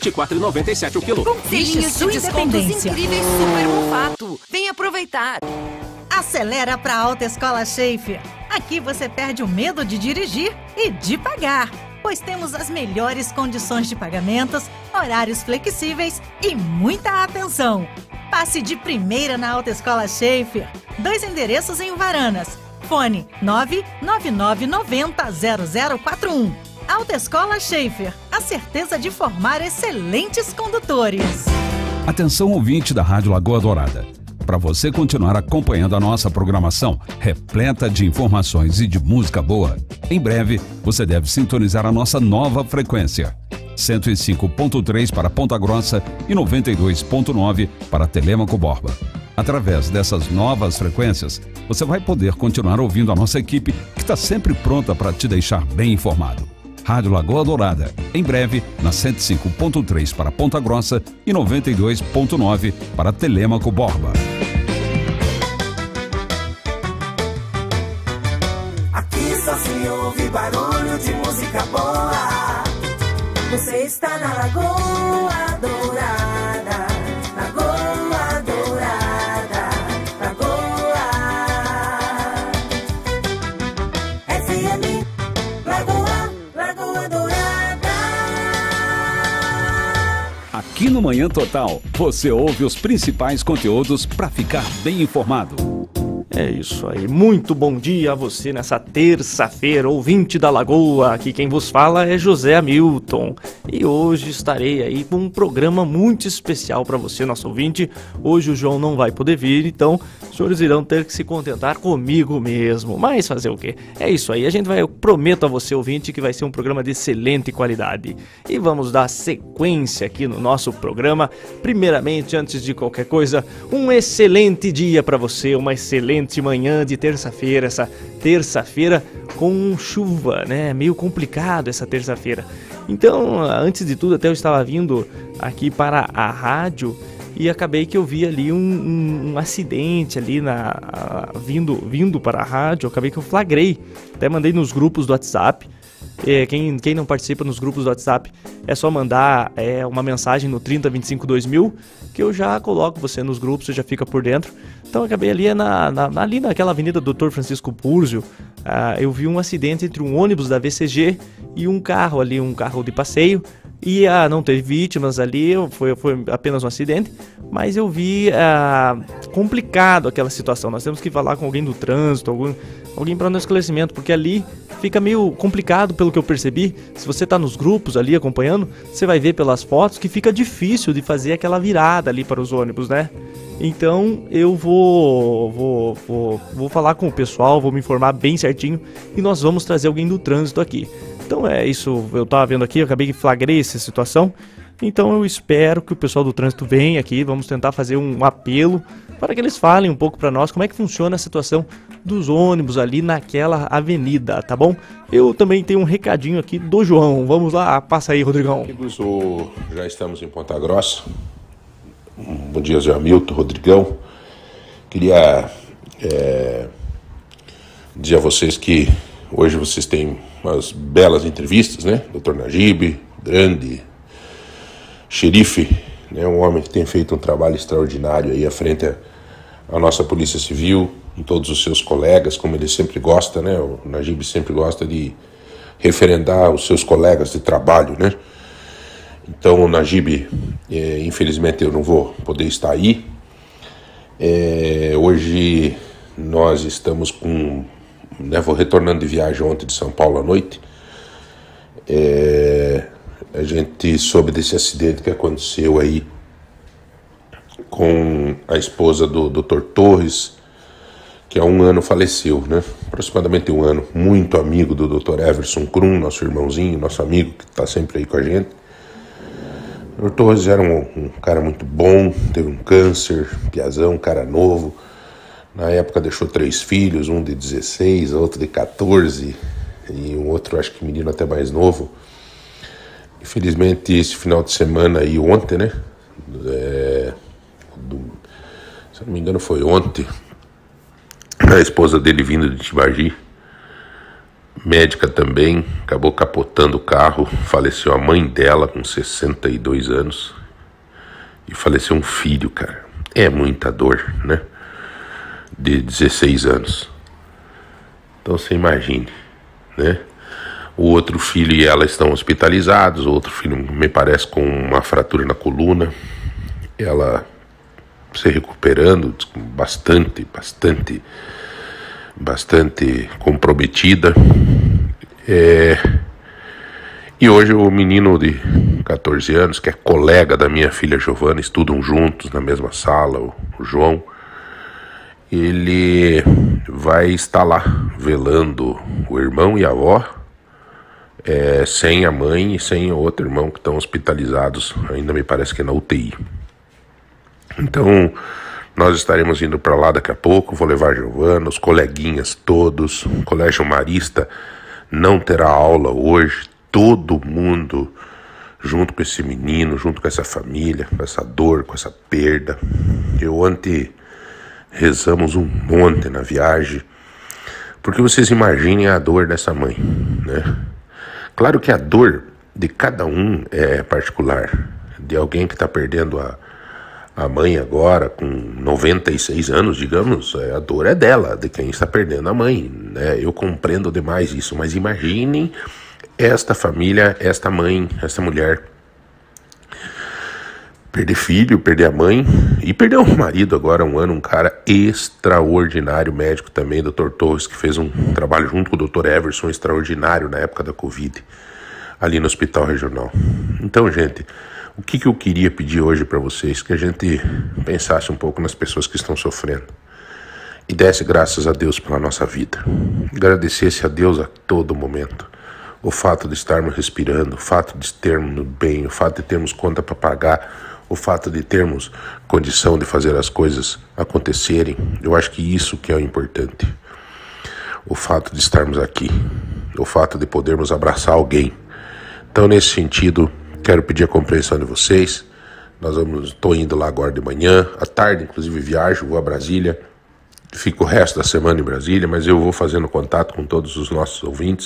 24,97 o quilo. Deixe sua independência. Incríveis Super Mufato. Vem aproveitar. Acelera para a Autoescola Schaefer. Aqui você perde o medo de dirigir e de pagar, pois temos as melhores condições de pagamentos, horários flexíveis e muita atenção. Passe de primeira na Autoescola Schaefer. 2 endereços em Varanas. Fone 999900041. Autoescola Schaefer, a certeza de formar excelentes condutores. Atenção, ouvinte da Rádio Lagoa Dourada. Para você continuar acompanhando a nossa programação repleta de informações e de música boa, em breve você deve sintonizar a nossa nova frequência. 105.3 para Ponta Grossa e 92.9 para Telêmaco Borba. Através dessas novas frequências, você vai poder continuar ouvindo a nossa equipe que está sempre pronta para te deixar bem informado. Rádio Lagoa Dourada, em breve na 105.3 para Ponta Grossa e 92.9 para Telêmaco Borba. Aqui só se ouve barulho de música boa. Você está na Lagoa Dourada, Lagoa Dourada, Lagoa FM, Lagoa Dourada. Aqui no Manhã Total, você ouve os principais conteúdos para ficar bem informado. É isso aí, muito bom dia a você nessa terça-feira, ouvinte da Lagoa. Aqui quem vos fala é José Hamilton e hoje estarei aí com um programa muito especial para você, nosso ouvinte. Hoje o João não vai poder vir, então os senhores irão ter que se contentar comigo mesmo. Mas fazer o quê? É isso aí, eu prometo a você, ouvinte, que vai ser um programa de excelente qualidade. E vamos dar sequência aqui no nosso programa. Primeiramente, antes de qualquer coisa, um excelente dia para você, uma excelente manhã de terça-feira, essa terça-feira com chuva, né? Meio complicado essa terça-feira. Então, antes de tudo, até eu estava vindo aqui para a rádio e acabei que eu vi ali um acidente ali vindo para a rádio. Acabei que eu flagrei, até mandei nos grupos do WhatsApp. Quem não participa nos grupos do WhatsApp é só mandar uma mensagem no 3025-2000 que eu já coloco você nos grupos, você já fica por dentro. Então eu acabei ali ali naquela avenida Dr. Francisco Púrzio, eu vi um acidente entre um ônibus da VCG e um carro de passeio. E não teve vítimas ali, foi apenas um acidente, mas eu vi complicado aquela situação. Nós temos que falar com alguém do trânsito, alguém para dar um esclarecimento, porque ali fica meio complicado pelo que eu percebi. Se você está nos grupos ali acompanhando, você vai ver pelas fotos que fica difícil de fazer aquela virada ali para os ônibus, né? Então eu vou falar com o pessoal, vou me informar bem certinho e nós vamos trazer alguém do trânsito aqui. Então é isso, eu estava vendo aqui, eu acabei que flagrei essa situação. Então eu espero que o pessoal do trânsito venha aqui, vamos tentar fazer um apelo para que eles falem um pouco para nós como é que funciona a situação dos ônibus ali naquela avenida, tá bom? Eu também tenho um recadinho aqui do João, vamos lá, passa aí, Rodrigão. Amigos, já estamos em Ponta Grossa. Bom dia, Zé Hamilton, Rodrigão. Queria dizer a vocês que hoje vocês têm umas belas entrevistas, né? Dr. Najib, grande xerife, né? Um homem que tem feito um trabalho extraordinário aí à frente à nossa Polícia Civil, em todos os seus colegas, como ele sempre gosta, né? O Najib sempre gosta de referendar os seus colegas de trabalho, né? Então, o Najib, infelizmente eu não vou poder estar aí. Hoje nós estamos vou retornando de viagem ontem de São Paulo à noite. A gente soube desse acidente que aconteceu aí com a esposa do Dr. Torres, que há um ano faleceu, né? Aproximadamente um ano. Muito amigo do Dr. Everson Krum, nosso irmãozinho, nosso amigo que está sempre aí com a gente. O Dr. Torres era um cara muito bom, teve um câncer, piazão, um cara novo. Na época deixou 3 filhos, um de 16, outro de 14 e um outro, acho que menino até mais novo. Infelizmente, esse final de semana aí, ontem, né? Se eu não me engano, foi ontem. A esposa dele vindo de Tibagi médica também, acabou capotando o carro, faleceu a mãe dela com 62 anos e faleceu um filho, cara. É muita dor, né? De 16 anos. Então você imagine, né? O outro filho e ela estão hospitalizados, o outro filho me parece com uma fratura na coluna, ela se recuperando, bastante comprometida. E hoje o menino de 14 anos, que é colega da minha filha Giovana, estudam juntos na mesma sala, o João, ele vai estar lá velando o irmão e a avó, sem a mãe e sem o outro irmão, que estão hospitalizados, ainda me parece que na UTI. Então nós estaremos indo para lá daqui a pouco. Vou levar a Giovana, os coleguinhas todos. O Colégio Marista não terá aula hoje. Todo mundo junto com esse menino, junto com essa família, com essa dor, com essa perda. Ontem rezamos um monte na viagem, porque vocês imaginem a dor dessa mãe, né? Claro que a dor de cada um é particular. De alguém que está perdendo a mãe agora com 96 anos, digamos, a dor é dela, de quem está perdendo a mãe, né? Eu compreendo demais isso, mas imaginem esta família, esta mãe, esta mulher perder filho, perder a mãe e perder o marido agora há um ano, um cara extraordinário, médico também, Dr. Torres, que fez um trabalho junto com o Dr. Everson extraordinário na época da Covid, ali no Hospital Regional. Então, gente, o que eu queria pedir hoje para vocês? Que a gente pensasse um pouco nas pessoas que estão sofrendo e desse graças a Deus pela nossa vida. Agradecesse a Deus a todo momento. O fato de estarmos respirando, o fato de termos bem, o fato de termos conta para pagar, o fato de termos condição de fazer as coisas acontecerem. Eu acho que isso que é o importante. O fato de estarmos aqui, o fato de podermos abraçar alguém. Então, nesse sentido, quero pedir a compreensão de vocês. Estou indo lá agora de manhã, à tarde, inclusive viajo, vou a Brasília. Fico o resto da semana em Brasília, mas eu vou fazendo contato com todos os nossos ouvintes,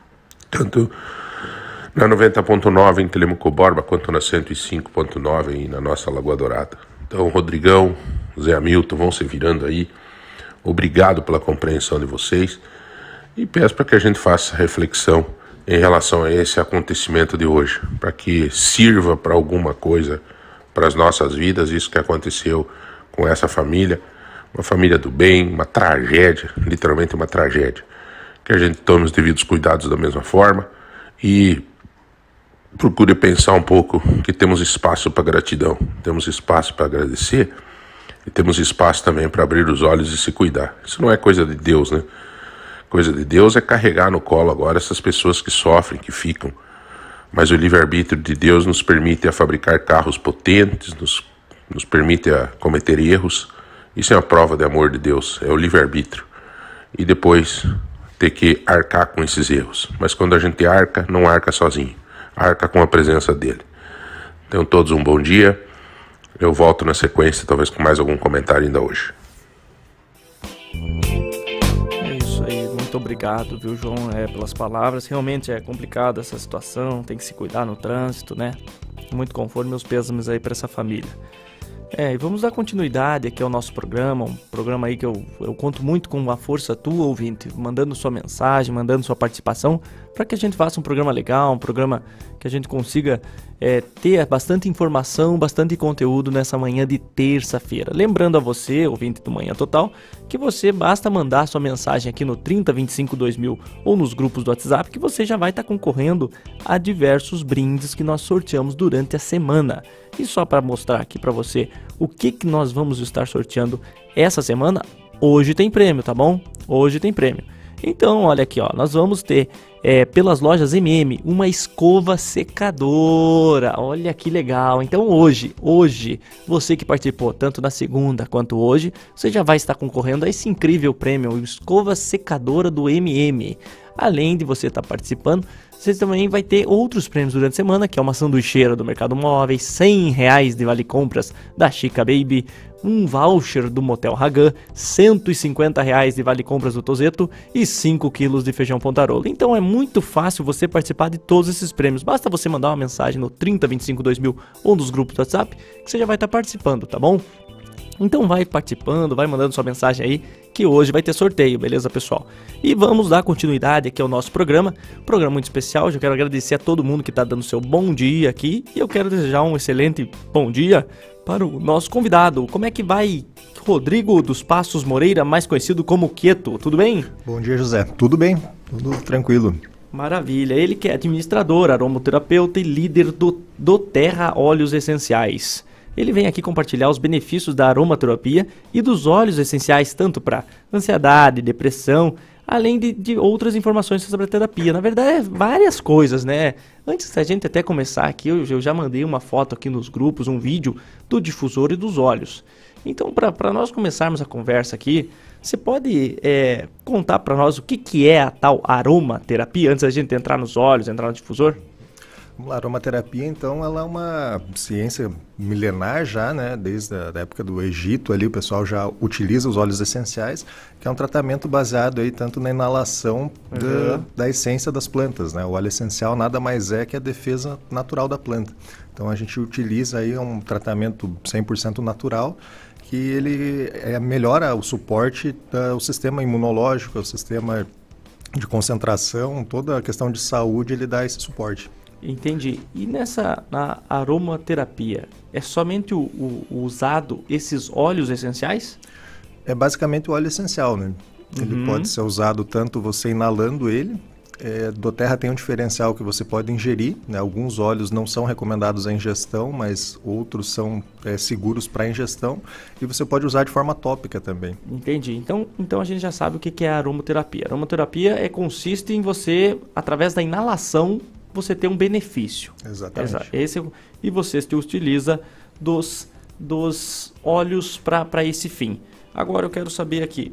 tanto na 90.9 em Telemaco Borba, quanto na 105.9 e na nossa Lagoa Dourada. Então, Rodrigão, Zé Hamilton, vão se virando aí. Obrigado pela compreensão de vocês. E peço para que a gente faça reflexão em relação a esse acontecimento de hoje, para que sirva para alguma coisa para as nossas vidas, isso que aconteceu com essa família, uma família do bem, uma tragédia, literalmente uma tragédia. Que a gente tome os devidos cuidados da mesma forma e procure pensar um pouco que temos espaço para gratidão, temos espaço para agradecer e temos espaço também para abrir os olhos e se cuidar. Isso não é coisa de Deus, né? Coisa de Deus é carregar no colo agora essas pessoas que sofrem, que ficam. Mas o livre-arbítrio de Deus nos permite a fabricar carros potentes, nos permite a cometer erros. Isso é uma prova de amor de Deus, é o livre-arbítrio. E depois ter que arcar com esses erros. Mas quando a gente arca, não arca sozinho. Arca com a presença dele. Tenham todos um bom dia. Eu volto na sequência, talvez com mais algum comentário ainda hoje. É isso aí, muito obrigado, viu, João, pelas palavras. Realmente é complicado essa situação, tem que se cuidar no trânsito, né? Muito conforme, meus pêsames aí para essa família. E vamos dar continuidade aqui ao nosso programa, um programa aí que eu conto muito com a força tua, ouvinte, mandando sua mensagem, mandando sua participação, para que a gente faça um programa legal, um programa que a gente consiga ter bastante informação, bastante conteúdo nessa manhã de terça-feira. Lembrando a você, ouvinte do Manhã Total, que você basta mandar sua mensagem aqui no 3025-2000 ou nos grupos do WhatsApp, que você já vai estar concorrendo a diversos brindes que nós sorteamos durante a semana. E só para mostrar aqui para você o que nós vamos estar sorteando essa semana, hoje tem prêmio, tá bom? Hoje tem prêmio. Então, olha aqui, ó, nós vamos ter pelas lojas MM uma escova secadora. Olha que legal. Então hoje, você que participou tanto na segunda quanto hoje, você já vai estar concorrendo a esse incrível prêmio, escova secadora do MM. Além de você estar participando, Você também vai ter outros prêmios durante a semana, que é uma sanduicheira do Mercado Móveis, R$100 de vale compras da Chica Baby, um voucher do Motel Hagan, R$150 de vale compras do Tozeto e 5 quilos de feijão Pontarolo. Então é muito fácil você participar de todos esses prêmios. Basta você mandar uma mensagem no 3025-2000 ou nos grupos do WhatsApp que você já vai estar participando, tá bom? Então vai participando, vai mandando sua mensagem aí, que hoje vai ter sorteio, beleza, pessoal? E vamos dar continuidade aqui ao nosso programa, programa muito especial. Já quero agradecer a todo mundo que está dando seu bom dia aqui, e eu quero desejar um excelente bom dia para o nosso convidado. Como é que vai, Rodrigo dos Passos Moreira, mais conhecido como Quieto? Tudo bem? Bom dia, José. Tudo bem? Tudo tranquilo. Maravilha. Ele que é administrador, aromaterapeuta e líder do Terra Óleos Essenciais. Ele vem aqui compartilhar os benefícios da aromaterapia e dos óleos essenciais, tanto para ansiedade, depressão, além de outras informações sobre a terapia. Na verdade, é várias coisas, né? Antes da gente até começar aqui, eu já mandei uma foto aqui nos grupos, um vídeo do difusor e dos óleos. Então, para nós começarmos a conversa aqui, você pode contar para nós o que é a tal aromaterapia, antes da gente entrar nos óleos, entrar no difusor? A aromaterapia, então, ela é uma ciência milenar já, né? Desde a época do Egito ali, o pessoal já utiliza os óleos essenciais, que é um tratamento baseado aí tanto na inalação da essência das plantas, né? O óleo essencial nada mais é que a defesa natural da planta. Então, a gente utiliza aí um tratamento 100% natural, que ele melhora o suporte do sistema imunológico, o sistema de concentração, toda a questão de saúde, ele dá esse suporte. Entendi. E na aromaterapia, é somente o usado esses óleos essenciais? É basicamente o óleo essencial, né? Ele pode ser usado tanto você inalando ele. doTERRA tem um diferencial que você pode ingerir, né? Alguns óleos não são recomendados à ingestão, mas outros são seguros para ingestão, e você pode usar de forma tópica também. Entendi. Então a gente já sabe o que é a aromaterapia. A aromaterapia consiste em você, através da inalação, você ter um benefício. Exatamente. E você se utiliza dos óleos para esse fim. Agora eu quero saber aqui,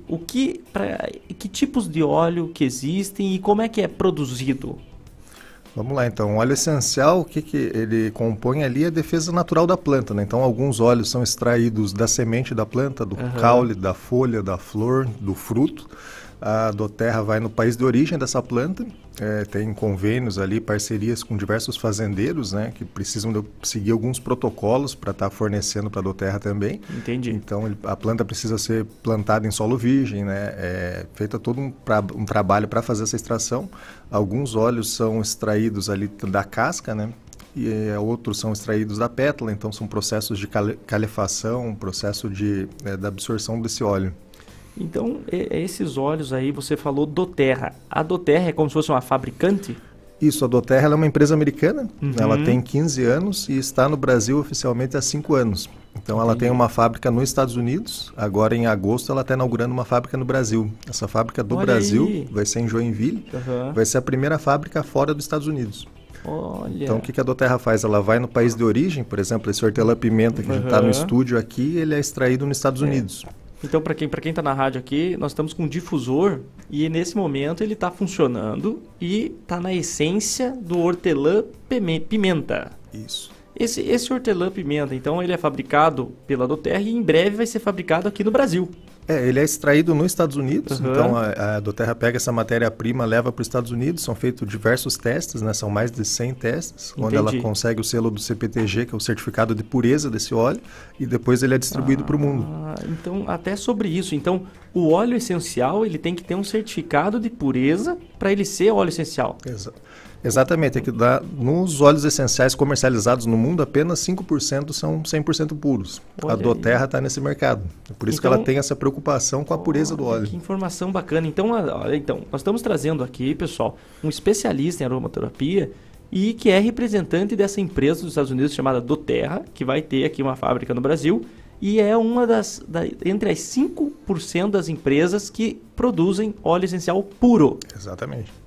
que tipos de óleo que existem e como é que é produzido? Vamos lá então, o óleo essencial, o que ele compõe ali é a defesa natural da planta, né? Então alguns óleos são extraídos da semente da planta, do caule, da folha, da flor, do fruto. A doTERRA vai no país de origem dessa planta, tem convênios ali, parcerias com diversos fazendeiros, né, que precisam seguir alguns protocolos para estar fornecendo para a doTERRA também. Entendi. Então a planta precisa ser plantada em solo virgem, né, feita todo um trabalho para fazer essa extração. Alguns óleos são extraídos ali da casca, né, e outros são extraídos da pétala, então são processos de calefação, processo da absorção desse óleo. Então, esses óleos aí, você falou doTERRA. A doTERRA é como se fosse uma fabricante? Isso, a doTERRA ela é uma empresa americana, ela tem 15 anos e está no Brasil oficialmente há 5 anos. Então ela tem uma fábrica nos Estados Unidos, agora em agosto ela está inaugurando uma fábrica no Brasil. Essa fábrica do Brasil vai ser em Joinville, vai ser a primeira fábrica fora dos Estados Unidos. Olha. Então o que a doTERRA faz? Ela vai no país de origem, por exemplo, esse hortelã-pimenta que a gente está no estúdio aqui, ele é extraído nos Estados Unidos. Então, para quem está na rádio aqui, nós estamos com um difusor e nesse momento ele está funcionando e está na essência do hortelã-pimenta. Isso. Esse hortelã-pimenta, então, ele é fabricado pela doTERRA e em breve vai ser fabricado aqui no Brasil. Ele é extraído nos Estados Unidos, então a doTERRA pega essa matéria-prima, leva para os Estados Unidos, são feitos diversos testes, né? São mais de 100 testes, onde ela consegue o selo do CPTG, que é o certificado de pureza desse óleo, e depois ele é distribuído para o mundo. Então, até sobre isso, então, o óleo essencial, ele tem que ter um certificado de pureza para ele ser óleo essencial. Exatamente, nos óleos essenciais comercializados no mundo, apenas 5% são 100% puros. A doTERRA está nesse mercado. É por isso que ela tem essa preocupação com a pureza do óleo. Que informação bacana. Então, nós estamos trazendo aqui, pessoal, um especialista em aromaterapia e que é representante dessa empresa dos Estados Unidos chamada doTERRA, que vai ter aqui uma fábrica no Brasil e é uma entre as 5% das empresas que produzem óleo essencial puro. Exatamente.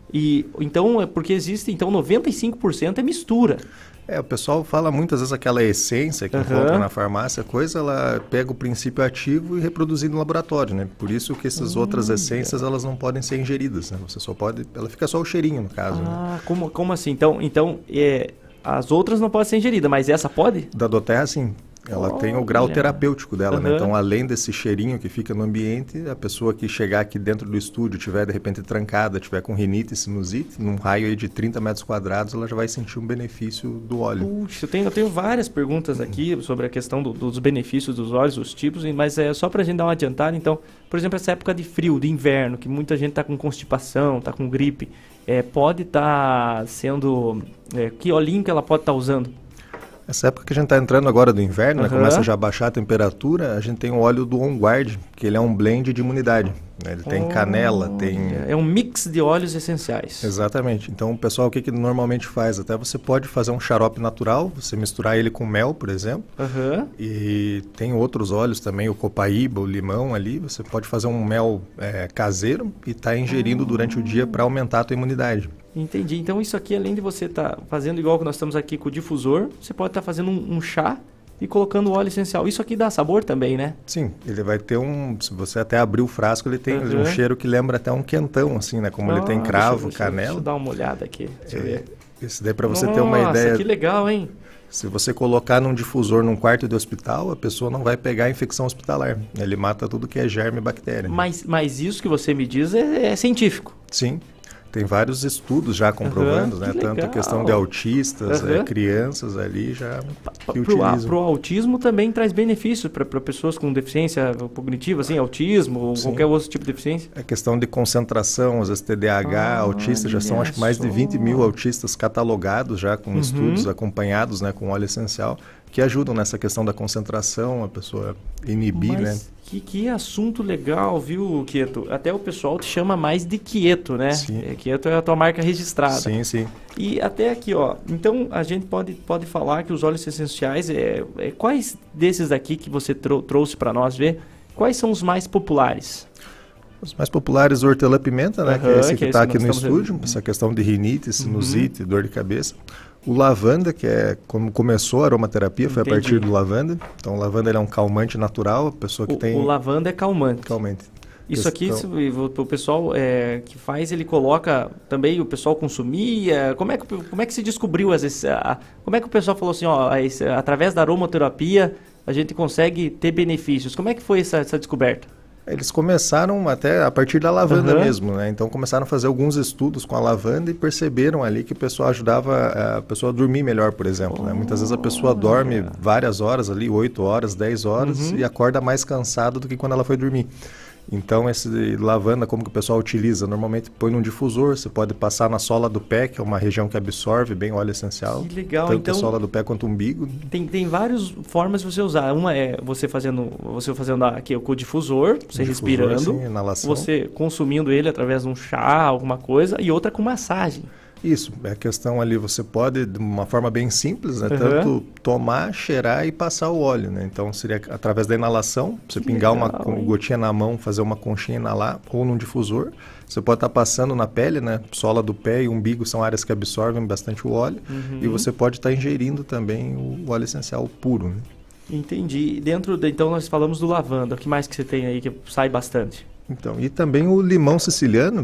E então, porque existe, então 95% é mistura. O pessoal fala muitas vezes aquela essência que encontra na farmácia, ela pega o princípio ativo e reproduzir no laboratório, né? Por isso que essas outras essências, elas não podem ser ingeridas, né? Você só pode, ela fica só o cheirinho, no caso. Né? Como assim? Então as outras não podem ser ingeridas, mas essa pode? Da doTERRA, sim. Ela tem o grau terapêutico dela, né? Então, além desse cheirinho que fica no ambiente, a pessoa que chegar aqui dentro do estúdio, tiver de repente trancada, tiver com rinite e sinusite, num raio aí de 30 metros quadrados, ela já vai sentir um benefício do óleo. Puxa, eu tenho várias perguntas aqui sobre a questão dos benefícios dos óleos, os tipos, mas é só pra gente dar uma adiantada. Então, por exemplo, essa época de frio, de inverno, que muita gente tá com constipação, tá com gripe, pode estar sendo... que olhinho que ela pode estar usando? Essa época que a gente está entrando agora do inverno, né, começa já a baixar a temperatura, a gente tem o óleo do On Guard, que ele é um blend de imunidade. Né? Ele tem canela, tem... É um mix de óleos essenciais. Exatamente. Então, o pessoal, o que normalmente faz? Até você pode fazer um xarope natural, você misturar ele com mel, por exemplo. E tem outros óleos também, o copaíba, o limão ali. Você pode fazer um mel caseiro e estar ingerindo durante o dia para aumentar a tua imunidade. Entendi. Então isso aqui, além de você estar fazendo igual que nós estamos aqui com o difusor, você pode estar fazendo um chá e colocando óleo essencial. Isso aqui dá sabor também, né? Sim, ele vai ter se você até abrir o frasco, ele tem um cheiro que lembra até um quentão, assim, né? Como ele tem cravo, canela. Deixa eu dar uma olhada aqui. Deixa eu ver. Isso daí para você ter uma ideia. Nossa, que legal, hein? Se você colocar num difusor num quarto de hospital, a pessoa não vai pegar a infecção hospitalar. Ele mata tudo que é germe e bactéria. Mas isso que você me diz é científico. Sim. Tem vários estudos já comprovando, né? Tanto a questão de autistas, crianças ali já que utilizam. Para o autismo também traz benefícios para pessoas com deficiência cognitiva, assim, autismo ou qualquer outro tipo de deficiência? A questão de concentração, às vezes TDAH, autistas, já são acho que mais de 20 mil autistas catalogados já com estudos acompanhados, né, com óleo essencial, que ajudam nessa questão da concentração, a pessoa inibir, né? Que assunto legal, viu, Quieto? Até o pessoal te chama mais de Quieto, né? Sim. Quieto é a tua marca registrada. Sim, sim. E até aqui, ó. Então, a gente pode falar que os óleos essenciais, quais desses daqui que você trouxe para nós ver, quais são os mais populares? Os mais populares, o hortelã-pimenta, né? Que é esse que está aqui no estúdio. Essa questão de rinite, sinusite, dor de cabeça. O lavanda, que é como começou a aromaterapia, foi a partir do lavanda. Então, o lavanda ele é um calmante natural, a pessoa que tem... O lavanda é calmante. Calmante. Isso aqui, o pessoal que faz, ele coloca também, o pessoal consumia. Como é que se descobriu? Como é que o pessoal falou assim, ó, através da aromaterapia, a gente consegue ter benefícios? Como é que foi essa descoberta? Eles começaram até a partir da lavanda mesmo, né? Então começaram a fazer alguns estudos com a lavanda e perceberam ali que o pessoal ajudava a pessoa a dormir melhor, por exemplo, né? Muitas vezes a pessoa dorme várias horas ali, 8 horas, 10 horas e acorda mais cansado do que quando ela foi dormir. Então, esse lavanda, como que o pessoal utiliza? Normalmente põe num difusor, você pode passar na sola do pé, que é uma região que absorve bem óleo essencial. Que legal, tanto então... a sola do pé quanto o umbigo. Tem várias formas de você usar. Uma é você fazendo aqui com o difusor, você respirando, sim, inalação. Você consumindo ele através de um chá, alguma coisa, e outra com massagem. Isso, é a questão ali, você pode, de uma forma bem simples, né, tanto tomar, cheirar e passar o óleo, né? Então seria através da inalação, você pingar uma gotinha na mão, fazer uma conchinha e inalar, ou num difusor. Você pode estar passando na pele, né? Sola do pé e umbigo são áreas que absorvem bastante o óleo. E você pode estar ingerindo também o óleo essencial puro, né? Entendi. Então nós falamos do lavanda, o que mais que você tem aí que sai bastante? Então, e também o limão siciliano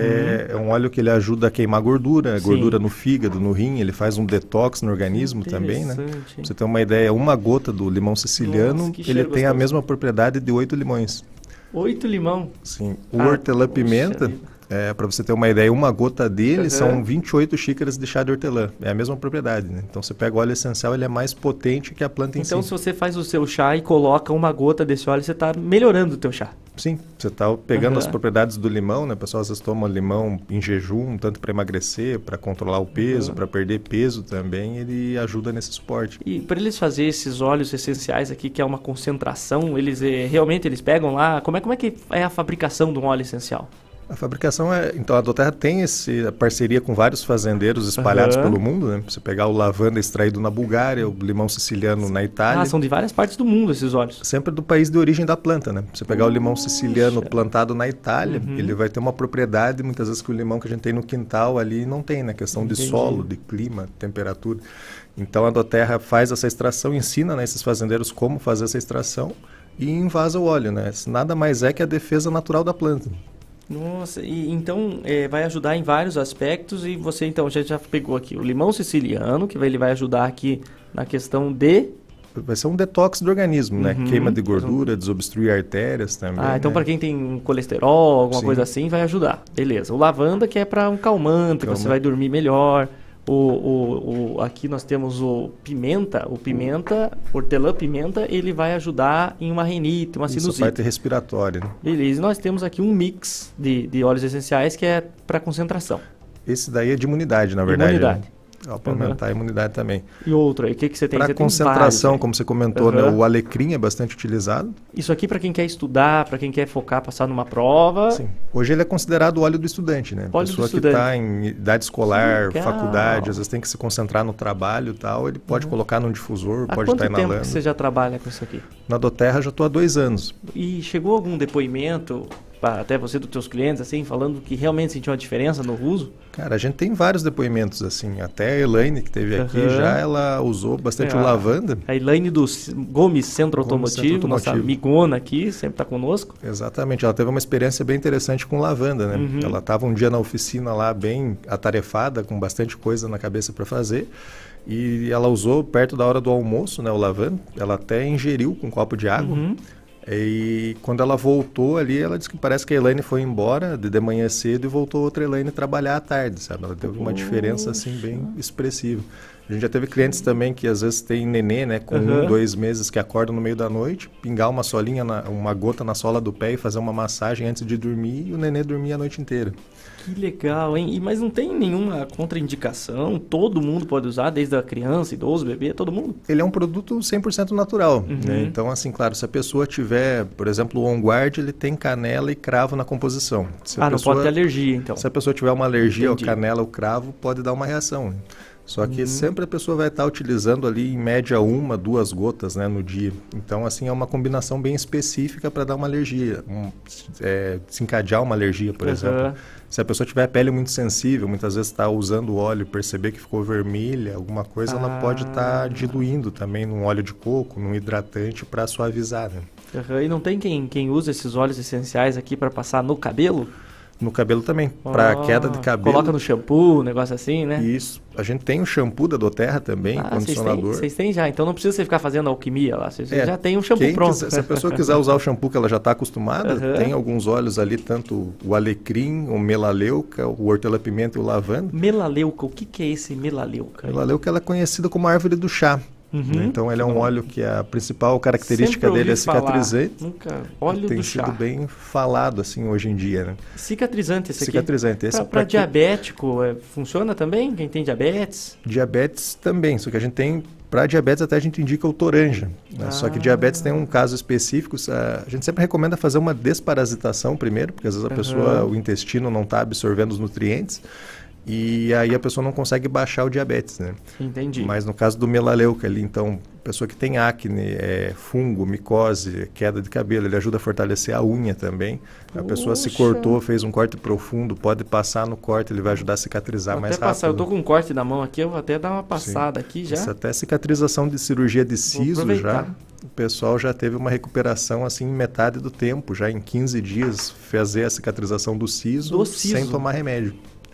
é um óleo que ele ajuda a queimar gordura, gordura no fígado, no rim, ele faz um detox no organismo também, né? Pra você ter uma ideia, uma gota do limão siciliano, ele tem a mesma propriedade de 8 limões. 8 limão? Sim. O hortelã-pimenta, para você ter uma ideia, uma gota dele são 28 xícaras de chá de hortelã. É a mesma propriedade, né? Então, você pega o óleo essencial, ele é mais potente que a planta em si. Então, se você faz o seu chá e coloca uma gota desse óleo, você está melhorando o teu chá. Sim, você está pegando as propriedades do limão, né? O pessoal às vezes toma limão em jejum, tanto para emagrecer, para controlar o peso, para perder peso também, ele ajuda nesse suporte. E para eles fazerem esses óleos essenciais aqui, que é uma concentração, eles realmente pegam lá, como é que é a fabricação de um óleo essencial? A fabricação então a doTERRA tem essa parceria com vários fazendeiros espalhados pelo mundo, né? Você pegar o lavanda extraído na Bulgária, o limão siciliano na Itália. São de várias partes do mundo esses óleos. Sempre do país de origem da planta, né? Você pegar o limão siciliano plantado na Itália, ele vai ter uma propriedade, muitas vezes, que o limão que a gente tem no quintal ali não tem, né? Questão de solo, de clima, temperatura. Então a doTERRA faz essa extração, ensina, né, esses fazendeiros como fazer essa extração e invasa o óleo, né? Isso nada mais é que a defesa natural da planta. Nossa, e então vai ajudar em vários aspectos e você então já pegou aqui o limão siciliano, que ele vai ajudar aqui na questão de... Vai ser um detox do organismo, né? Queima de gordura, desobstruir artérias também. Então né? para quem tem colesterol, alguma coisa assim, vai ajudar. Beleza. O lavanda, que é para um calmante, você vai dormir melhor. Aqui nós temos o hortelã-pimenta, ele vai ajudar em uma rinite, uma sinusite. Isso, parte respiratória. Né? Beleza, e nós temos aqui um mix de óleos essenciais que é para concentração. Esse daí é de imunidade, na verdade. Imunidade. Né? Para aumentar a imunidade também. E outro aí, o que você tem? Para concentração, como você comentou, né, o alecrim é bastante utilizado. Isso aqui para quem quer estudar, para quem quer focar, passar numa prova. Sim. Hoje ele é considerado o óleo do estudante, né? Óleo pessoa do que está em idade escolar, faculdade, às vezes tem que se concentrar no trabalho e tal, ele pode colocar num difusor, pode estar inalando. Há quanto tempo que você já trabalha com isso aqui? Na doTERRA já estou há 2 anos. E chegou algum depoimento, até você, dos teus clientes, assim, falando que realmente sentiu uma diferença no uso? Cara, a gente tem vários depoimentos, assim. Até a Elaine, que esteve aqui, ela usou bastante o lavanda. A Elaine do Gomes Centro Automotivo, nossa amigona aqui, sempre está conosco. Exatamente, ela teve uma experiência bem interessante com lavanda, né? Ela estava um dia na oficina lá, bem atarefada, com bastante coisa na cabeça para fazer. E ela usou perto da hora do almoço, né, o lavanda. Ela até ingeriu com um copo de água. E quando ela voltou ali, ela disse que parece que a Elaine foi embora de manhã cedo e voltou outra Elaine trabalhar à tarde, sabe? Ela teve uma diferença assim bem expressiva. A gente já teve clientes também que às vezes tem nenê, né, com 1, 2 meses, que acordam no meio da noite, pingar uma solinha, uma gota na sola do pé e fazer uma massagem antes de dormir e o nenê dormir a noite inteira. Que legal, hein? Mas não tem nenhuma contraindicação? Todo mundo pode usar, desde a criança, idoso, bebê, todo mundo? Ele é um produto 100% natural, né? Então, assim, claro, se a pessoa tiver, por exemplo, o On Guard, ele tem canela e cravo na composição. Não pode ter alergia, então. Se a pessoa tiver uma alergia ao canela ou cravo, pode dar uma reação, né? Só que sempre a pessoa vai estar utilizando ali em média 1, 2 gotas, né, no dia. Então, assim, é uma combinação bem específica para dar uma alergia, desencadear uma alergia, por exemplo. Se a pessoa tiver a pele muito sensível, muitas vezes está usando o óleo e perceber que ficou vermelha, alguma coisa, ela pode estar diluindo também num óleo de coco, num hidratante para suavizar, né? E não tem quem usa esses óleos essenciais aqui para passar no cabelo? No cabelo também, para queda de cabelo. Coloca no shampoo, um negócio assim, né? Isso. A gente tem o shampoo da doTERRA também, condicionador. Vocês têm já, então não precisa você ficar fazendo alquimia lá, vocês já tem um shampoo pronto. Se a pessoa quiser usar o shampoo que ela já está acostumada, tem alguns óleos ali, tanto o alecrim, o melaleuca, o hortelã-pimenta e o lavanda. Melaleuca, o que é esse melaleuca? Melaleuca ela é conhecida como a árvore do chá. Então ele é um óleo que a principal característica dele é cicatrizante. Óleo tem do sido chá. bem falado assim hoje em dia, né? Cicatrizante esse aqui. Cicatrizante. Para diabético, funciona também? Quem tem diabetes? Diabetes também, só que a gente tem... Para diabetes até a gente indica o toranja, né? Só que diabetes tem um caso específico, a gente sempre recomenda fazer uma desparasitação primeiro, porque às vezes a pessoa, o intestino não está absorvendo os nutrientes, e aí a pessoa não consegue baixar o diabetes, né? Entendi. Mas no caso do melaleuca ali, então, pessoa que tem acne, fungo, micose, queda de cabelo, ele ajuda a fortalecer a unha também. A pessoa se cortou, fez um corte profundo, pode passar no corte, ele vai ajudar a cicatrizar mais rápido. Eu tô com um corte na mão aqui, eu vou até dar uma passada aqui já. Isso, até cicatrização de cirurgia de siso já. O pessoal já teve uma recuperação assim em metade do tempo, já em 15 dias, fazer a cicatrização do siso sem tomar remédio.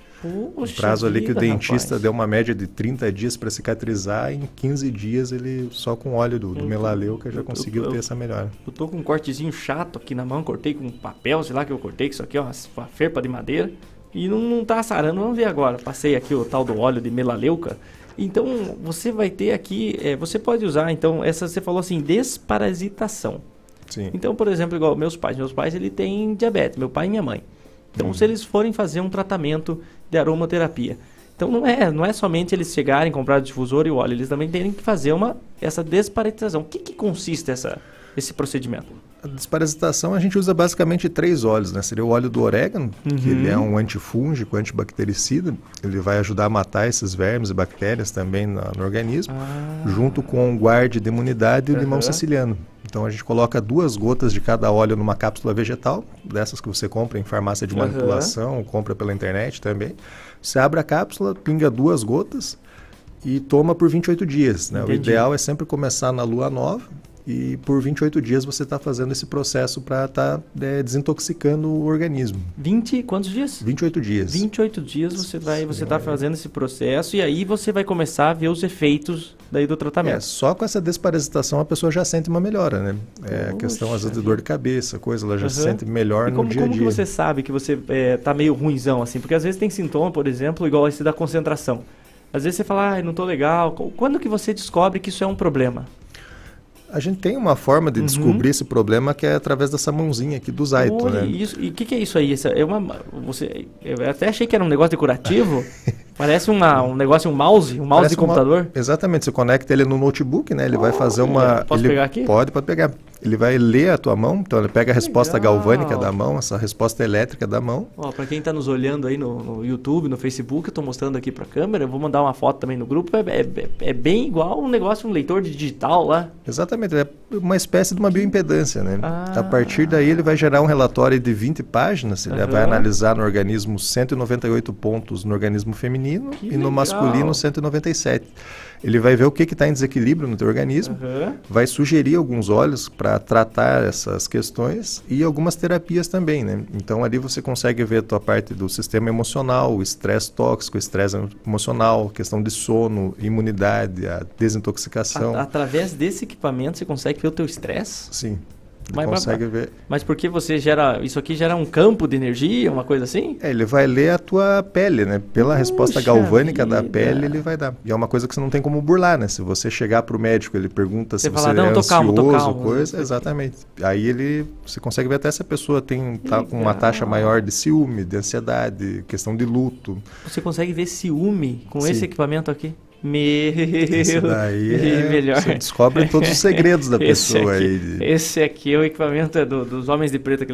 O prazo ali que o dentista deu uma média de 30 dias para cicatrizar, em 15 dias ele só com óleo do melaleuca já conseguiu ter essa melhora. Eu tô com um cortezinho chato aqui na mão, cortei com papel, sei lá que eu cortei, que isso aqui é uma ferpa de madeira e não tá sarando, vamos ver agora. Passei aqui o tal do óleo de melaleuca. Então você vai ter aqui, você pode usar, então, essa você falou assim, desparasitação. Sim. Então, por exemplo, igual meus pais ele tem diabetes, meu pai e minha mãe. Então, se eles forem fazer um tratamento de aromaterapia, então não é somente eles chegarem, comprar o difusor e o óleo, eles também têm que fazer essa desparasitação. O que consiste esse procedimento? A desparasitação a gente usa basicamente 3 óleos, né? Seria o óleo do orégano, que ele é um antifúngico, antibactericida. Ele vai ajudar a matar esses vermes e bactérias também no organismo, junto com o guarde de imunidade e o limão siciliano. Então a gente coloca 2 gotas de cada óleo numa cápsula vegetal, dessas que você compra em farmácia de manipulação, compra pela internet também. Você abre a cápsula, pinga 2 gotas e toma por 28 dias, né? O ideal é sempre começar na lua nova. E por 28 dias você está fazendo esse processo para estar desintoxicando o organismo. Quantos dias? 28 dias. 28 dias você está fazendo esse processo e aí você vai começar a ver os efeitos daí do tratamento. Só com essa desparasitação a pessoa já sente uma melhora, né? A questão às vezes de dor de cabeça, coisa, ela já se sente melhor no dia a dia. Como que você sabe que você tá meio ruinzão assim? Porque às vezes tem sintoma, por exemplo, igual esse da concentração. Às vezes você fala, não tô legal. Quando que você descobre que isso é um problema? A gente tem uma forma de descobrir esse problema que é através dessa mãozinha aqui do Zaito, né? Isso, e o que é isso aí? Eu até achei que era um negócio decorativo. Parece um negócio, um mouse de computador. Exatamente, você conecta ele no notebook, né? Ele vai fazer uma... Posso pegar aqui? Pode pegar. Ele vai ler a tua mão, então ele pega a resposta galvânica da mão, essa resposta elétrica da mão. Para quem está nos olhando aí no YouTube, no Facebook, eu estou mostrando aqui para a câmera, eu vou mandar uma foto também no grupo, é bem igual um negócio, um leitor de digital lá. Exatamente, é uma espécie de uma bioimpedância, né? A partir daí ele vai gerar um relatório de 20 páginas, ele vai analisar no organismo 198 pontos no organismo feminino e no masculino 197. Ele vai ver o que está em desequilíbrio no teu organismo, vai sugerir alguns óleos para tratar essas questões e algumas terapias também, né? Então ali você consegue ver a tua parte do sistema emocional, o estresse tóxico, o estresse emocional, questão de sono, imunidade, a desintoxicação. Através desse equipamento você consegue ver o teu estresse? Sim. Consegue ver. Mas porque isso aqui gera um campo de energia, uma coisa assim? Ele vai ler a tua pele, né? Pela resposta galvânica da pele, ele vai dar. E é uma coisa que você não tem como burlar, né? Se você chegar pro médico, ele pergunta se você é ansioso, coisa, exatamente. Aí você consegue ver até se a pessoa tá com uma taxa maior de ciúme, de ansiedade, questão de luto. Você consegue ver ciúme com Sim. esse equipamento aqui? Esse daí melhor. Você descobre todos os segredos da pessoa aí. Esse aqui, o equipamento dos homens de preto, que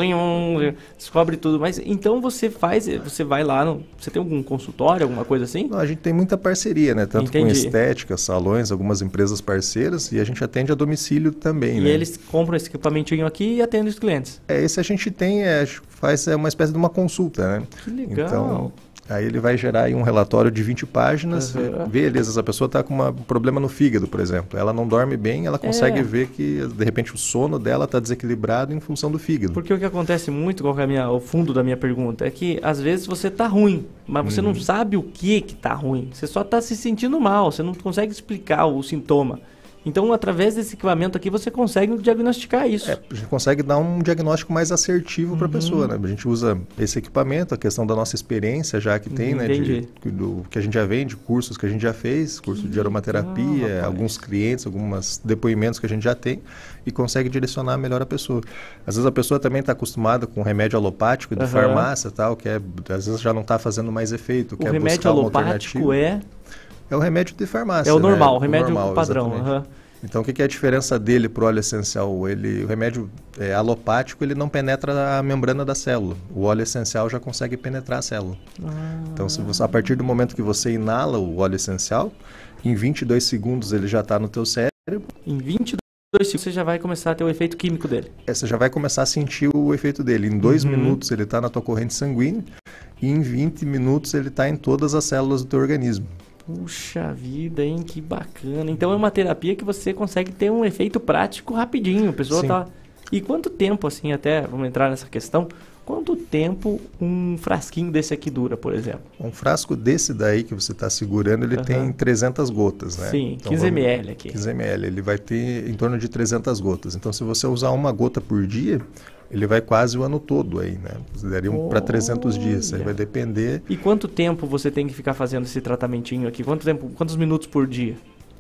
descobre tudo. Mas então você vai lá, você tem algum consultório, alguma coisa assim? Não, a gente tem muita parceria, né? Tanto com estética, salões, algumas empresas parceiras, e a gente atende a domicílio também, né? E eles compram esse equipamentinho aqui e atendem os clientes? Esse a gente tem, faz uma espécie de uma consulta, né? Que legal! Então, aí ele vai gerar aí um relatório de 20 páginas, vê, beleza, a pessoa está com um problema no fígado, por exemplo. Ela não dorme bem, ela consegue ver que, de repente, o sono dela está desequilibrado em função do fígado. Porque o que acontece muito, qual é o fundo da minha pergunta, é que, às vezes, você está ruim, mas você não sabe o que está ruim. Você só está se sentindo mal, você não consegue explicar o sintoma. Então, através desse equipamento aqui, você consegue diagnosticar isso. A gente consegue dar um diagnóstico mais assertivo para a pessoa, né? A gente usa esse equipamento, a questão da nossa experiência já que tem, né? Do que a gente já vende, cursos que a gente já fez, curso de aromaterapia, alguns clientes, alguns depoimentos que a gente já tem e consegue direcionar melhor a pessoa. Às vezes a pessoa também está acostumada com remédio alopático de farmácia, tal, que às vezes já não está fazendo mais efeito. O remédio alopático é o remédio de farmácia. É o normal, né? O remédio padrão. Então, o que é a diferença dele para o óleo essencial? O remédio alopático, ele não penetra a membrana da célula. O óleo essencial já consegue penetrar a célula. Então, a partir do momento que você inala o óleo essencial, em 22 segundos ele já está no teu cérebro. Em 22 segundos você já vai começar a ter o efeito químico dele. Você já vai começar a sentir o efeito dele. Em 2 minutos ele está na tua corrente sanguínea e em 20 minutos ele está em todas as células do teu organismo. Puxa vida, hein? Que bacana. Então é uma terapia que você consegue ter um efeito prático rapidinho. A pessoa tá... E quanto tempo, assim, até vamos entrar nessa questão, quanto tempo um frasquinho desse aqui dura, por exemplo? Um frasco desse daí que você está segurando, ele tem 300 gotas, né? Sim, então, 15 ml aqui. 15 ml, ele vai ter em torno de 300 gotas. Então, se você usar uma gota por dia, ele vai quase o ano todo aí, né? Daria para 300 dias, aí vai depender. E quanto tempo você tem que ficar fazendo esse tratamentinho aqui? Quantos minutos por dia?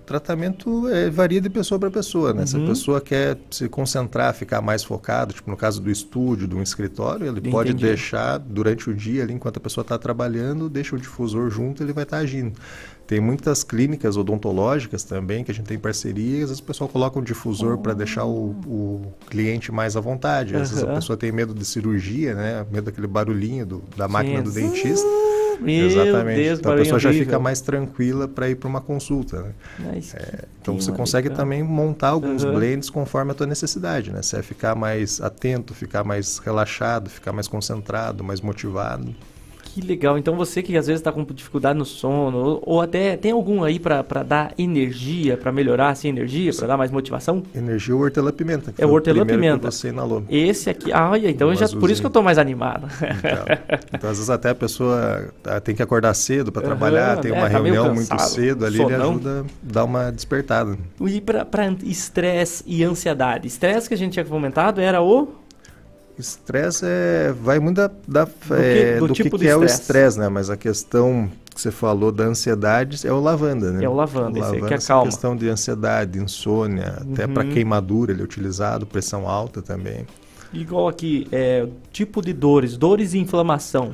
Tratamento varia de pessoa para pessoa, né? Se a pessoa quer se concentrar, ficar mais focado, tipo no caso do estúdio, de um escritório, ele pode deixar durante o dia, ali, enquanto a pessoa está trabalhando, deixa o difusor junto, ele vai estar agindo. Tem muitas clínicas odontológicas também, que a gente tem parceria, às vezes o pessoal coloca um difusor para deixar o cliente mais à vontade. Às vezes a pessoa tem medo de cirurgia, né? Medo daquele barulhinho da máquina do dentista. Exatamente. Deus, então a pessoa já horrível. fica mais tranquila para ir para uma consulta, né? Então você consegue também montar alguns blends conforme a tua necessidade, né? Se é ficar mais atento, ficar mais relaxado, ficar mais concentrado, mais motivado. Que legal. Então você que às vezes está com dificuldade no sono, ou até tem algum aí para dar energia, para melhorar assim, a energia, para dar mais motivação? Energia ou hortelã-pimenta. É o hortelã-pimenta. Que você inalou. Esse aqui, olha, então por isso que eu estou mais animado. Então às vezes até a pessoa tem que acordar cedo para trabalhar, tem uma reunião muito cedo ali, ele ajuda a dar uma despertada. E para estresse e ansiedade? Estresse que a gente tinha comentado era o... Estresse vai muito do tipo que é o estresse, né? Mas a questão que você falou da ansiedade é o lavanda, né? É o lavanda, esse que essa acalma. Questão de ansiedade, insônia, até para queimadura ele é utilizado, pressão alta também. Igual aqui, tipo de dores e inflamação.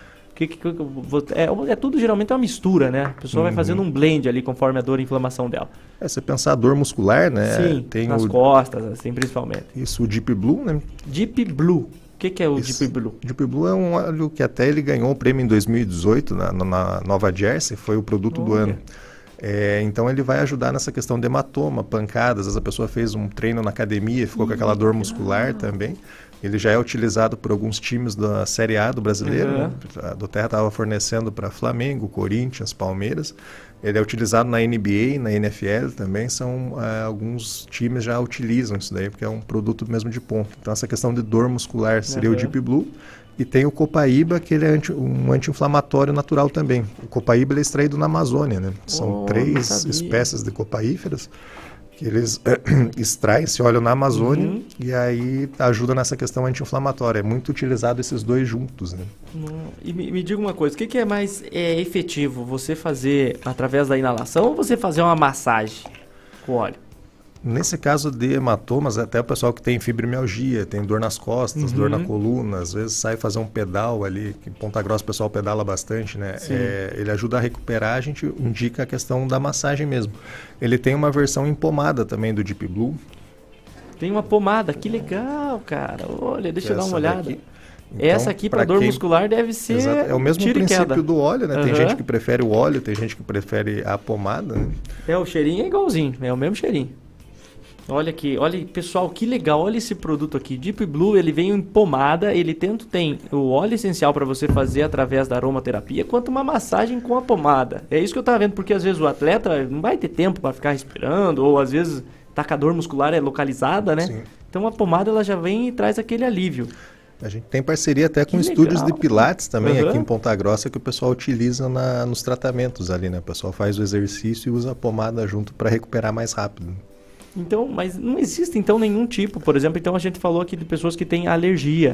É tudo geralmente uma mistura, né? A pessoa vai fazendo um blend ali conforme a dor e a inflamação dela. Você pensar a dor muscular, né? Sim, tem nas costas, assim, principalmente. Isso, o Deep Blue, né? Deep Blue. O que é o Deep Blue? Deep Blue é um óleo que até ele ganhou o prêmio em 2018 na Nova Jersey, foi o produto do ano. Então ele vai ajudar nessa questão de hematoma, pancadas. Às vezes a pessoa fez um treino na academia e ficou com aquela dor muscular também. Ele já é utilizado por alguns times da Série A do brasileiro. Né? A do Terra estava fornecendo para Flamengo, Corinthians, Palmeiras. Ele é utilizado na NBA, na NFL também. Alguns times já utilizam isso daí, porque é um produto mesmo de ponta. Então essa questão de dor muscular seria o Deep Blue. E tem o copaíba, que ele é um anti-inflamatório natural também. O copaíba ele é extraído na Amazônia, né? São 3 espécies de copaíferas que eles extraem esse óleo na Amazônia e aí ajuda nessa questão anti-inflamatória. É muito utilizado esses dois juntos, né? E me diga uma coisa, o que é mais efetivo? Você fazer através da inalação ou você fazer uma massagem com óleo? Nesse caso de hematomas, até o pessoal que tem fibromialgia, tem dor nas costas, dor na coluna, às vezes sai fazer um pedal ali, que em Ponta Grossa o pessoal pedala bastante, né? Ele ajuda a recuperar, a gente indica a questão da massagem mesmo. Ele tem uma versão em pomada também do Deep Blue. Tem uma pomada, que legal, cara. Olha, deixa eu dar uma olhada. Então, essa aqui para dor muscular deve ser é o mesmo princípio do óleo, né? Tem gente que prefere o óleo, tem gente que prefere a pomada, né? O cheirinho é igualzinho, é o mesmo cheirinho. Olha aqui, olha pessoal, que legal, olha esse produto aqui, Deep Blue, ele vem em pomada, ele tanto tem o óleo essencial para você fazer através da aromaterapia, quanto uma massagem com a pomada. É isso que eu tava vendo, porque às vezes o atleta não vai ter tempo para ficar respirando, ou às vezes tá com a dor muscular localizada, né? Sim. Então a pomada ela já vem e traz aquele alívio. A gente tem parceria até com estúdios de pilates também aqui em Ponta Grossa que o pessoal utiliza nos tratamentos ali, né? O pessoal faz o exercício e usa a pomada junto para recuperar mais rápido. Então, mas não existe então nenhum tipo, por exemplo, então a gente falou aqui de pessoas que têm alergia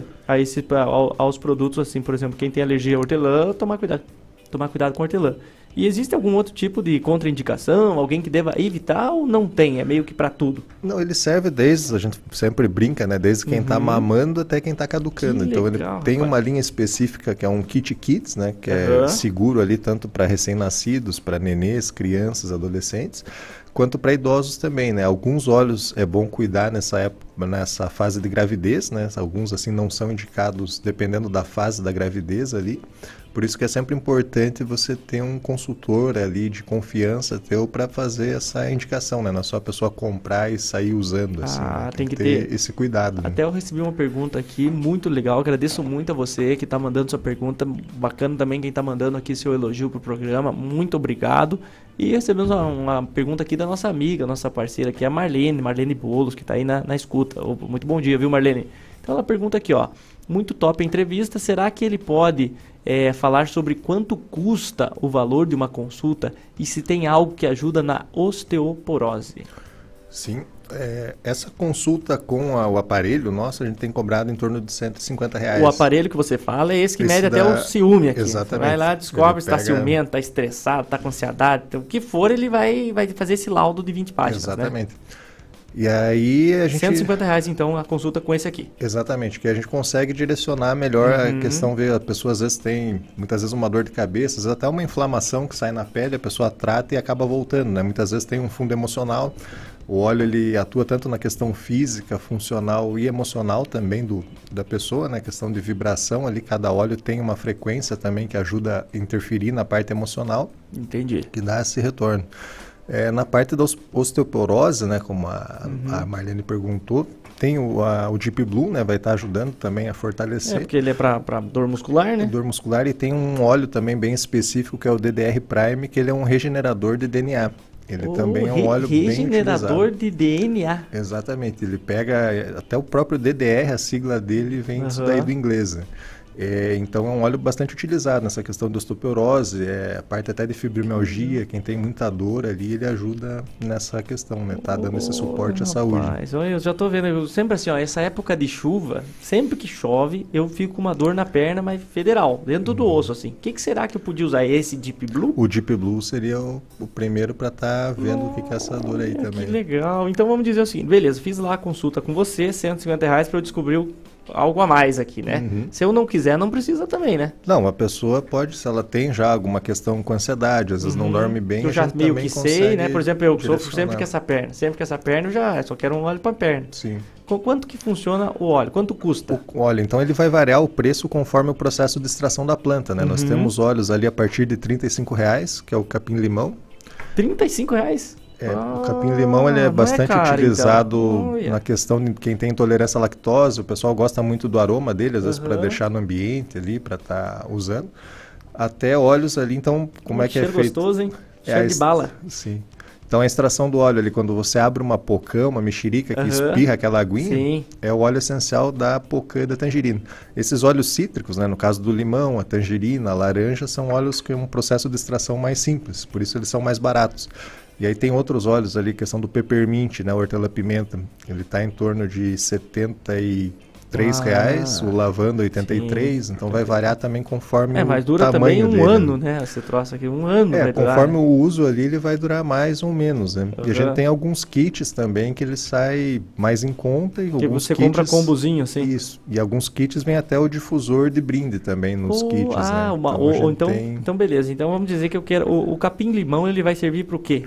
aos produtos assim, por exemplo, quem tem alergia a hortelã, tomar cuidado com hortelã. E existe algum outro tipo de contraindicação, alguém que deva evitar ou não tem? É meio que para tudo? Não, ele serve a gente sempre brinca, né? Desde quem está mamando até quem está caducando. Que então legal, ele tem uma linha específica que é um Kit Kits, né? Que é seguro ali tanto para recém-nascidos, para nenês, crianças, adolescentes, quanto para idosos também, né? Alguns óleos é bom cuidar nessa fase de gravidez, né? Alguns assim não são indicados dependendo da fase da gravidez ali. Por isso que é sempre importante você ter um consultor ali de confiança teu para fazer essa indicação, né? Não é só a pessoa comprar e sair usando, assim. Né? Tem que ter esse cuidado. Até eu recebi uma pergunta aqui, muito legal. Agradeço muito a você que está mandando sua pergunta. Bacana também quem está mandando aqui seu elogio pro programa. Muito obrigado. E recebemos uma pergunta aqui da nossa amiga, nossa parceira aqui, a Marlene Bolos, que está aí na escuta. Muito bom dia, viu, Marlene? Então ela pergunta aqui, ó. Muito top a entrevista. Será que ele pode falar sobre quanto custa o valor de uma consulta e se tem algo que ajuda na osteoporose? Sim. Essa consulta com o aparelho, nossa, a gente tem cobrado em torno de R$150. O aparelho que você fala é esse que Esse mede até o ciúme aqui. Exatamente. Você vai lá, descobre Ele se está pega- ciumento, está estressado, está com ansiedade, então, o que for, ele vai fazer esse laudo de 20 páginas, né? Exatamente. E aí a gente... R$150, então, a consulta com esse aqui. Exatamente, que a gente consegue direcionar melhor a questão, ver, a pessoa às vezes tem, muitas vezes uma dor de cabeça, às vezes até uma inflamação que sai na pele, a pessoa trata e acaba voltando, né? Muitas vezes tem um fundo emocional, o óleo ele atua tanto na questão física, funcional e emocional também da pessoa, né? Questão de vibração ali, cada óleo tem uma frequência também que ajuda a interferir na parte emocional, Entendi. que dá esse retorno. Na parte da osteoporose, né, como a Marlene perguntou, tem o Deep Blue, né, vai estar ajudando também a fortalecer Porque ele é para dor muscular, né? dor muscular, e tem um óleo também bem específico que é o DDR Prime, que ele é um regenerador de DNA. Ele também é um óleo bem regenerador utilizado. de DNA. Exatamente, ele pega até o próprio DDR, a sigla dele vem disso daí do inglês, né? Então é um óleo bastante utilizado nessa questão de osteoporose, a parte até de fibromialgia, quem tem muita dor ali, ele ajuda nessa questão, né? Tá dando esse suporte à saúde. Mas eu já tô vendo, sempre assim, ó, essa época de chuva, sempre que chove, eu fico com uma dor na perna, mas federal, dentro do osso, assim. O que será que eu podia usar? Esse Deep Blue? O Deep Blue seria o primeiro para estar vendo o que é essa dor aí também. Que legal. Então vamos dizer o seguinte, beleza, fiz lá a consulta com você, R$150 para eu descobrir algo a mais aqui, né? Se eu não quiser, não precisa também, né? Não, a pessoa pode, se ela tem já alguma questão com ansiedade, às vezes não dorme bem, Eu a já gente meio também que sei, consegue né? Por exemplo, eu sofro direcionar. sempre com essa perna eu já só quero um óleo para perna. Sim. Com quanto que funciona o óleo? Quanto custa? Olha, então ele vai variar o preço conforme o processo de extração da planta, né? Nós temos óleos ali a partir de R$35, que é o capim-limão. R$35? O capim-limão ele é não bastante caro, utilizado então. Olha. na questão de quem tem intolerância à lactose. O pessoal gosta muito do aroma dele, às vezes para deixar no ambiente ali, para estar usando. Até óleos ali, então, como é que é cheiro feito? gostoso, hein? Cheiro de bala. Sim. Então a extração do óleo ali, quando você abre uma pocã, uma mexerica que espirra aquela aguinha, Sim. é o óleo essencial da pocã e da tangerina. Esses óleos cítricos, né, no caso do limão, a tangerina, a laranja, são óleos que é um processo de extração mais simples, por isso eles são mais baratos. E aí tem outros óleos ali, questão do peppermint, né, hortelã-pimenta, ele está em torno de R$73, o lavanda 83, sim. então vai variar também conforme Mas o dura tamanho também dele. um ano, né? Você trouxe aqui um ano. vai durar, Conforme né? o uso ali, ele vai durar mais ou menos, né? E a gente tem alguns kits também que ele sai mais em conta e Que alguns você kits... compra combozinho, assim. Isso. E alguns kits vem até o difusor de brinde também nos kits, né? Então beleza. Então vamos dizer que eu quero... O capim-limão, ele vai servir para o quê?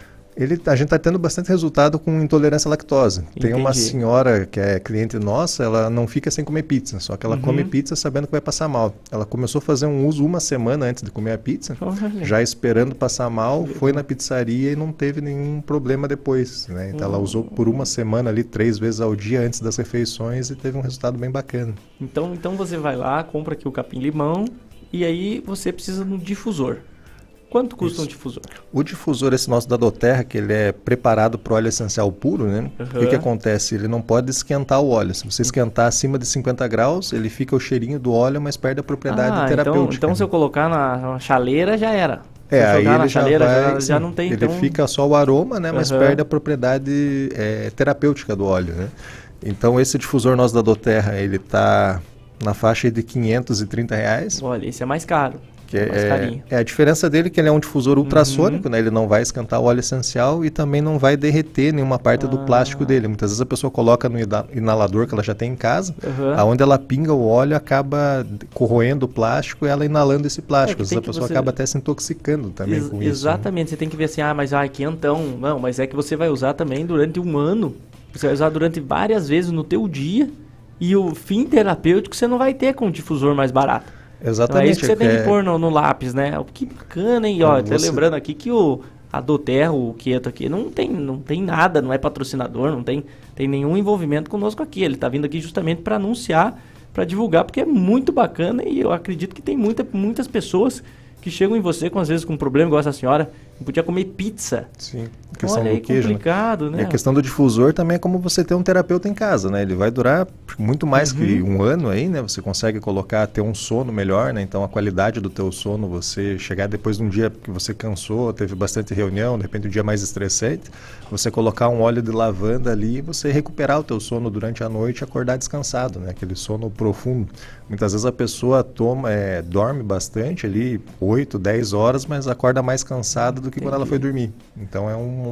A gente está tendo bastante resultado com intolerância à lactose. Tem uma Entendi. senhora que é cliente nossa, ela não fica sem comer pizza, só que ela come pizza sabendo que vai passar mal. Ela começou a fazer um uso uma semana antes de comer a pizza, Olha. já esperando passar mal, foi na pizzaria e não teve nenhum problema depois, né? Então ela usou por uma semana ali, 3 vezes ao dia antes das refeições e teve um resultado bem bacana. Então você vai lá, compra aqui o capim-limão e aí você precisa de um difusor. Quanto custa um difusor? O difusor, esse nosso da Doterra, que ele é preparado para óleo essencial puro, né? O que acontece? Ele não pode esquentar o óleo. Se você esquentar acima de 50 graus, ele fica o cheirinho do óleo, mas perde a propriedade terapêutica. Então se eu colocar na chaleira, já era. Se eu aí jogar na ele chaleira, já sim, não tem. Ele fica só o aroma, né? Mas perde a propriedade terapêutica do óleo, né? Então esse difusor nosso da Doterra, ele está na faixa de R$530. Olha, esse é mais caro. A diferença dele é que ele é um difusor ultrassônico, né? Ele não vai esquentar o óleo essencial e também não vai derreter nenhuma parte do plástico dele. Muitas vezes a pessoa coloca no inalador que ela já tem em casa, aonde ela pinga o óleo, acaba corroendo o plástico e ela inalando esse plástico. Às vezes a pessoa acaba até se intoxicando também com isso. Exatamente, você tem que ver assim, mas quentão. Não, mas é que você vai usar também durante um ano. Você vai usar durante várias vezes no teu dia e o fim terapêutico você não vai ter com um difusor mais barato. Exatamente. Então é isso que você tem que pôr no lápis, né? Que bacana, hein? Ó, tô lembrando aqui que a Doterra, o Quieto aqui, não tem nada, não é patrocinador, não tem nenhum envolvimento conosco aqui. Ele tá vindo aqui justamente para anunciar, para divulgar, porque é muito bacana e eu acredito que tem muitas pessoas que chegam em você, às vezes com um problema, igual essa senhora, não podia comer pizza. Sim, a questão Olha do aí, queijo, né? complicado, né? E a questão do difusor também é como você ter um terapeuta em casa, né? Ele vai durar muito mais que um ano aí, né? Você consegue ter um sono melhor, né? Então a qualidade do teu sono, você chegar depois de um dia que você cansou, teve bastante reunião, de repente um dia mais estressante, você colocar um óleo de lavanda ali e você recuperar o teu sono durante a noite e acordar descansado, né? Aquele sono profundo. Muitas vezes a pessoa dorme bastante ali, 8, 10 horas, mas acorda mais cansada do que quando ela foi dormir. Então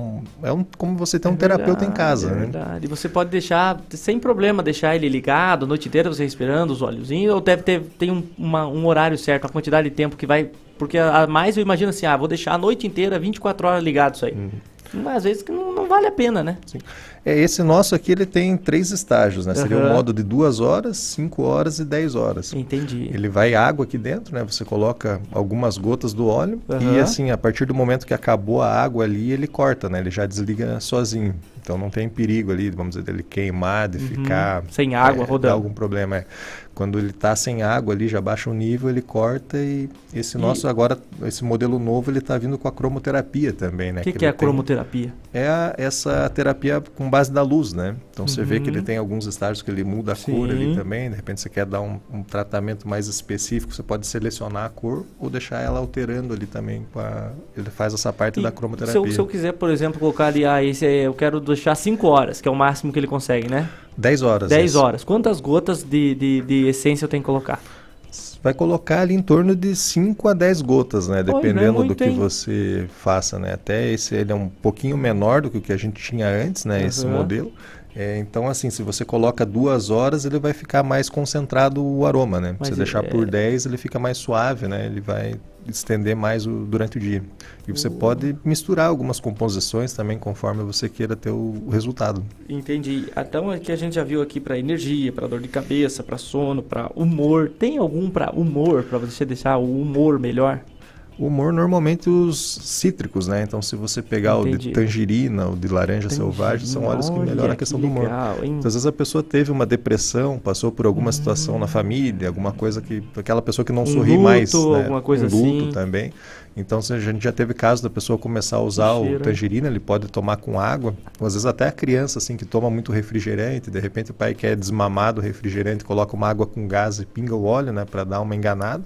como você ter um terapeuta em casa, né? Verdade. E você pode deixar, sem problema, deixar ele ligado a noite inteira, você respirando, os olhozinhos, ou tem um horário certo, a quantidade de tempo que vai... Porque a mais eu imagino assim, vou deixar a noite inteira, 24 horas ligado isso aí. Mas às vezes que não vale a pena, né? Sim. Esse nosso aqui, ele tem 3 estágios, né? Seria o modo de 2 horas, 5 horas e 10 horas. Entendi. Ele vai água aqui dentro, né? Você coloca algumas gotas do óleo e assim, a partir do momento que acabou a água ali, ele corta, né? Ele já desliga sozinho. Então não tem perigo ali, vamos dizer, dele queimar, de ficar... Sem água, rodando. Algum problema, Quando ele está sem água ali, já baixa o nível, ele corta e nosso agora, esse modelo novo, ele está vindo com a cromoterapia também, né? O que é a cromoterapia? Essa terapia com base da luz, né? Então você vê que ele tem alguns estágios que ele muda a cor ali também, de repente você quer dar um tratamento mais específico, você pode selecionar a cor ou deixar ela alterando ali também, ele faz essa parte da cromoterapia. Se eu quiser, por exemplo, colocar ali, eu quero deixar 5 horas, que é o máximo que ele consegue, né? 10 horas. 10 horas. Quantas gotas de essência eu tenho que colocar? Vai colocar ali em torno de 5 a 10 gotas, né? Dependendo do que você faça, né? Até ele é um pouquinho menor do que o que a gente tinha antes, né? Esse modelo. Então, assim, se você coloca 2 horas, ele vai ficar mais concentrado o aroma, né? Se você deixar por 10, ele fica mais suave, né? Ele vai estender mais durante o dia. E você pode misturar algumas composições também, conforme você queira ter o resultado. Entendi. Então, aqui a gente já viu aqui para energia, para dor de cabeça, para sono, para humor. Tem algum para humor, para você deixar o humor melhor? O humor, normalmente os cítricos, né? Então, se você pegar o de tangerina, o de laranja selvagem, são óleos que melhoram a questão do humor. Então, às vezes a pessoa teve uma depressão, passou por alguma situação na família, alguma coisa aquela pessoa que não sorri mais, né? Alguma coisa luto assim. Também. Então, se a gente já teve caso da pessoa começar a usar o tangerina, ele pode tomar com água. Ou, às vezes até a criança, assim, que toma muito refrigerante, de repente o pai quer desmamar do refrigerante, coloca uma água com gás e pinga o óleo, né? Para dar uma enganada.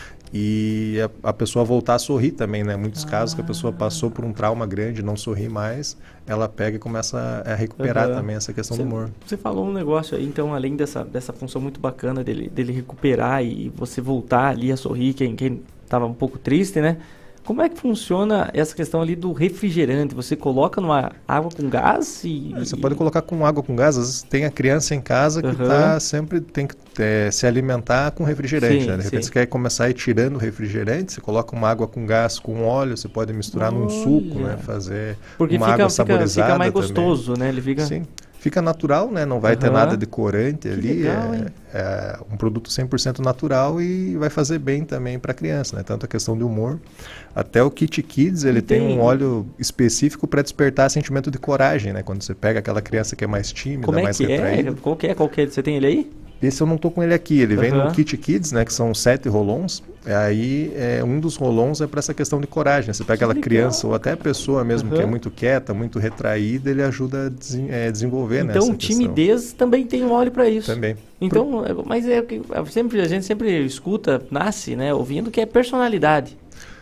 E a pessoa voltar a sorrir também, né? Muitos casos que a pessoa passou por um trauma grande, não sorri mais, ela pega e começa a recuperar também essa questão do humor. Você falou um negócio aí, então, além dessa função muito bacana dele recuperar e você voltar ali a sorrir, quem estava um pouco triste, né? Como é que funciona essa questão ali do refrigerante? Você coloca numa água com gás Você pode colocar com água com gás. Às vezes tem a criança em casa que sempre tem que se alimentar com refrigerante. Né? De repente você quer começar a ir tirando o refrigerante, você coloca uma água com gás, com óleo, você pode misturar num suco, né? Fazer uma água saborizada fica mais também. gostoso, né? Ele fica... Sim. Fica natural, né? Não vai ter nada de corante que ali. Legal, é um produto 100% natural e vai fazer bem também para a criança, né? Tanto a questão do humor. Até o Kit Kids, ele tem um óleo específico para despertar sentimento de coragem, né? Quando você pega aquela criança que é mais tímida, mais retraída. Qual que é? Você tem ele aí? Esse eu não tô com ele aqui, ele vem no Kit Kids, né, que são 7 rolons, aí um dos rolons é para essa questão de coragem, você pega aquela criança ou até a pessoa mesmo que é muito quieta, muito retraída, ele ajuda a desenvolver, então, essa timidez também tem um óleo para isso. Também. Então, mas a gente sempre escuta, nasce, né, ouvindo que é personalidade.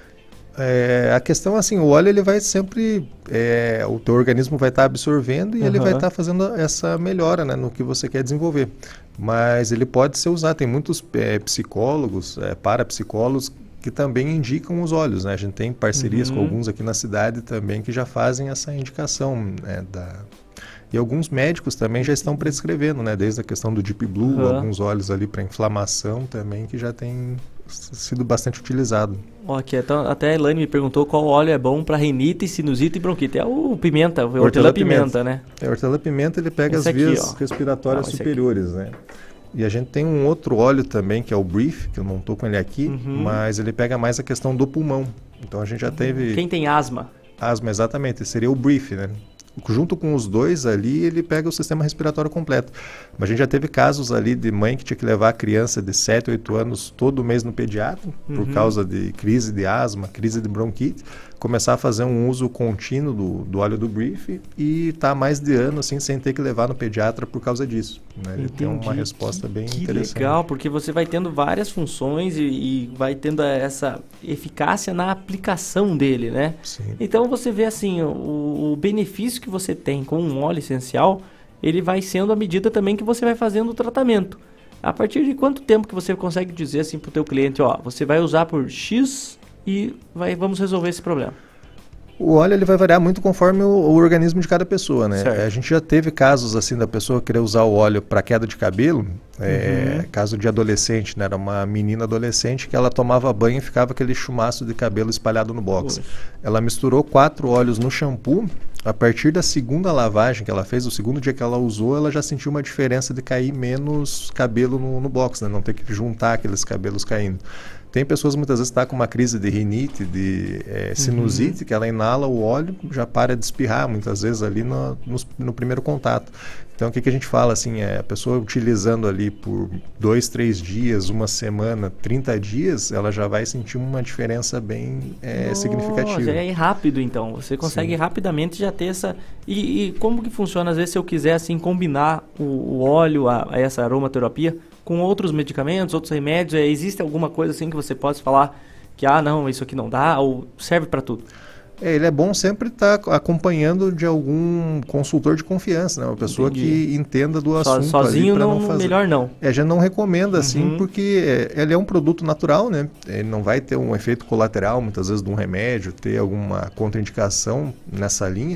A questão assim, o óleo ele vai sempre, o teu organismo vai estar absorvendo e ele vai estar fazendo essa melhora, né, no que você quer desenvolver. Mas ele pode ser usado, tem muitos psicólogos, parapsicólogos que também indicam os óleos, né? A gente tem parcerias com alguns aqui na cidade também que já fazem essa indicação, né, E alguns médicos também já estão prescrevendo, né? Desde a questão do Deep Blue, alguns óleos ali para inflamação também que já tem sido bastante utilizado. Aqui, então, até a Elaine me perguntou qual óleo é bom para rinite, sinusite e bronquite. É o pimenta, o hortelã-pimenta, né? O hortelã-pimenta ele pega as vias respiratórias superiores, né? E a gente tem um outro óleo também, que é o Brief, que eu não estou com ele aqui, mas ele pega mais a questão do pulmão. Então a gente já teve... Quem tem asma? Asma, exatamente. Seria o Brief, né? junto com os dois ali, ele pega o sistema respiratório completo. Mas a gente já teve casos ali de mãe que tinha que levar a criança de 7, 8 anos todo mês no pediatra, por causa de crise de asma, crise de bronquite, começar a fazer um uso contínuo do óleo do Brief e tá há mais de ano assim, sem ter que levar no pediatra por causa disso. Né? Ele tem uma resposta bem interessante. Que legal, porque você vai tendo várias funções e vai tendo essa eficácia na aplicação dele, né? Sim. Então você vê assim, o benefício que você tem com um óleo essencial, ele vai sendo à medida também que você vai fazendo o tratamento. A partir de quanto tempo que você consegue dizer assim pro teu cliente, ó, você vai usar por X e vamos resolver esse problema? O óleo ele vai variar muito conforme o organismo de cada pessoa, né? A gente já teve casos assim da pessoa querer usar o óleo para queda de cabelo, caso de adolescente, né? Era uma menina adolescente que ela tomava banho e ficava aquele chumaço de cabelo espalhado no box. Ela misturou 4 óleos no shampoo. A partir da segunda lavagem que ela fez, o segundo dia que ela usou, ela já sentiu uma diferença de cair menos cabelo no box, né? Não ter que juntar aqueles cabelos caindo. Tem pessoas muitas vezes que estão com uma crise de rinite, de sinusite, que ela inala o óleo, já para de espirrar muitas vezes ali no primeiro contato. Então o que a gente fala assim, a pessoa utilizando ali por 2, 3 dias, uma semana, 30 dias, ela já vai sentir uma diferença bem significativa. É rápido então, você consegue rapidamente já ter essa... E como que funciona às vezes se eu quiser assim combinar o óleo, essa aromaterapia, com outros medicamentos, outros remédios? Existe alguma coisa assim que você possa falar que, não, isso aqui não dá, ou serve para tudo? Ele é bom sempre estar acompanhando de algum consultor de confiança, né? Uma pessoa que entenda do assunto. Sozinho não fazer. Melhor não. A gente não recomenda assim, porque ele é um produto natural, né? Ele não vai ter um efeito colateral, muitas vezes, de um remédio, ter alguma contraindicação nessa linha.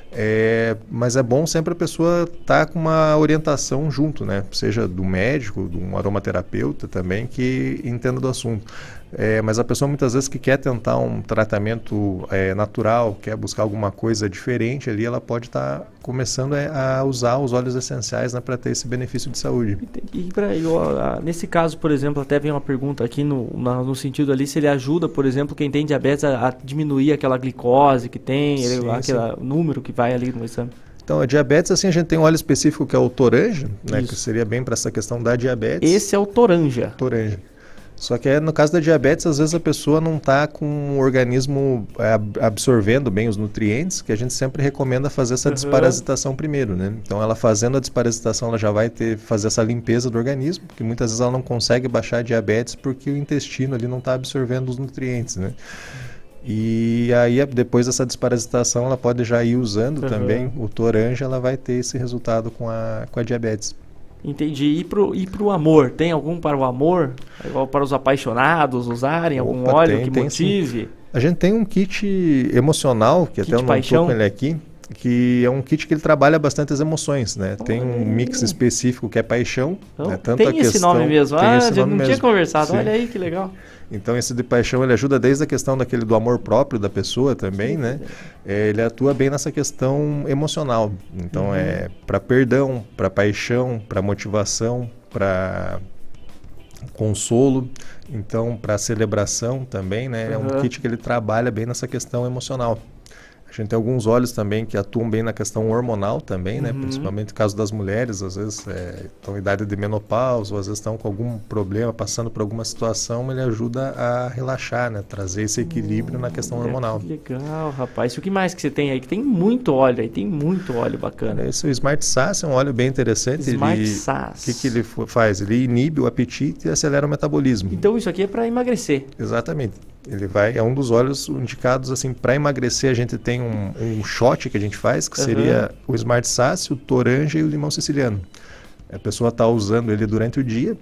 Mas é bom sempre a pessoa estar com uma orientação junto, né? Seja do médico, de um aromaterapeuta também, que entenda do assunto. Mas a pessoa muitas vezes que quer tentar um tratamento natural, quer buscar alguma coisa diferente ali, ela pode estar começando a usar os óleos essenciais, né, para ter esse benefício de saúde. E nesse caso, por exemplo, até vem uma pergunta aqui no sentido ali, se ele ajuda, por exemplo, quem tem diabetes a diminuir aquela glicose que tem, aquele número que vai ali no exame. Então, a diabetes, assim, a gente tem um óleo específico que é o Toranja, né, que seria bem para essa questão da diabetes. Esse é o Toranja. Toranja. Só que no caso da diabetes, às vezes a pessoa não está com o organismo absorvendo bem os nutrientes, que a gente sempre recomenda fazer essa desparasitação primeiro, né? Então, ela fazendo a desparasitação, ela já vai fazer essa limpeza do organismo, porque muitas vezes ela não consegue baixar a diabetes porque o intestino ali não está absorvendo os nutrientes, né? E aí, depois dessa desparasitação, ela pode já ir usando também o Toranja, ela vai ter esse resultado com a diabetes. Entendi. E pro amor? Tem algum para o amor? Igual para os apaixonados usarem? Algum óleo que motive? Sim. A gente tem um kit emocional, que até eu não estou com ele aqui, que é um kit que ele trabalha bastante as emoções, né? Tem um mix específico que é paixão. Então, né? Tanto tem esse nome mesmo. A gente não tinha conversado. Sim. Olha aí que legal. Então esse de paixão ele ajuda desde a questão do amor próprio da pessoa também, né? Ele atua bem nessa questão emocional. Então para perdão, para paixão, para motivação, para consolo, então para celebração também, né? É um kit que ele trabalha bem nessa questão emocional. A gente tem alguns óleos também que atuam bem na questão hormonal também, né? Principalmente no caso das mulheres, às vezes estão em idade de menopausa, ou às vezes estão com algum problema, passando por alguma situação, ele ajuda a relaxar, né? Trazer esse equilíbrio na questão hormonal. Que legal, rapaz. E o que mais que você tem aí? Que tem muito óleo aí, tem muito óleo bacana. Esse o Smart Sass é um óleo bem interessante. Smart Sass. O que ele faz? Ele inibe o apetite e acelera o metabolismo. Então isso aqui é para emagrecer. Exatamente. É um dos óleos indicados assim para emagrecer. A gente tem um shot que a gente faz, que seria o Smart Sass, o Toranja e o limão siciliano. A pessoa está usando ele durante o dia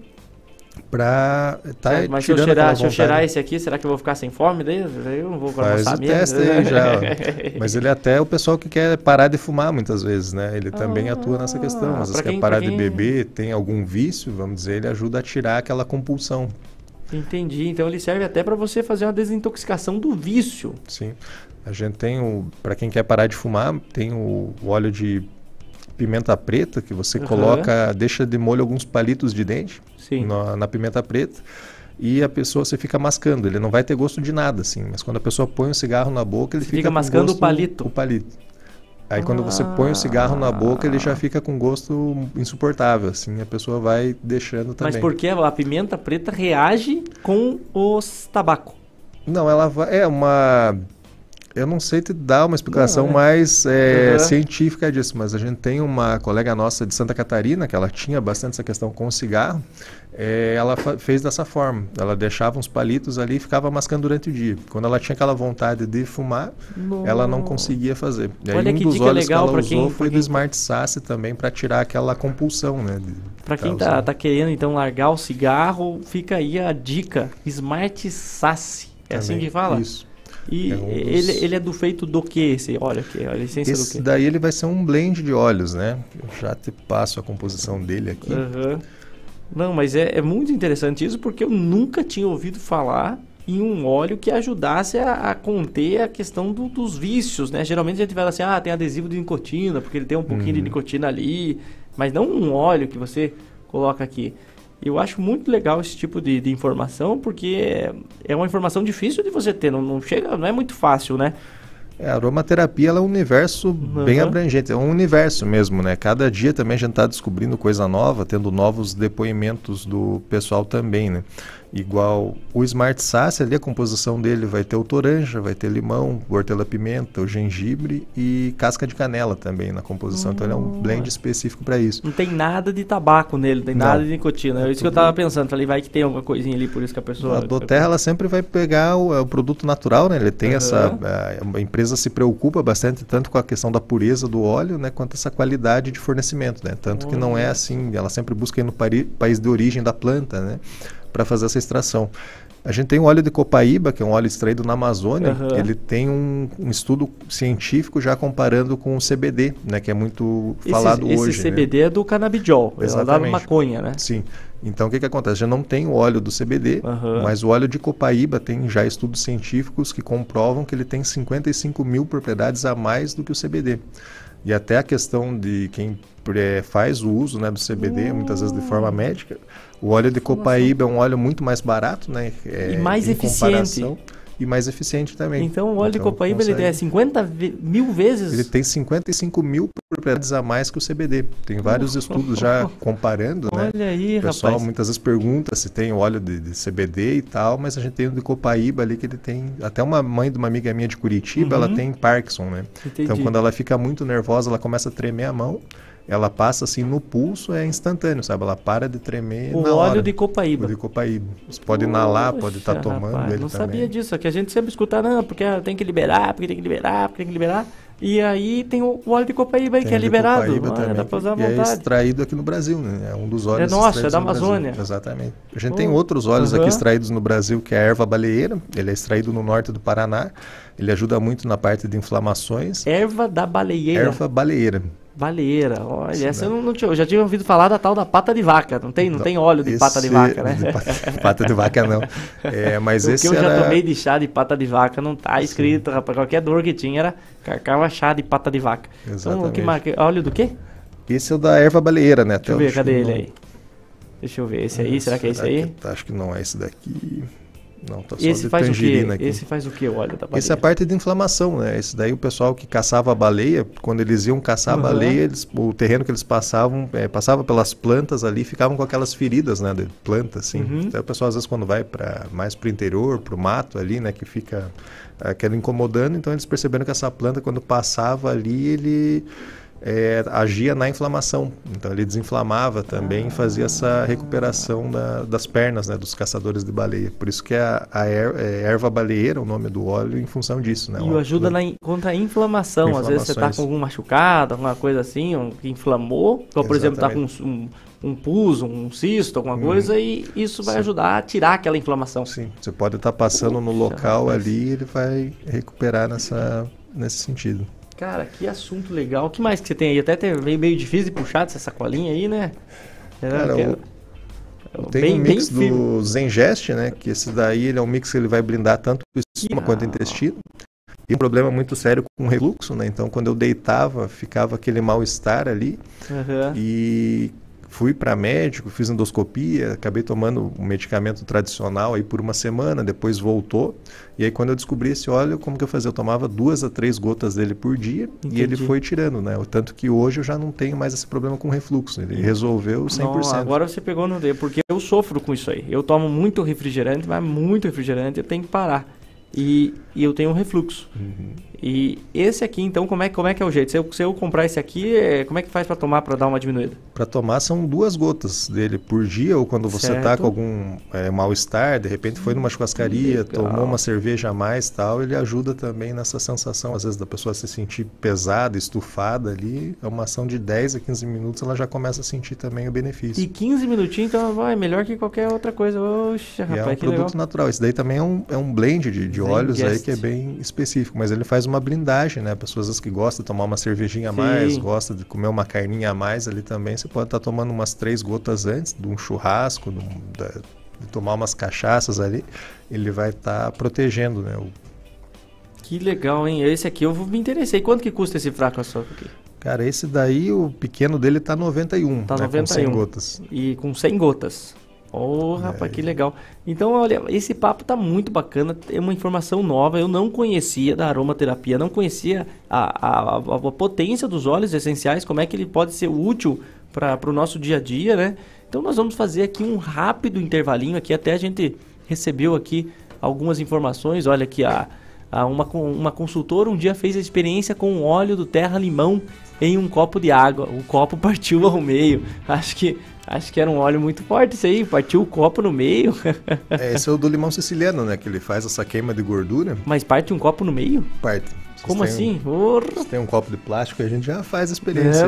para mas se eu cheirar esse aqui, será que eu vou ficar sem fome? Daí eu não vou almoçar mesmo. Faz o teste aí já. Mas ele até o pessoal que quer parar de fumar muitas vezes, né? Ele também atua nessa questão. Às vezes quer parar de beber, tem algum vício, vamos dizer, ele ajuda a tirar aquela compulsão. Entendi. Então ele serve até para você fazer uma desintoxicação do vício. Sim. A gente tem para quem quer parar de fumar, tem o óleo de pimenta preta que você coloca, deixa de molho alguns palitos de dente na pimenta preta e a pessoa você fica mascando. Ele não vai ter gosto de nada, assim, mas quando a pessoa põe o cigarro na boca, ele fica mascando com o palito. O palito. Aí quando você põe o cigarro na boca, ele já fica com gosto insuportável, assim, a pessoa vai deixando também. Mas por que a pimenta preta reage com os tabaco? Não, ela vai... Eu não sei te dar uma explicação mais científica disso, mas a gente tem uma colega nossa de Santa Catarina, que ela tinha bastante essa questão com o cigarro, ela fez dessa forma, ela deixava uns palitos ali e ficava mascando durante o dia. Quando ela tinha aquela vontade de fumar, ela não conseguia fazer. E aí Olha um que dos dica óleos legal que ela pra quem- usou pra foi quem- do Smart Sasse também, para tirar aquela compulsão, né? Pra quem tá querendo então largar o cigarro, fica aí a dica, Smart Sasse, é assim que fala? Isso. E É um dos- ele é do feito do que esse óleo aqui? A essência do Esse quê? daí ele vai ser um blend de óleos, né? Eu já te passo a composição dele aqui. Aham. Não, mas é muito interessante isso porque eu nunca tinha ouvido falar em um óleo que ajudasse a conter a questão dos vícios, né? Geralmente a gente fala assim, tem adesivo de nicotina, porque ele tem um pouquinho de nicotina ali, mas não um óleo que você coloca aqui. Eu acho muito legal esse tipo de informação, porque é uma informação difícil de você ter, não é muito fácil, né? A aromaterapia ela é um universo bem abrangente, é um universo mesmo, né? Cada dia também a gente está descobrindo coisa nova, tendo novos depoimentos do pessoal também, né? Igual o Smart Sasse, ali a composição dele vai ter o toranja, vai ter limão, hortelã-pimenta, o gengibre e casca de canela também na composição. Então ele é um blend específico para isso. Não tem nada de tabaco nele, não tem nada de nicotina. É isso que eu tava pensando. Falei, vai que tem alguma coisinha ali, por isso que a pessoa... A Doterra ela sempre vai pegar o produto natural, né? Ele tem a empresa se preocupa bastante tanto com a questão da pureza do óleo, né? Quanto essa qualidade de fornecimento, né? Tanto que não é assim, ela sempre busca ir no país de origem da planta, né? Para fazer essa extração. A gente tem o óleo de copaíba, que é um óleo extraído na Amazônia. Ele tem um estudo científico já comparando com o CBD, né, que é muito falado hoje. Esse CBD é do canabidiol, é da maconha, né? Sim. Então o que acontece? Já não tem o óleo do CBD, mas o óleo de copaíba tem já estudos científicos que comprovam que ele tem 55 mil propriedades a mais do que o CBD. E até a questão de quem faz o uso, né, do CBD, muitas vezes de forma médica, o óleo de copaíba é um óleo muito mais barato, né? E mais eficiente. E mais eficiente também. Então o óleo de copaíba ele é 50 mil vezes? Ele tem 55 mil propriedades a mais que o CBD. Tem vários estudos já comparando, né? Olha aí, o pessoal rapaz. muitas vezes pergunta se tem óleo de CBD e tal, mas a gente tem o de copaíba ali que ele tem... Até uma mãe de uma amiga minha de Curitiba, ela tem Parkinson, né? Entendi. Então quando ela fica muito nervosa, ela começa a tremer a mão. Ela passa assim no pulso, é instantâneo, sabe? Ela para de tremer o na hora. óleo de copaíba. O de copaíba. Você pode inalar, pode estar tomando rapaz, ele não também. sabia disso, que a gente sempre escuta, não, porque tem que liberar, porque tem que liberar, porque tem que liberar. E aí tem o óleo de copaíba aí, que é liberado. Também, dá pra usar à e é vontade. extraído aqui no Brasil, né? É um dos óleos nosso, extraídos é da no Brasil. Amazônia. Exatamente. A gente tem outros óleos aqui extraídos no Brasil, que é a erva baleeira. Ele é extraído no norte do Paraná. Ele ajuda muito na parte de inflamações. Erva da baleeira. Erva baleeira. Baleeira, olha, essa eu não tinha, eu já tinha ouvido falar da tal da pata de vaca, não tem óleo de pata de vaca, né? Pata de vaca não. Mas o esse que eu era... já tomei de chá de pata de vaca não tá escrito, rapaz, qualquer dor que tinha era carcava chá de pata de vaca. Exatamente. Então, óleo do quê? Esse é o da erva baleeira, né? Deixa eu ver, cadê ele aí? Deixa eu ver, esse aí, será que é esse aí? Acho que não é esse daqui. Não, tá só Esse de faz o quê? aqui. Esse faz o quê, o óleo da baleia? Esse é a parte de inflamação, né? Esse daí o pessoal que caçava a baleia, quando eles iam caçar a baleia, o terreno que eles passavam, passava pelas plantas ali, ficavam com aquelas feridas, né, de planta, assim. Então o pessoal às vezes quando vai mais pro interior, pro mato ali, né, que fica aquela incomodando, então eles perceberam que essa planta quando passava ali, ele agia na inflamação, então ele desinflamava também e fazia essa recuperação das pernas, né, dos caçadores de baleia. Por isso que erva baleeira, o nome do óleo, em função disso, né? E ajuda contra a inflamação. Às vezes você tá com algum machucado, alguma coisa assim, que inflamou, ou por exemplo tá com um pus, um cisto, alguma coisa, e isso vai ajudar a tirar aquela inflamação. Sim, você pode estar passando no local ali e ele vai recuperar nesse sentido. Cara, que assunto legal. O que mais que você tem aí? Até veio meio difícil de puxar dessa sacolinha aí, né? Tem um mix do Zengest, né? Que esse daí ele é um mix que ele vai blindar tanto o estômago quanto o intestino. E um problema muito sério com refluxo, né? Então quando eu deitava, ficava aquele mal-estar ali. E Fui para médico, fiz endoscopia, acabei tomando um medicamento tradicional aí por uma semana, depois voltou. E aí quando eu descobri esse óleo, como que eu fazia? Eu tomava 2 a 3 gotas dele por dia. Entendi. E ele foi tirando, né? Tanto que hoje eu já não tenho mais esse problema com refluxo. Ele resolveu 100%. Não, agora você pegou no dedo, porque eu sofro com isso aí. Eu tomo muito refrigerante, mas muito refrigerante, eu tenho que parar. E eu tenho um refluxo. E esse aqui, então, como é que é o jeito? Se eu comprar esse aqui, como é que faz para tomar, para dar uma diminuída? Para tomar são 2 gotas dele por dia, ou quando você está com algum mal-estar, de repente foi numa churrascaria, tomou uma cerveja a mais e tal, ele ajuda também nessa sensação, às vezes, da pessoa se sentir pesada, estufada ali, é uma ação de 10 a 15 minutos, ela já começa a sentir também o benefício. E 15 minutinhos, então, é melhor que qualquer outra coisa. Oxa, rapaz, é um produto legal. Natural. Esse daí também é um blend de óleos aí que é bem específico, mas ele faz uma blindagem, né? Pessoas às vezes que gostam de tomar uma cervejinha a mais, gostam de comer uma carninha a mais ali também, você pode estar tomando umas 3 gotas antes de um churrasco, de tomar umas cachaças ali, ele vai estar protegendo, né? Que legal, hein? Esse aqui eu me interessei. Quanto que custa esse fraco açúcar aqui? Cara, esse daí, o pequeno dele tá 91, tá, né? 91. Com 100 gotas. E com 100 gotas. Oh, rapaz, que legal. Então, olha, esse papo tá muito bacana, é uma informação nova, eu não conhecia da aromaterapia, não conhecia a potência dos óleos essenciais, como é que ele pode ser útil para o nosso dia a dia, né? Então, nós vamos fazer aqui um rápido intervalinho aqui, até a gente recebeu aqui algumas informações, olha aqui, uma consultora um dia fez a experiência com o óleo do terra-limão em um copo de água, o copo partiu ao meio, acho que era um óleo muito forte isso aí, partiu o copo no meio. Esse é o do limão siciliano, né? Que ele faz essa queima de gordura. Mas parte um copo no meio? Parte. Como assim? Você tem um copo de plástico, a gente já faz a experiência.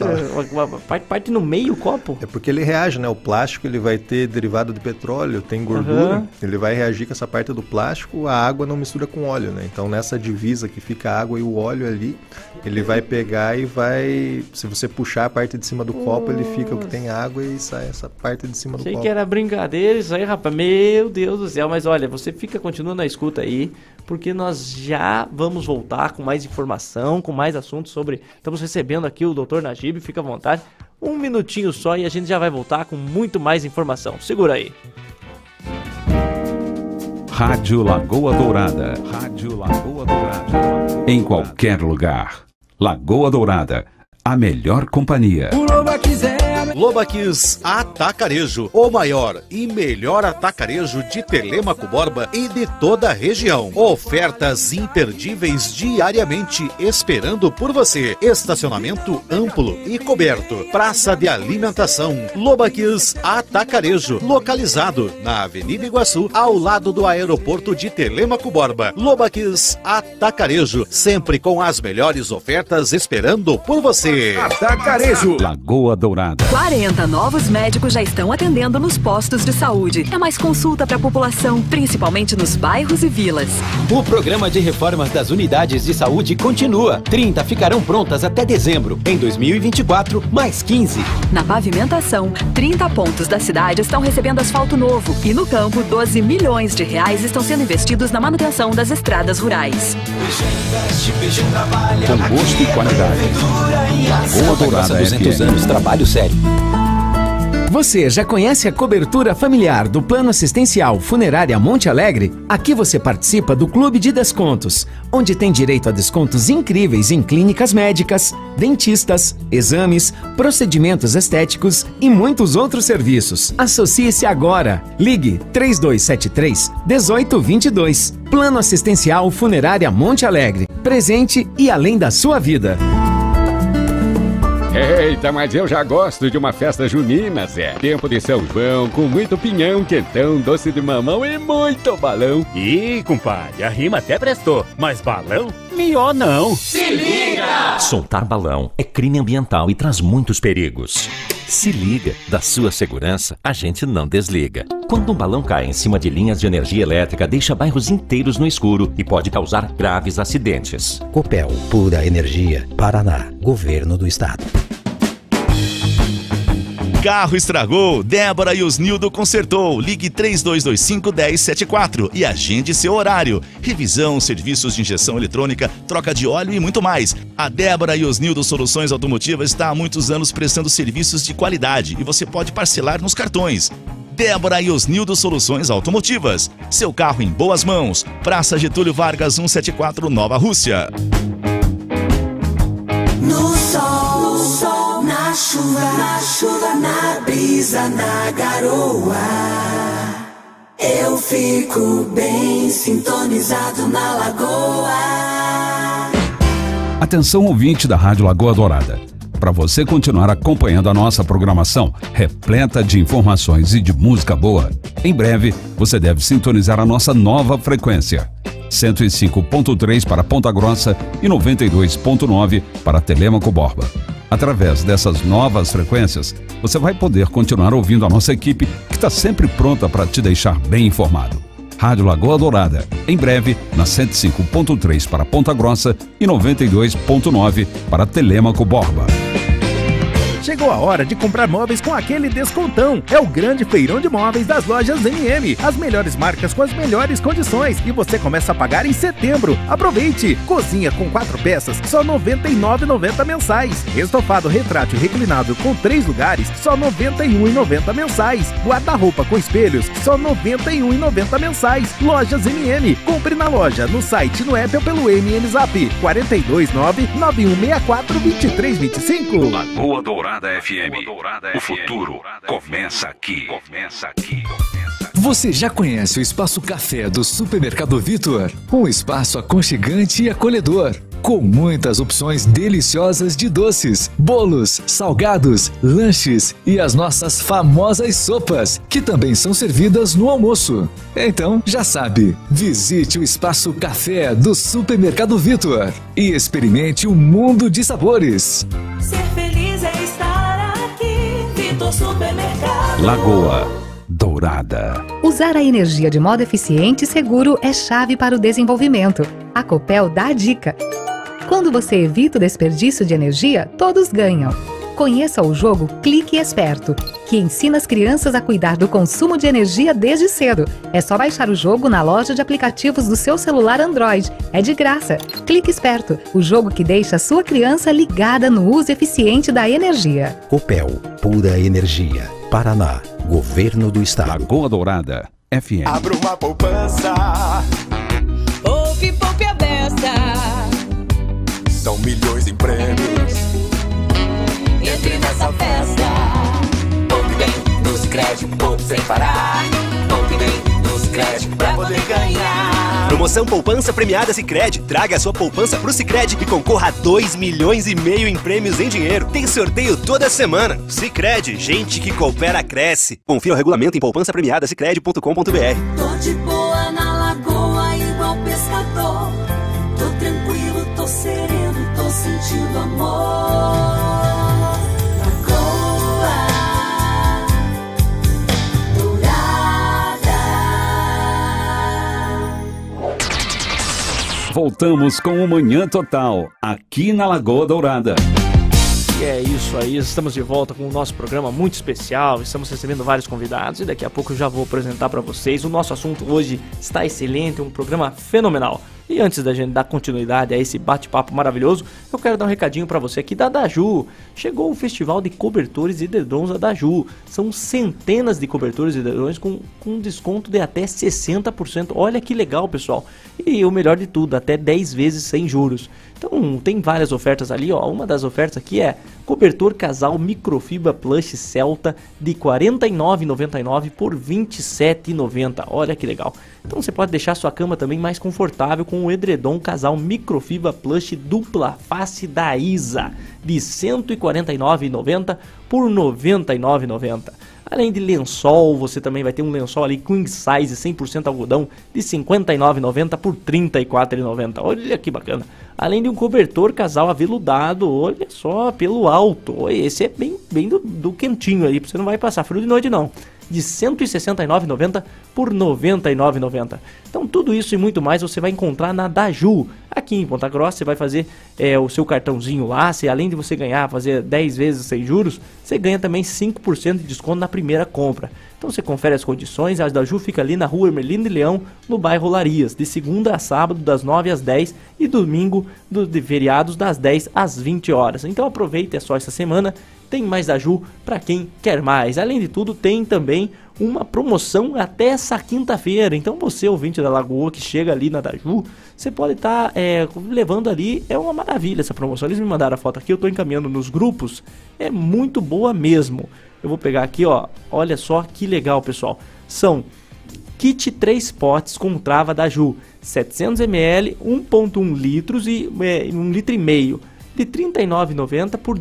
Parte no meio o copo? É porque ele reage, né? O plástico ele vai ter derivado de petróleo, tem gordura, ele vai reagir com essa parte do plástico, a água não mistura com óleo, né? Então nessa divisa que fica a água e o óleo ali, ele vai pegar e vai... Se você puxar a parte de cima do copo, ele fica o que tem água e sai essa parte de cima do copo. Achei que era brincadeira isso aí, rapaz. Meu Deus do céu. Mas olha, você continua na escuta aí, porque nós já vamos voltar com mais informação, com mais assuntos sobre... Estamos recebendo aqui o Dr. Najib, fica à vontade. Um minutinho só e a gente já vai voltar com muito mais informação. Segura aí. Rádio Lagoa Dourada. Rádio Lagoa Dourada. Em qualquer lugar. Lagoa Dourada, a melhor companhia. Lobaquis Atacarejo, o maior e melhor atacarejo de Telêmaco Borba e de toda a região. Ofertas imperdíveis diariamente esperando por você. Estacionamento amplo e coberto. Praça de alimentação. Lobaquis Atacarejo, localizado na Avenida Iguaçu, ao lado do aeroporto de Telêmaco Borba. Lobaquis Atacarejo, sempre com as melhores ofertas esperando por você. Atacarejo. Lagoa Dourada. 40 novos médicos já estão atendendo nos postos de saúde. É mais consulta para a população, principalmente nos bairros e vilas. O programa de reformas das unidades de saúde continua. 30 ficarão prontas até dezembro. Em 2024, mais 15. Na pavimentação, 30 pontos da cidade estão recebendo asfalto novo. E no campo, 12 milhões de reais estão sendo investidos na manutenção das estradas rurais. Com gosto e qualidade. Lagoa Dourada 200 anos, trabalho sério. Você já conhece a cobertura familiar do Plano Assistencial Funerária Monte Alegre? Aqui você participa do Clube de Descontos, onde tem direito a descontos incríveis em clínicas médicas, dentistas, exames, procedimentos estéticos e muitos outros serviços. Associe-se agora. Ligue 3273-1822. Plano Assistencial Funerária Monte Alegre. Presente e além da sua vida. Eita, mas eu já gosto de uma festa junina, Zé. Tempo de São João, com muito pinhão, quentão, doce de mamão e muito balão. Ih, compadre, a rima até prestou, mas balão? Melhor não. Se liga! Soltar balão é crime ambiental e traz muitos perigos. Se liga, da sua segurança, a gente não desliga. Quando um balão cai em cima de linhas de energia elétrica, deixa bairros inteiros no escuro e pode causar graves acidentes. Copel, pura energia. Paraná, Governo do Estado. Carro estragou? Débora e Osnildo consertou. Ligue 3225-1074 e agende seu horário. Revisão, serviços de injeção eletrônica, troca de óleo e muito mais. A Débora e Osnildo Soluções Automotivas está há muitos anos prestando serviços de qualidade e você pode parcelar nos cartões. Débora e Osnildo Soluções Automotivas. Seu carro em boas mãos. Praça Getúlio Vargas 174, Nova Rússia. No sol, na chuva, na brisa, na garoa. Eu fico bem sintonizado na Lagoa. Atenção, ouvinte da Rádio Lagoa Dourada. Para você continuar acompanhando a nossa programação, repleta de informações e de música boa, em breve você deve sintonizar a nossa nova frequência. 105.3 para Ponta Grossa e 92.9 para Telêmaco Borba. Através dessas novas frequências, você vai poder continuar ouvindo a nossa equipe que está sempre pronta para te deixar bem informado. Rádio Lagoa Dourada, em breve na 105.3 para Ponta Grossa e 92.9 para Telêmaco Borba. Chegou a hora de comprar móveis com aquele descontão. É o grande feirão de móveis das lojas MM. As melhores marcas com as melhores condições. E você começa a pagar em setembro. Aproveite! Cozinha com 4 peças, só R$ 99,90 mensais. Estofado retrátil reclinável com 3 lugares, só R$ 91,90 mensais. Guarda-roupa com espelhos, só R$ 91,90 mensais. Lojas MM. Compre na loja, no site, no app ou pelo MM Zap. 429-9164-2325. Lagoa Dourada FM. O futuro começa aqui. Você já conhece o Espaço Café do Supermercado Vitor? Um espaço aconchegante e acolhedor, com muitas opções deliciosas de doces, bolos, salgados, lanches e as nossas famosas sopas, que também são servidas no almoço. Então, já sabe, visite o Espaço Café do Supermercado Vitor e experimente um mundo de sabores. Ser feliz é estar aqui, Vitor Supermercado. Lagoa Dourada. Usar a energia de modo eficiente e seguro é chave para o desenvolvimento. A Copel dá a dica. Quando você evita o desperdício de energia, todos ganham. Conheça o jogo Clique Esperto, que ensina as crianças a cuidar do consumo de energia desde cedo. É só baixar o jogo na loja de aplicativos do seu celular Android. É de graça. Clique Esperto, o jogo que deixa a sua criança ligada no uso eficiente da energia. Copel, pura energia. Paraná, Governo do Estado. Lagoa Dourada, FM. Abra uma poupança. Poupe, poupe a beça. São milhões em prêmios. Entre nessa festa. Poupe bem no Sicredi, poupe sem parar. Poupe bem no Sicredi pra poder ganhar. Promoção Poupança Premiada Sicredi. Traga a sua poupança pro Sicredi e concorra a 2,5 milhões em prêmios em dinheiro. Tem sorteio toda semana. Sicredi, gente que coopera cresce. Confira o regulamento em poupançapremiadasicredi.com.br. Tô de boa na lagoa igual pescador. Tô tranquilo, tô sereno, tô sentindo amor. Voltamos com o Manhã Total, aqui na Lagoa Dourada. E é isso aí, estamos de volta com o nosso programa muito especial, estamos recebendo vários convidados e daqui a pouco eu já vou apresentar para vocês. O nosso assunto hoje está excelente, um programa fenomenal. E antes da gente dar continuidade a esse bate-papo maravilhoso, eu quero dar um recadinho para você aqui da Daju. Chegou o Festival de Cobertores e Edredons da Daju. São centenas de cobertores e edredons com desconto de até 60%. Olha que legal, pessoal. E o melhor de tudo, até 10 vezes sem juros. Então tem várias ofertas ali, ó. Uma das ofertas aqui é cobertor casal microfibra plush Celta de R$ 49,99 por R$ 27,90. Olha que legal. Então você pode deixar sua cama também mais confortável com o edredom casal microfibra plush dupla face da Isa de R$ 149,90 por R$ 99,90. Além de lençol, você também vai ter um lençol ali queen size 100% algodão de R$ 59,90 por R$ 34,90. Olha que bacana. Além de um cobertor casal aveludado, olha só, pelo alto. Esse é bem do quentinho aí, você não vai passar frio de noite não. de R$ 169,90 por R$ 99,90. Então tudo isso e muito mais você vai encontrar na Daju. Aqui em Ponta Grossa você vai fazer o seu cartãozinho lá, além de você ganhar, fazer 10 vezes sem juros, você ganha também 5% de desconto na primeira compra. Então você confere as condições, a Daju fica ali na rua Hermelino de Leão, no bairro Larias, de segunda a sábado das 9 às 10 e domingo de feriados das 10 às 20 horas. Então aproveite, é só essa semana, tem mais Daju para quem quer mais. Além de tudo, tem também uma promoção até essa quinta-feira. Então você, ouvinte da Lagoa, que chega ali na Daju, você pode estar levando ali, é uma maravilha essa promoção. Eles me mandaram a foto aqui, eu estou encaminhando nos grupos, é muito boa mesmo. Eu vou pegar aqui, ó, olha só que legal, pessoal. São kit 3 potes com trava Daju, 700 ml, 1,1 litros e 1,5 litro, de R$ 39,90 por R$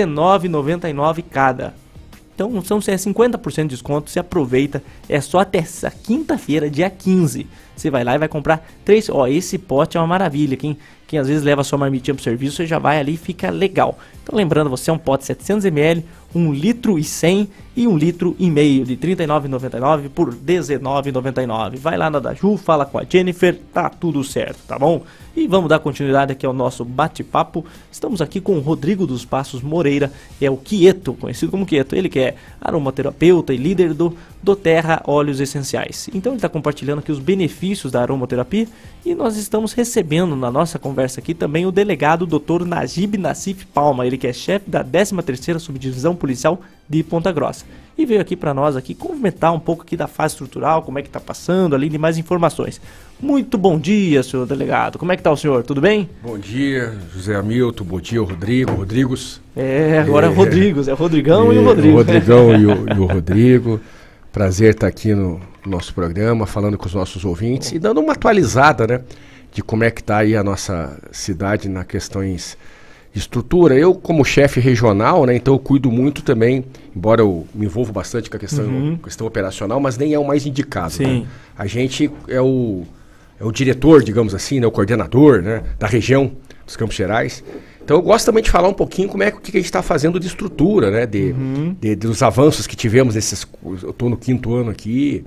19,99 cada. Então são 50% de desconto, você aproveita, é só até essa quinta-feira, dia 15. Você vai lá e vai comprar 3, esse pote é uma maravilha, quem às vezes leva a sua marmitinha pro serviço, você já vai ali e fica legal. Então lembrando, você é um pote 700 ml, 1 litro e 100 e 1 litro e meio, de R$ 39,99 por R$ 19,99. Vai lá na Daju, fala com a Jennifer, tá tudo certo, tá bom? E vamos dar continuidade aqui ao nosso bate-papo. Estamos aqui com o Rodrigo dos Passos Moreira, é o Quieto, conhecido como Quieto. Ele que é aromaterapeuta e líder do Terra Óleos Essenciais. Então ele está compartilhando aqui os benefícios da aromaterapia e nós estamos recebendo na nossa conversa aqui também o delegado Dr. Najib Nassif Palma, ele que é chefe da 13ª Subdivisão Policial de Ponta Grossa. E veio aqui para nós aqui comentar um pouco aqui da fase estrutural, como é que está passando, além de mais informações. Muito bom dia, senhor delegado. Como é que está o senhor? Tudo bem? Bom dia, José Hamilton. Bom dia, Rodrigos. Agora é o Rodrigos, é o Rodrigão e o Rodrigo. O Rodrigão e o Rodrigo. Prazer estar aqui no nosso programa, falando com os nossos ouvintes e dando uma atualizada, né, de como é que está aí a nossa cidade nas questões de estrutura. Eu, como chefe regional, né, então eu cuido muito também, embora eu me envolvo bastante com a questão operacional, mas nem é o mais indicado. Sim. Né? A gente é o diretor, digamos assim, né, o coordenador, né, da região dos Campos Gerais. Então eu gosto também de falar um pouquinho como é que a gente está fazendo de estrutura, né, dos avanços que tivemos nesses... Eu estou no 5º ano aqui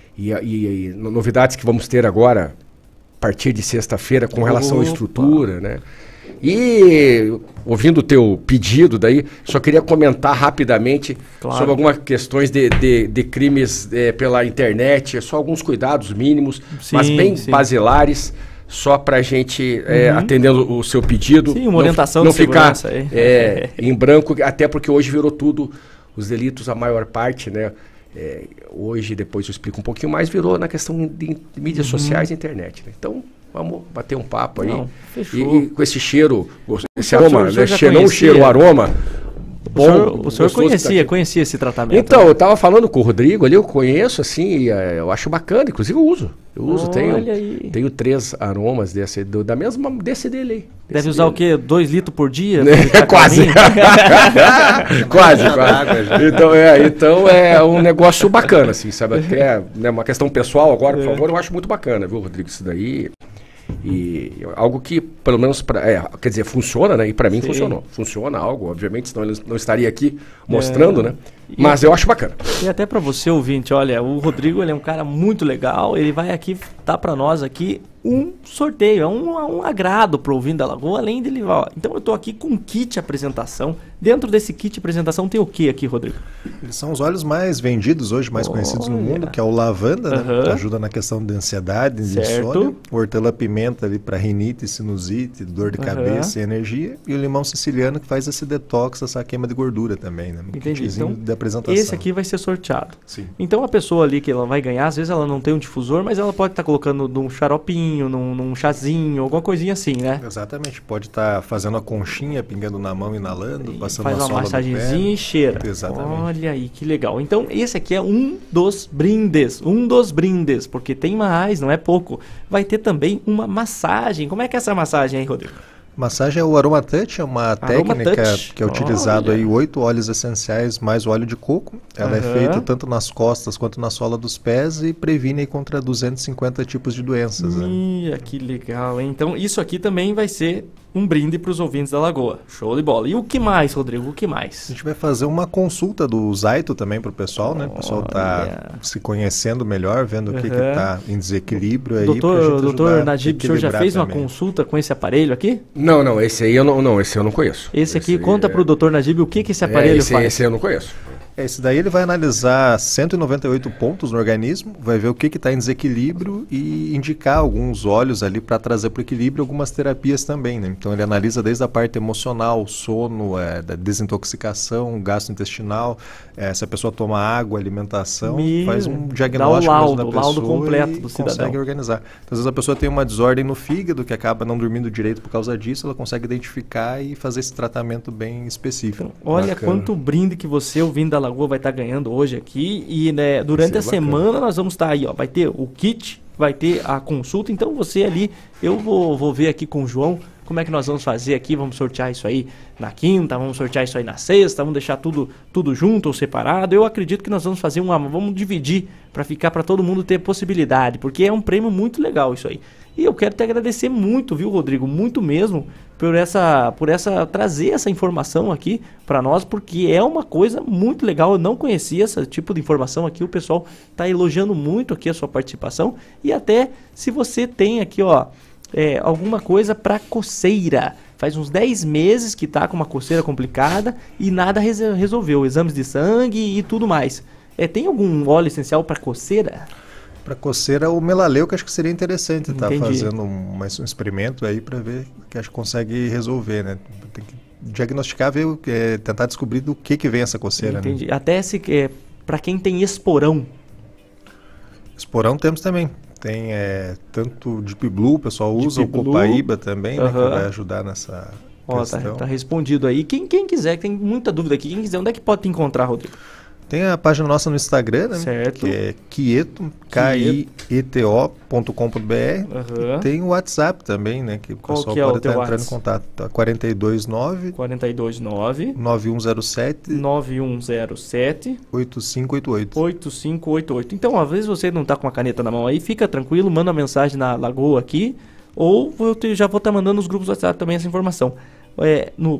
e novidades que vamos ter agora a partir de sexta-feira com relação à estrutura, né? E ouvindo o teu pedido daí, só queria comentar rapidamente sobre algumas questões de crimes pela internet, só alguns cuidados mínimos, mas bem basilares, só para a gente, atendendo o seu pedido, uma orientação não ficar em branco, até porque hoje virou tudo, os delitos, a maior parte, né? Hoje, depois eu explico um pouquinho mais, virou na questão de mídias sociais e internet, né? Então, vamos bater um papo aí. Não, fechou. E com esse cheiro, esse aroma, não cheiro, o aroma. Bom, o senhor conhecia esse tratamento? Então, né? Eu estava falando com o Rodrigo ali, eu conheço assim, eu acho bacana, inclusive eu uso. Tenho 3 aromas desse dele aí. Deve usar o quê? 2 litros por dia? Quase. quase. Então é um negócio bacana, assim, sabe? Até uma questão pessoal agora, por favor, eu acho muito bacana, viu, Rodrigo, isso daí. E algo que, pelo menos, quer dizer, funciona, né? E para mim funcionou. Funciona algo, obviamente, senão ele não estaria aqui mostrando, né? Mas eu acho bacana. E até para você, ouvinte, olha, o Rodrigo, ele é um cara muito legal, ele vai aqui dar para nós aqui um sorteio, um agrado pro ouvinte da Lagoa, além dele, ó. Então eu tô aqui com um kit apresentação. Dentro desse kit apresentação tem o que aqui, Rodrigo? Eles são os óleos mais vendidos hoje, mais conhecidos no mundo, que é o lavanda, né? Que ajuda na questão de ansiedade, de insônia. O hortelã-pimenta ali para rinite, sinusite, dor de cabeça e energia. E o limão siciliano que faz esse detox, essa queima de gordura também, né? Entendi. Então, de apresentação. Esse aqui vai ser sorteado. Sim. Então a pessoa ali que ela vai ganhar, às vezes ela não tem um difusor, mas ela pode estar colocando num xaropinho, num chazinho, alguma coisinha assim, né? Exatamente. Pode estar fazendo a conchinha, pingando na mão, inalando, passando faz uma uma massagenzinha e cheira. Exatamente. Olha aí, que legal. Então esse aqui é um dos brindes, porque tem mais, não é pouco. Vai ter também uma massagem. Como é que é essa massagem aí, Rodrigo? Massagem é o Aromatouch, é uma técnica que é utilizado aí 8 óleos essenciais mais o óleo de coco. Ela é feita tanto nas costas quanto na sola dos pés e previne contra 250 tipos de doenças. Que legal, hein? Então isso aqui também vai ser um brinde para os ouvintes da Lagoa. Show de bola. E o que mais, Rodrigo? O que mais? A gente vai fazer uma consulta do Zaito também para o pessoal, né? O pessoal está se conhecendo melhor, vendo o que está em desequilíbrio aí. Doutor Najib, o senhor já fez uma consulta com esse aparelho aqui? Não, esse aí eu não conheço. Esse aqui, conta para o doutor Najib o que esse aparelho faz. Esse eu não conheço. Esse daí ele vai analisar 198 pontos no organismo, vai ver o que está em desequilíbrio e indicar alguns óleos ali para trazer para o equilíbrio algumas terapias também, né? Então ele analisa desde a parte emocional, sono, da desintoxicação, gastrointestinal, se a pessoa toma água, alimentação, faz um diagnóstico da pessoa laudo completo do cidadão. Consegue organizar. Então, às vezes a pessoa tem uma desordem no fígado que acaba não dormindo direito por causa disso, ela consegue identificar e fazer esse tratamento bem específico. Então, olha quanto brinde que você, ouvindo da Lagoa, vai estar ganhando hoje aqui e né, durante a semana nós vamos estar aí, ó, vai ter o kit, vai ter a consulta, então você ali, eu vou ver aqui com o João como é que nós vamos fazer aqui, vamos sortear isso aí na quinta, vamos sortear isso aí na sexta, vamos deixar tudo junto ou separado. Eu acredito que nós vamos fazer vamos dividir para ficar para todo mundo ter possibilidade, porque é um prêmio muito legal isso aí. E eu quero te agradecer muito, viu, Rodrigo, muito mesmo por trazer essa informação aqui para nós, porque é uma coisa muito legal. Eu não conhecia esse tipo de informação aqui, o pessoal está elogiando muito aqui a sua participação. E até se você tem aqui, ó, alguma coisa para coceira, faz uns 10 meses que tá com uma coceira complicada e nada resolveu, exames de sangue e tudo mais. Tem algum óleo essencial para coceira? Para coceira, o melaleu, que acho que seria interessante estar fazendo um experimento aí para ver que acho que consegue resolver, né? Tem que diagnosticar, ver, tentar descobrir do que vem essa coceira. Entendi. Né? Até para quem tem esporão. Esporão temos também. Tem tanto Deep Blue, o pessoal usa, o Copaíba também, né, que vai ajudar nessa questão. Tá respondido aí. Quem quiser, tem muita dúvida aqui, quem quiser, onde é que pode te encontrar, Rodrigo? Tem a página nossa no Instagram, né? Certo. Que é Quieto, KIETO.com.br. E tem o WhatsApp também, né? Que o pessoal pode estar entrando em contato. Tá? 429 9107 8588. Então, às vezes você não tá com a caneta na mão aí, fica tranquilo, manda uma mensagem na Lagoa aqui, ou eu já vou estar mandando nos grupos do WhatsApp também essa informação. No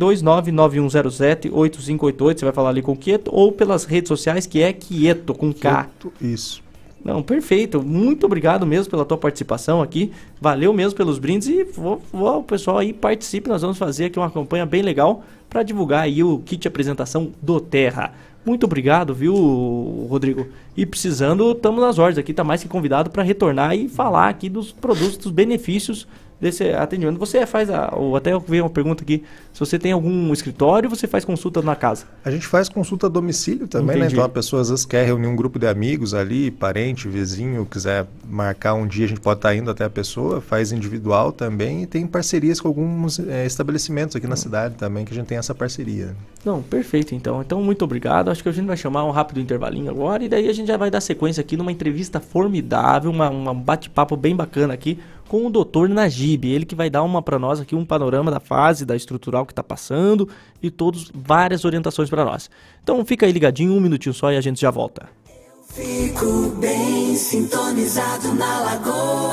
42991078588, você vai falar ali com o Quieto, ou pelas redes sociais, que é Quieto, com K. Isso. Não, perfeito. Muito obrigado mesmo pela tua participação aqui. Valeu mesmo pelos brindes e o pessoal aí participe. Nós vamos fazer aqui uma campanha bem legal para divulgar aí o kit apresentação do Terra. Muito obrigado, viu, Rodrigo? E precisando, estamos nas ordens aqui, tá mais que convidado para retornar e falar aqui dos produtos, dos benefícios desse atendimento. Você faz, ou até eu vi uma pergunta aqui, se você tem algum escritório, você faz consulta na casa? A gente faz consulta a domicílio também, né? Então a pessoa às vezes quer reunir um grupo de amigos ali, parente, vizinho, quiser marcar um dia, a gente pode estar indo até a pessoa, faz individual também, e tem parcerias com alguns estabelecimentos aqui na cidade também, que a gente tem essa parceria. Não, perfeito então. Então, muito obrigado. Acho que a gente vai chamar um rápido intervalinho agora, e daí a gente já vai dar sequência aqui numa entrevista formidável, um bate-papo bem bacana aqui, com o Dr. Najib, ele que vai dar para nós aqui um panorama da fase, da estrutural que está passando e várias orientações para nós. Então fica aí ligadinho, um minutinho só e a gente já volta. Fico bem sintonizado na Lagoa.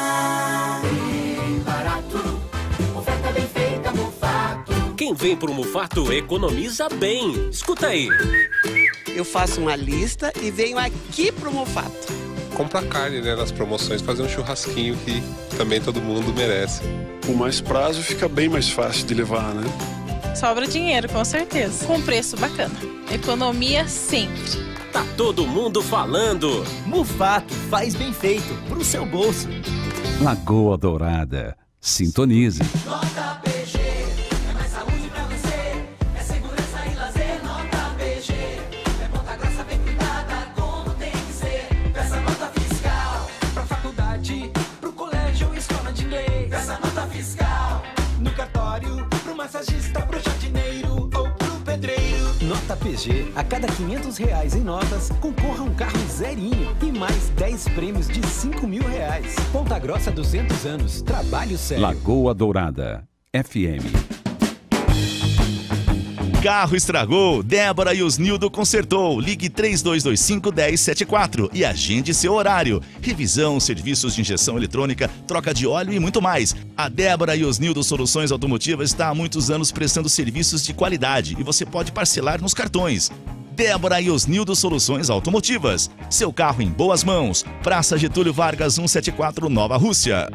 Barato, oferta bem feita, Mufato. Quem vem pro Mufato economiza bem. Escuta aí. Eu faço uma lista e venho aqui pro Mufato. Compra carne, né, nas promoções, fazer um churrasquinho que também todo mundo merece. Com mais prazo fica bem mais fácil de levar, né? Sobra dinheiro, com certeza. Com preço bacana. Economia sempre. Tá todo mundo falando. Mufato faz bem feito pro seu bolso. Lagoa Dourada. Sintonize. Nota PG, é mais saúde pra você. É segurança e lazer, nota PG. É ponta grossa, bem cuidada, como tem que ser. Peça nota fiscal pra faculdade, pro colégio ou escola de inglês. Peça nota fiscal no cartório, pro massagista, pro jardineiro ou pro pedreiro. Nota PG, a cada R$500 em notas, concorra a um carro zerinho e mais 10 prêmios de R$5.000. Ponta Grossa, 200 anos, trabalho sério. Lagoa Dourada, FM. Carro estragou? Débora e Osnildo consertou. Ligue 3225-1074 e agende seu horário. Revisão, serviços de injeção eletrônica, troca de óleo e muito mais. A Débora e Osnildo Soluções Automotivas está há muitos anos prestando serviços de qualidade e você pode parcelar nos cartões. Débora e Osnildo Soluções Automotivas. Seu carro em boas mãos. Praça Getúlio Vargas 174, Nova Rússia.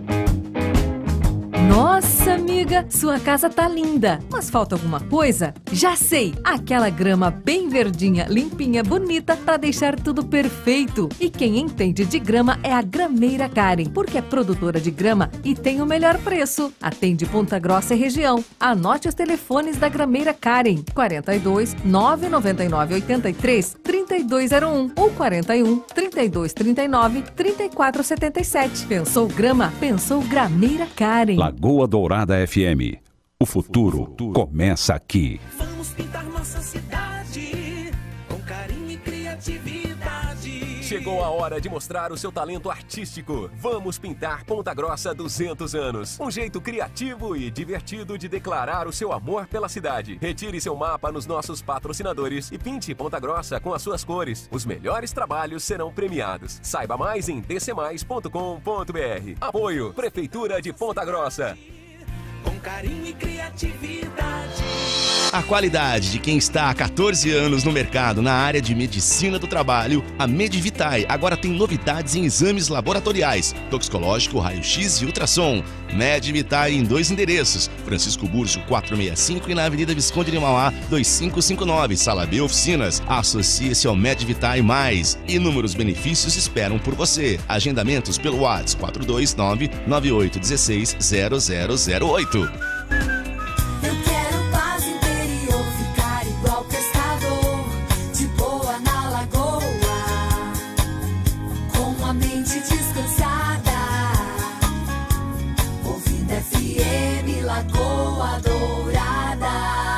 Nossa, amiga, sua casa tá linda, mas falta alguma coisa? Já sei! Aquela grama bem verdinha, limpinha, bonita, pra deixar tudo perfeito. E quem entende de grama é a Grameira Karen, porque é produtora de grama e tem o melhor preço. Atende Ponta Grossa e região. Anote os telefones da Grameira Karen: 42 999 83 3201 ou 41 32 39 34 77. Pensou grama? Pensou Grameira Karen. Lagoa Dourada FM. O futuro começa aqui. Vamos pintar nossa cidade com carinho e criatividade. Chegou a hora de mostrar o seu talento artístico. Vamos pintar Ponta Grossa 200 anos. Um jeito criativo e divertido de declarar o seu amor pela cidade. Retire seu mapa nos nossos patrocinadores e pinte Ponta Grossa com as suas cores. Os melhores trabalhos serão premiados. Saiba mais em dcmais.com.br. Apoio Prefeitura de Ponta Grossa. Com carinho e criatividade. A qualidade de quem está há 14 anos no mercado na área de medicina do trabalho, a Medivitae agora tem novidades em exames laboratoriais, toxicológico, raio-x e ultrassom. Medivitae em 2 endereços, Francisco Burjo 465 e na Avenida Visconde de Mauá 2559, Sala B Oficinas. Associe-se ao Medivitae Mais. Inúmeros benefícios esperam por você. Agendamentos pelo WhatsApp 429-9816-0008. Eu quero paz interior, ficar igual pescador, de boa na lagoa, com a mente descansada, ouvindo FM Lagoa Dourada.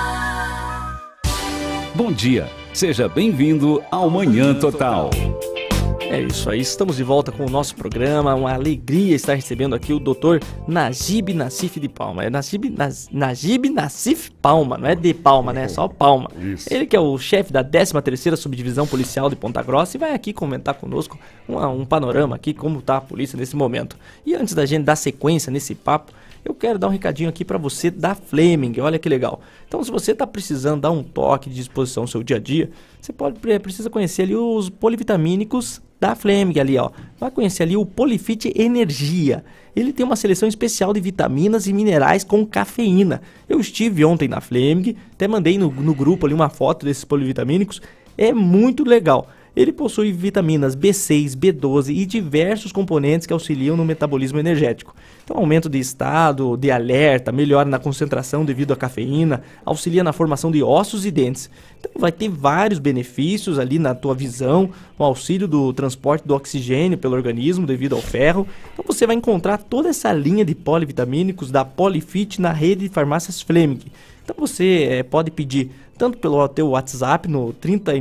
Bom dia, seja bem-vindo ao Manhã Total. É isso aí, estamos de volta com o nosso programa. Uma alegria estar recebendo aqui o Dr. Najib Nassif de Palma. É Najib Nassif Palma, não é de Palma, né? É só Palma. Isso. Ele que é o chefe da 13ª Subdivisão Policial de Ponta Grossa e vai aqui comentar conosco um panorama aqui, como está a polícia nesse momento. E antes da gente dar sequência nesse papo, eu quero dar um recadinho aqui para você da Fleming, olha que legal. Então, se você está precisando dar um toque de disposição no seu dia a dia, você precisa conhecer ali os polivitamínicos da Fleming ali, ó. Vai conhecer ali o Polifit Energia. Ele tem uma seleção especial de vitaminas e minerais com cafeína. Eu estive ontem na Fleming, até mandei no grupo ali uma foto desses polivitamínicos. É muito legal. Ele possui vitaminas B6, B12 e diversos componentes que auxiliam no metabolismo energético. Então, aumento de estado de alerta, melhora na concentração devido à cafeína, auxilia na formação de ossos e dentes. Então, vai ter vários benefícios ali na tua visão, o auxílio do transporte do oxigênio pelo organismo devido ao ferro. Então, você vai encontrar toda essa linha de polivitamínicos da Polifit na rede de farmácias Fleming. Então, você pode pedir tanto pelo teu WhatsApp no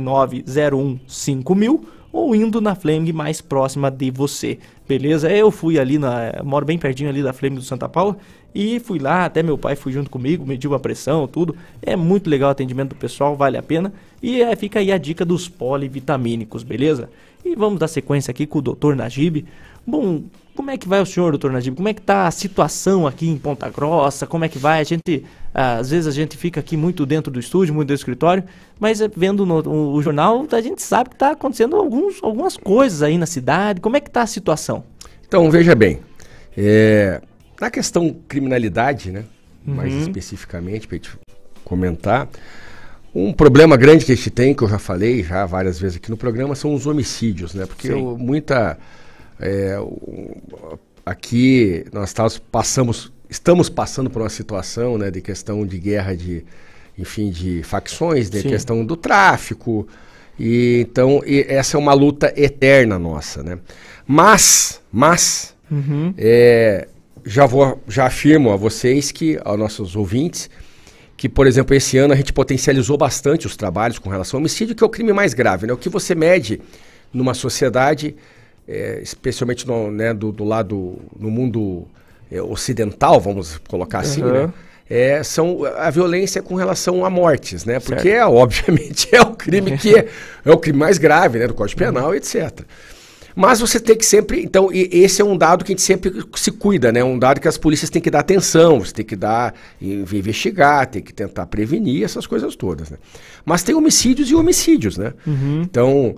39015000 ou indo na Fleming mais próxima de você, beleza? Eu fui ali, moro bem pertinho ali da Fleming do Santa Paula e fui lá, até meu pai foi junto comigo, mediu a pressão, tudo. É muito legal o atendimento do pessoal, vale a pena. E fica aí a dica dos polivitamínicos, beleza? E vamos dar sequência aqui com o Dr. Najib. Bom, como é que vai o senhor, doutor Najib? Como é que tá a situação aqui em Ponta Grossa? Como é que vai? Às vezes a gente fica aqui muito dentro do estúdio, muito do escritório, mas vendo o jornal, a gente sabe que está acontecendo algumas coisas aí na cidade. Como é que tá a situação? Então, veja bem, na questão criminalidade, né, mais especificamente, para a gente comentar, um problema grande que a gente tem, que eu já falei várias vezes aqui no programa, são os homicídios, né? Porque aqui nós estamos passando por uma situação, né, de questão de guerra de facções, de questão do tráfico, e essa é uma luta eterna nossa, né? Mas já afirmo a vocês, aos nossos ouvintes, que, por exemplo, esse ano a gente potencializou bastante os trabalhos com relação ao homicídio, que é o crime mais grave, né? O que você mede numa sociedade, especialmente do lado, no mundo ocidental, vamos colocar assim, né? são a violência com relação a mortes, né? Porque, obviamente, é o crime que é o crime mais grave, né? Do Código Penal, etc. Mas você tem que sempre... Então, esse é um dado que a gente sempre se cuida, né? Um dado que as polícias têm que dar atenção, você tem que investigar, tem que tentar prevenir, essas coisas todas, né? Mas tem homicídios e homicídios, né? Então,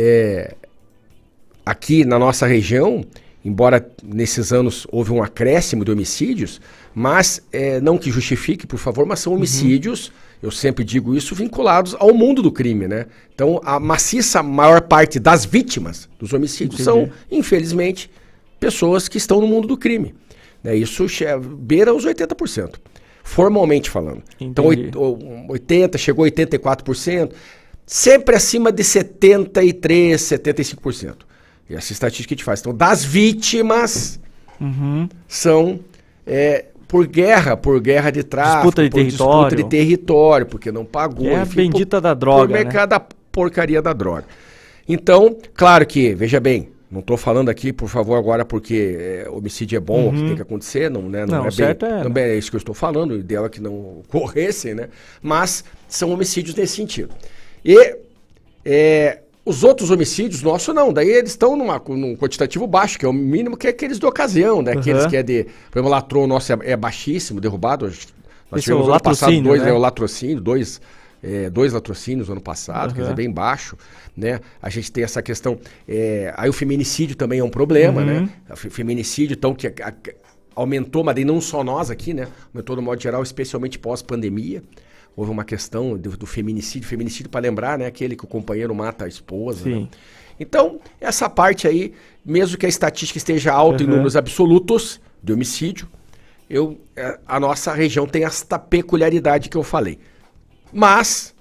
aqui na nossa região, embora nesses anos houve um acréscimo de homicídios, mas não que justifique, por favor, mas são homicídios, eu sempre digo isso, vinculados ao mundo do crime, né? Então, a maciça maior parte das vítimas dos homicídios são, infelizmente, pessoas que estão no mundo do crime. Né? Isso beira os 80%, formalmente falando. Então, 80%, chegou a 84%, sempre acima de 73%, 75%. E essa estatística que a gente faz. Então, das vítimas são por guerra de tráfico, disputa de território, porque não pagou. É enfim, a bendita da droga, por mercado da porcaria da droga. Então, claro que, veja bem, não estou falando aqui, por favor, agora porque homicídio é bom, o que tem que acontecer, não é certo bem, não é isso que eu estou falando, o ideal é que não ocorressem, né? Mas são homicídios nesse sentido. E os outros homicídios nossos não, daí eles estão num quantitativo baixo, que é o mínimo que é aqueles de ocasião, né? Aqueles que por exemplo, o latron nosso é baixíssimo, derrubado. Nós tivemos ano passado o latrocínio, dois latrocínios no ano passado, quer dizer, bem baixo, né? A gente tem essa questão, aí o feminicídio também é um problema, né? O feminicídio, então, que aumentou, mas daí não só nós aqui, né? Aumentou no modo geral, especialmente pós-pandemia. Houve uma questão do feminicídio. Feminicídio, para lembrar, né? Aquele que o companheiro mata a esposa. Né? Então, essa parte aí, mesmo que a estatística esteja alta em números absolutos de homicídio, a nossa região tem esta peculiaridade que eu falei. Mas,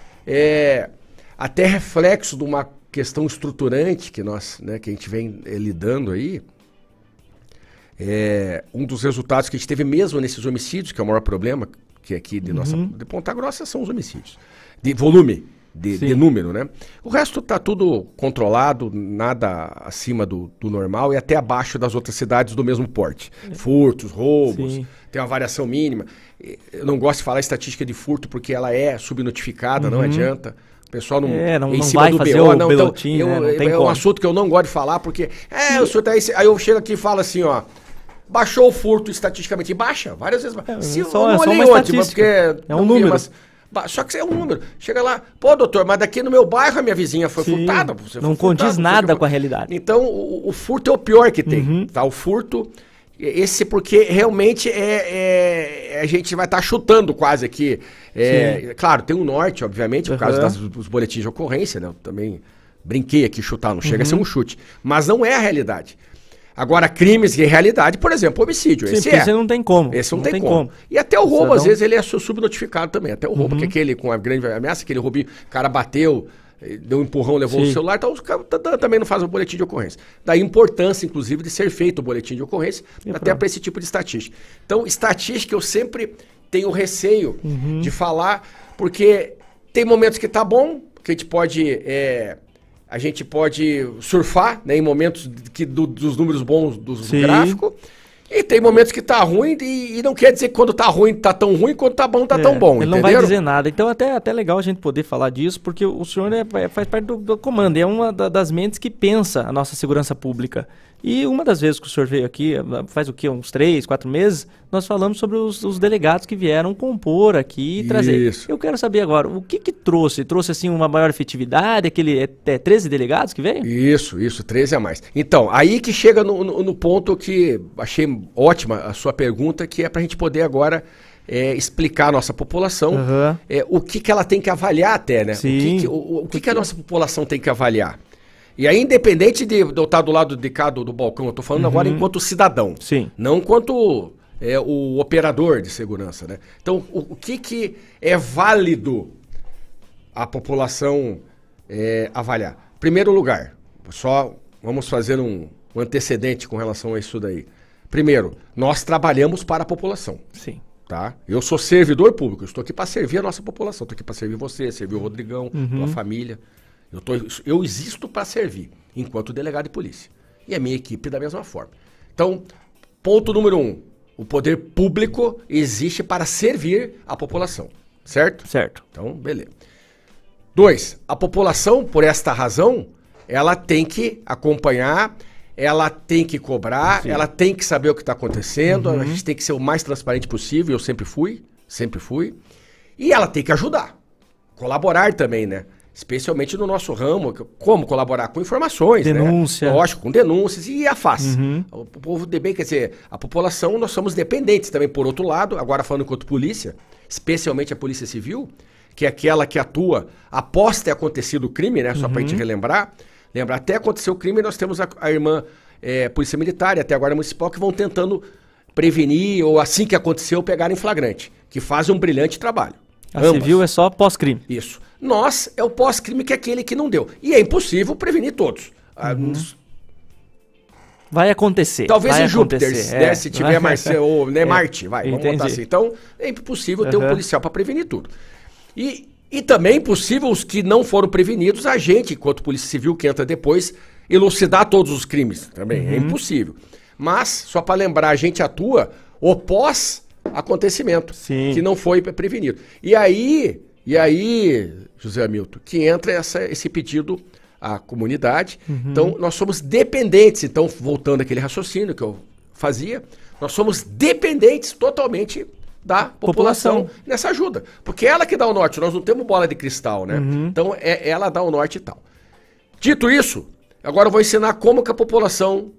até reflexo de uma questão estruturante que que a gente vem lidando aí, um dos resultados que a gente teve mesmo nesses homicídios, que é o maior problema, que aqui de Ponta Grossa são os homicídios. De volume, de número, né? O resto está tudo controlado, nada acima do normal e até abaixo das outras cidades do mesmo porte. Furtos, roubos, tem uma variação mínima. Eu não gosto de falar estatística de furto porque ela é subnotificada, não adianta. O pessoal não em cima vai do fazer BO, não. Então, é um assunto que eu não gosto de falar porque o senhor tá aí eu chego aqui e falo assim, ó, baixou o furto estatisticamente. E baixa, várias vezes. Eu não olhei ontem, porque é um número. Só que é um número. Chega lá, pô, doutor, mas daqui no meu bairro a minha vizinha foi furtada. Não condiz nada com a realidade. Então, o furto é o pior que tem. Tá? O furto, porque realmente a gente vai estar chutando quase aqui. Claro, tem o norte, obviamente, por causa dos boletins de ocorrência, né? Eu também brinquei aqui chutar, não chega a ser um chute. Mas não é a realidade. Agora, crimes de realidade, por exemplo, homicídio. Esse não tem como. Esse não tem como. E até o roubo, às vezes, ele é subnotificado também. Até o roubo, que é aquele com a grande ameaça, aquele roubinho, o cara bateu, deu um empurrão, levou o celular, então os caras também não fazem o boletim de ocorrência. Daí a importância, inclusive, de ser feito o boletim de ocorrência, até para esse tipo de estatística. Então, estatística eu sempre tenho receio de falar, porque tem momentos que tá bom, que a gente pode surfar, né, em momentos dos números bons do gráfico, e tem momentos que tá ruim e não quer dizer que quando tá ruim tá tão ruim, quando tá bom tá tão bom, ele não vai dizer nada. Então até legal a gente poder falar disso, porque o senhor faz parte do comando, é uma das mentes que pensa a nossa segurança pública. E uma das vezes que o senhor veio aqui, faz o quê? Uns 3, 4 meses, nós falamos sobre os delegados que vieram compor aqui e trazer. Eu quero saber agora, o que trouxe? Trouxe, assim, uma maior efetividade? 13 delegados que veio? Isso, 13 a mais. Então, aí que chega no ponto que achei ótima a sua pergunta, que é pra gente poder agora explicar à nossa população o que ela tem que avaliar até, né? O que a nossa população tem que avaliar. E aí, independente de eu estar do lado de cá do balcão, eu estou falando agora enquanto cidadão. Não enquanto o operador de segurança, né? Então, o que é válido a população avaliar? Primeiro lugar, só vamos fazer um antecedente com relação a isso daí. Primeiro, nós trabalhamos para a população. Tá? Eu sou servidor público, estou aqui para servir a nossa população. Estou aqui para servir você, servir o Rodrigão, tua família. Eu existo para servir, enquanto delegado de polícia. E a minha equipe da mesma forma. Então, ponto número 1. o poder público existe para servir a população, certo? Certo. Então, beleza. 2, a população, por esta razão, ela tem que acompanhar, ela tem que cobrar, ela tem que saber o que está acontecendo, a gente tem que ser o mais transparente possível, eu sempre fui, e ela tem que ajudar, colaborar também, né? Especialmente no nosso ramo, como colaborar com informações, denúncia, né? Lógico, com denúncias e a face. O povo de bem, quer dizer, a população, nós somos dependentes também, por outro lado, agora falando enquanto polícia, especialmente a Polícia Civil, que é aquela que atua após ter acontecido o crime, né? Só pra gente relembrar. Lembra, até acontecer o crime, nós temos a irmã Polícia Militar e até a Guarda Municipal que vão tentando prevenir, ou assim que aconteceu, pegar em flagrante, que fazem um brilhante trabalho. A civil é só pós-crime. Isso. Nós é o pós-crime, que é aquele que não deu. E é impossível prevenir todos. Vai acontecer. Talvez vai em Júpiter, né? Se tiver ou né, Marte, vamos botar assim. Então, é impossível ter um policial para prevenir tudo. E também é impossível os que não foram prevenidos, a gente, enquanto Polícia Civil, que entra depois, elucidar todos os crimes. Também é impossível. Mas, só para lembrar, a gente atua o pós-acontecimento, que não foi prevenido. E aí, José Hamilton, que entra esse pedido à comunidade. Então, nós somos dependentes. Então, voltando àquele raciocínio que eu fazia, nós somos dependentes totalmente da população nessa ajuda. Porque é ela que dá o norte, nós não temos bola de cristal, né? Então, ela dá o norte e tal. Dito isso, agora eu vou ensinar como que a população,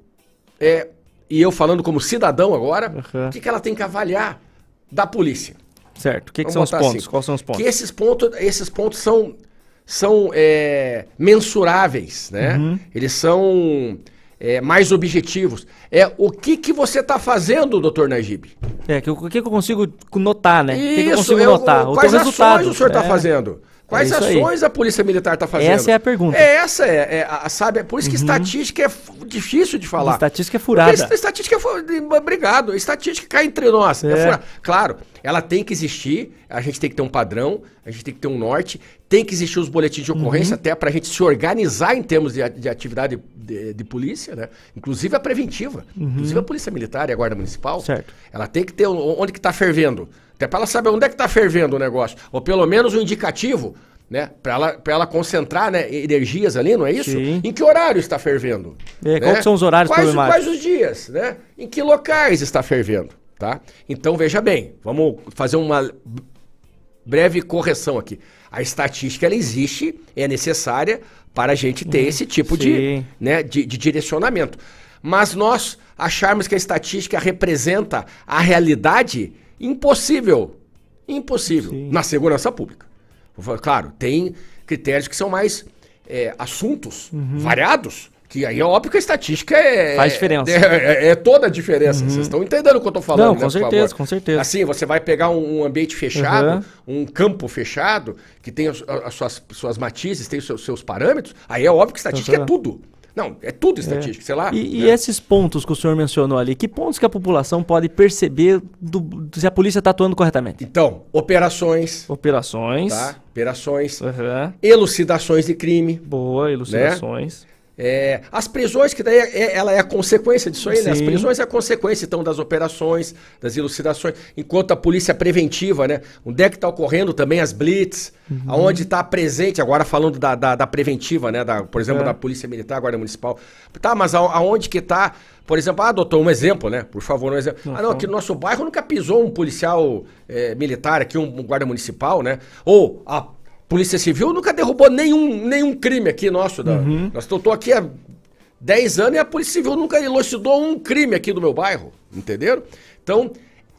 e eu falando como cidadão agora, o que ela tem que avaliar da polícia. Certo. O que são os pontos? Assim, quais são os pontos? Que esses pontos são mensuráveis, né? Eles são mais objetivos. O que você está fazendo, doutor Najib? O que eu consigo notar, né? Isso, o que eu consigo notar? Quais ações o senhor está fazendo? Quais ações a Polícia Militar está fazendo? Essa é a pergunta. Sabe? Por isso que estatística é difícil de falar. Estatística é furada. Estatística obrigado. Estatística cai entre nós. Claro, ela tem que existir, a gente tem que ter um padrão, a gente tem que ter um norte, tem que existir os boletins de ocorrência até para a gente se organizar em termos de atividade de polícia, né? Inclusive a preventiva. Inclusive a Polícia Militar e a Guarda Municipal. Certo. Ela tem que ter onde que está fervendo. Até para ela saber onde é que está fervendo o negócio. Ou pelo menos um indicativo, né? Para ela concentrar, né, energias ali, não é isso? Sim. Em que horário está fervendo? Né? Quais são os horários problemáticos? Quais os dias, né? Em que locais está fervendo, tá? Então, veja bem, vamos fazer uma breve correção aqui. A estatística, ela existe, é necessária para a gente ter esse tipo de direcionamento. Mas nós acharmos que a estatística representa a realidade, impossível. Na segurança pública. Claro, tem critérios que são mais assuntos variados, que aí é óbvio que a estatística faz diferença. É toda a diferença. Vocês estão entendendo o que eu estou falando? Não, com certeza, com certeza. Assim, você vai pegar um ambiente fechado, um campo fechado, que tem as suas matizes, tem os seus parâmetros, aí é óbvio que estatística é tudo. Não, é tudo estatística, sei lá. E esses pontos que o senhor mencionou ali, que pontos que a população pode perceber se a polícia está atuando corretamente? Então, operações. Tá? Operações. Elucidações de crime. Boa, elucidações. Né? As prisões, que daí ela é a consequência disso aí, né? As prisões é a consequência, então, das operações, das elucidações. Enquanto a polícia preventiva, né? Onde é que está ocorrendo também as blitz, aonde está presente, agora falando da preventiva, né? Por exemplo, da Polícia Militar, Guarda Municipal. Tá, mas aonde que está, por exemplo, doutor, um exemplo, né? Por favor, um exemplo. Não, aqui no nosso bairro nunca pisou um policial militar, aqui um guarda municipal, né? Ou a Polícia Civil nunca derrubou nenhum crime aqui nosso. Nós estou aqui há 10 anos e a Polícia Civil nunca elucidou um crime aqui do meu bairro. Entenderam? Então,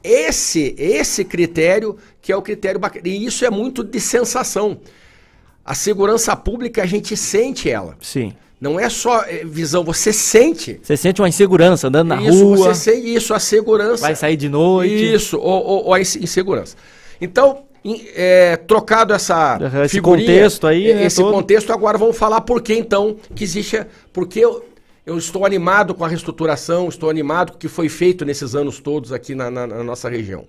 esse critério que é o critério bacana. E isso é muito de sensação. A segurança pública, a gente sente ela. Sim. Não é só visão, você sente. Você sente uma insegurança andando na rua. Você sente isso, a segurança. Vai sair de noite. Isso, ou a insegurança. Então, trocado esse contexto aí, esse contexto, agora vamos falar por que então que existe, porque eu estou animado com a reestruturação, estou animado com o que foi feito nesses anos todos aqui na nossa região.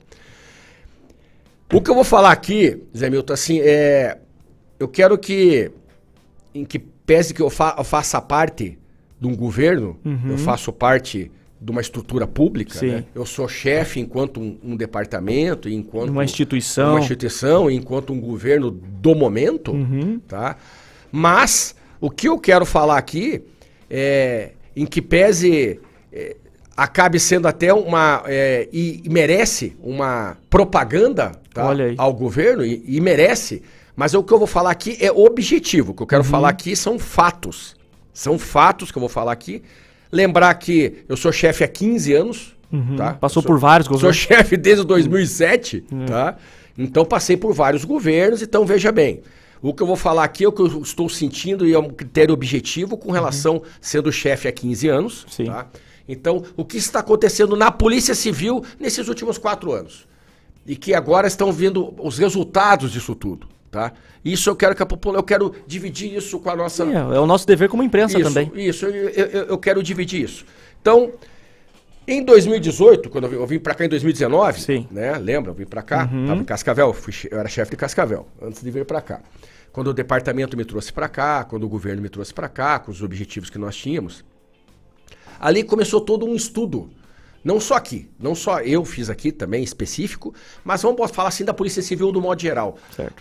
O que eu vou falar aqui, Zé Milton, assim, eu quero que pese que eu faça parte de um governo, eu faço parte de uma estrutura pública, Sim. né? Eu sou chefe enquanto um departamento, enquanto uma instituição, enquanto um governo do momento, tá? Mas o que eu quero falar aqui é em que pese acabe sendo até uma e merece uma propaganda, tá? Ao governo e merece, mas o que eu vou falar aqui é objetivo. O que eu quero falar aqui são fatos. São fatos que eu vou falar aqui. Lembrar que eu sou chefe há 15 anos, tá? Passou por vários governos. Sou chefe desde 2007, tá? Então passei por vários governos, então veja bem. O que eu vou falar aqui é o que eu estou sentindo e é um critério objetivo com relação sendo chefe há 15 anos, tá? Então, o que está acontecendo na Polícia Civil nesses últimos 4 anos? E que agora estão vindo os resultados disso tudo, tá? Isso eu quero que a população, eu quero dividir isso com a nossa... É o nosso dever como imprensa também. Isso, eu quero dividir isso. Então, em 2018, quando eu vim pra cá em 2019, né? Lembra? Eu vim pra cá, tava em Cascavel, eu era chefe de Cascavel, antes de vir pra cá. Quando o departamento me trouxe pra cá, quando o governo me trouxe pra cá, com os objetivos que nós tínhamos, ali começou todo um estudo. Não só aqui, não só eu fiz aqui também, específico, mas vamos falar assim da Polícia Civil do modo geral.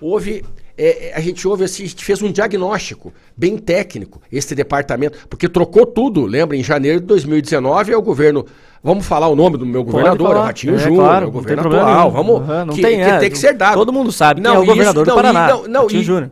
A gente fez um diagnóstico bem técnico, esse departamento, porque trocou tudo, lembra, em janeiro de 2019 é o governo, vamos falar o nome do meu governador, é o Ratinho Júnior, claro, o governo atual, vamos, não que tem, tem que ser dado. Todo mundo sabe quem é o governador do Paraná, Ratinho Júnior.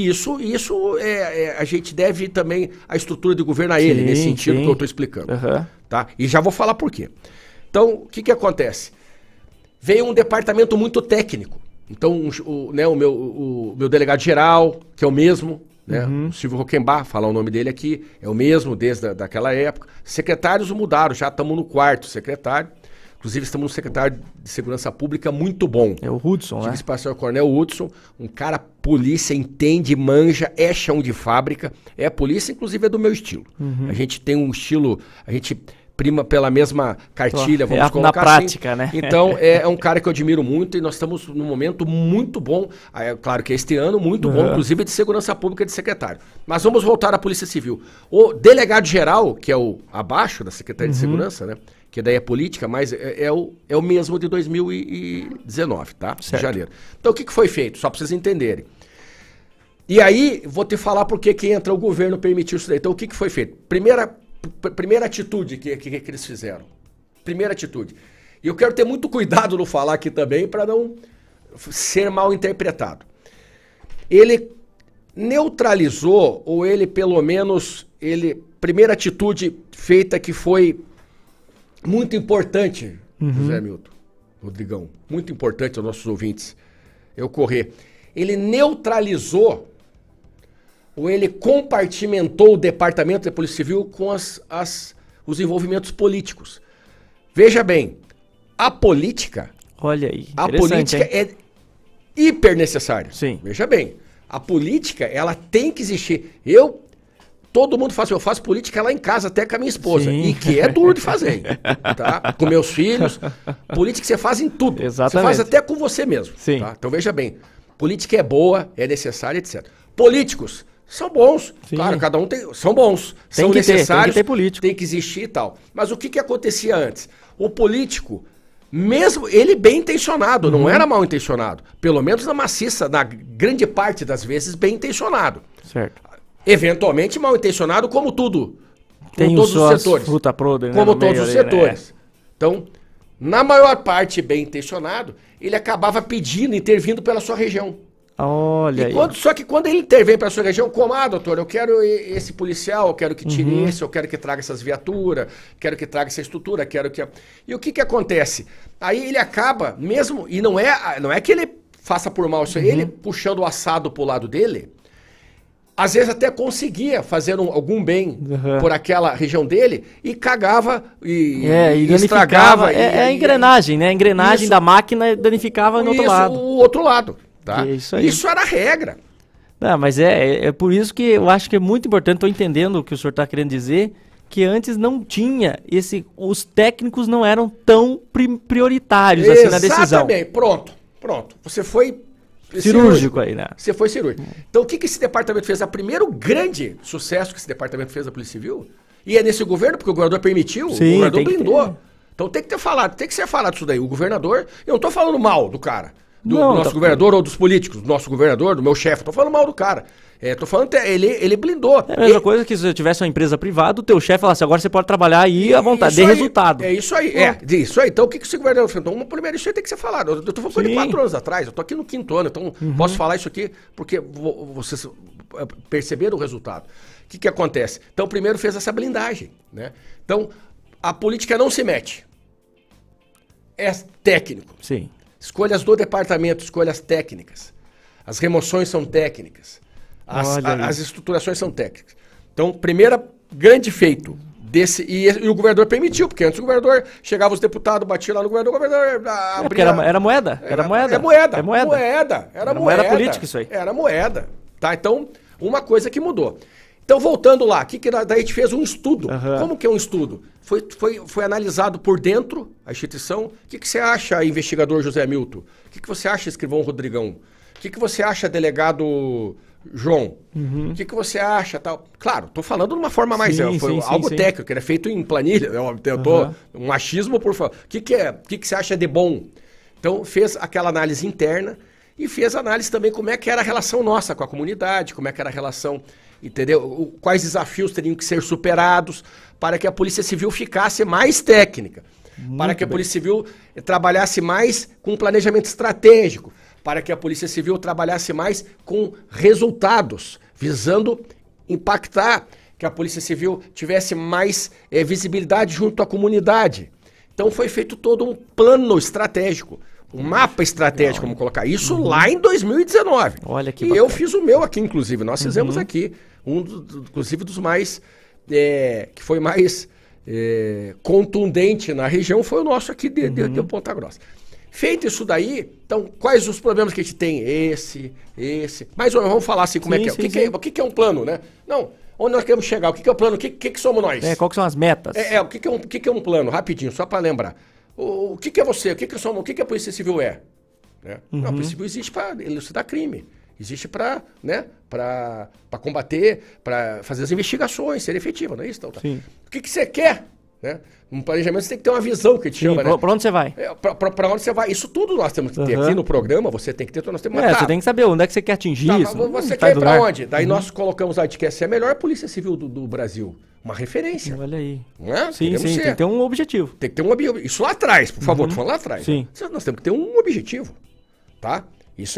Isso a gente deve também a estrutura de governo a ele, nesse sentido que eu estou explicando. Tá? E já vou falar por quê. Então, o que acontece? Veio um departamento muito técnico. Então, o meu delegado-geral, que é o mesmo, né? O Silvio Roquembar, falar o nome dele aqui, é o mesmo desde daquela época. Secretários mudaram, já estamos no 4º secretário. Inclusive, estamos no secretário de Segurança Pública muito bom. É o Hudson, né? O Coronel Hudson, um cara polícia, entende, manja, é chão de fábrica, é polícia, inclusive é do meu estilo. A gente tem um estilo, a gente prima pela mesma cartilha, vamos colocar na prática, assim. Né? Então, é um cara que eu admiro muito e nós estamos num momento muito bom, claro que este ano, muito bom, inclusive de segurança pública de secretário. Mas vamos voltar à Polícia Civil. O delegado-geral, que é o abaixo da Secretaria de Segurança, né? Que daí é política, mas é o mesmo de 2019, tá? De janeiro. Então, o que foi feito? Só para vocês entenderem. E aí, vou te falar por que entra o governo permitiu isso daí. Então, o que foi feito? Primeira atitude que eles fizeram. Primeira atitude. E eu quero ter muito cuidado no falar aqui também para não ser mal interpretado. Ele neutralizou, ou ele pelo menos, primeira atitude feita que foi muito importante, José Milton, Rodrigão, muito importante aos nossos ouvintes, ocorrer. Ele neutralizou ou ele compartimentou o Departamento de Polícia Civil com os envolvimentos políticos. Veja bem, a política... Olha aí, a política é hiper necessária. Sim. Veja bem, a política, ela tem que existir. Todo mundo faz, eu faço política lá em casa, até com a minha esposa. Sim. E que é duro de fazer, tá? Com meus filhos. Política você faz em tudo. Exatamente. Você faz até com você mesmo. Sim. Tá? Então veja bem, política é boa, é necessária, etc. Políticos são bons. Sim. Claro, cada um são bons. São necessários. Tem que ter político. Tem que existir e tal. Mas o que acontecia antes? O político, mesmo ele bem intencionado, não era mal intencionado. Pelo menos na maciça, na grande parte das vezes, bem intencionado. Certo. Eventualmente mal intencionado, como tudo. Tem todos os setores. Fruta podre, né, como todos os setores. Né? Então, na maior parte bem intencionado, ele acabava pedindo, intervindo pela sua região. Olha aí. Só que quando ele intervém para a sua região, como, doutor, eu quero esse policial, eu quero que tire esse, eu quero que traga essas viaturas, quero que traga essa estrutura, quero que... E o que acontece? Aí ele acaba, mesmo, e não é que ele faça por mal isso, ele puxando o assado pro lado dele, às vezes até conseguia fazer algum bem por aquela região dele e cagava e estragava. É a engrenagem, né? A engrenagem da máquina danificava no outro lado. O outro lado. Tá? Isso era a regra. Não, mas é por isso que eu acho que é muito importante, estou entendendo o que o senhor está querendo dizer, que antes não tinha os técnicos não eram tão prioritários assim na decisão. Exatamente, pronto. Você foi cirúrgico aí, né? Você foi cirúrgico. Então o que esse departamento fez? O primeiro grande sucesso que esse departamento fez da Polícia Civil, E é nesse governo, porque o governador permitiu, Sim, o governador tem que blindou. ter. Então tem que ter falado, tem que ser falado isso daí. O governador, eu não tô falando mal do cara, do Não, nosso tá- governador ou dos políticos, do nosso governador, do meu chefe, tô falando mal do cara. Tô falando que ele blindou. É a mesma coisa que se você tivesse uma empresa privada, o teu chefe falasse, agora você pode trabalhar aí à vontade, Isso dê aí, resultado. É isso aí, isso aí. Então o que esse governador fez? Então, primeiro, isso aí tem que ser falado. Eu tô falando de 4 anos atrás, eu tô aqui no 5º ano, então posso falar isso aqui porque vocês perceberam o resultado. O que acontece? Então, primeiro fez essa blindagem, né? Então, a política não se mete. É técnico. Sim. Escolhas do departamento, escolhas técnicas. As remoções são técnicas. As estruturações são técnicas. Então, primeiro grande feito desse. E o governador permitiu, porque antes o governador chegava os deputados, batia lá no governador, o governador abria. Porque era moeda. Era moeda. É moeda. É moeda. Era moeda política isso aí. Era moeda. Tá? Então, uma coisa que mudou. Então, voltando lá, daí a gente fez um estudo. Como que é um estudo? Foi analisado por dentro a instituição. O que você acha, investigador José Hamilton? O que você acha, escrivão Rodrigão? O que você acha, delegado João? O que você acha, tal? Claro, tô falando de uma forma mais... Foi algo técnico, ele é feito em planilha. Eu tentou um machismo, por favor. O que você acha de bom? Então, fez aquela análise interna e fez análise também como é que era a relação nossa com a comunidade, como é que era a relação... Entendeu? Quais desafios teriam que ser superados para que a Polícia Civil ficasse mais técnica, para que a Polícia Civil trabalhasse mais com planejamento estratégico, para que a Polícia Civil trabalhasse mais com resultados, visando impactar, que a Polícia Civil tivesse mais visibilidade junto à comunidade. Então foi feito todo um plano estratégico. Um mapa estratégico, vamos colocar isso lá em 2019. Olha que bacana. Eu fiz o meu aqui, inclusive. Nós fizemos aqui. Inclusive dos mais... que foi mais contundente na região foi o nosso aqui de Ponta Grossa. Feito isso daí, então, quais os problemas que a gente tem? Esse. Mas vamos falar assim, como é que é. O que é um plano, né? Não, onde nós queremos chegar? O que é o plano? O que somos nós? Quais que são as metas? O que é um plano? Rapidinho, só para lembrar. O que é você? O que a Polícia Civil é? Né? Não, a Polícia Civil existe para elucidar crime. Existe para combater, para fazer as investigações, ser efetiva, não é isso? Então, tá. O que você quer? Né? Um planejamento você tem que ter uma visão que a gente chama, né? Para onde você vai? Para onde você vai? Isso tudo nós temos que ter. Aqui no programa você tem que ter, nós temos você tem que saber onde é que você quer atingir isso. Você quer ir para onde? Daí nós colocamos, a gente quer ser a melhor Polícia Civil do Brasil. Uma referência. Olha aí. Não é? Sim, tem que ter um objetivo. Tem que ter um objetivo. Isso lá atrás, por favor, tô falando lá atrás. Sim. Nós temos que ter um objetivo, tá? Isso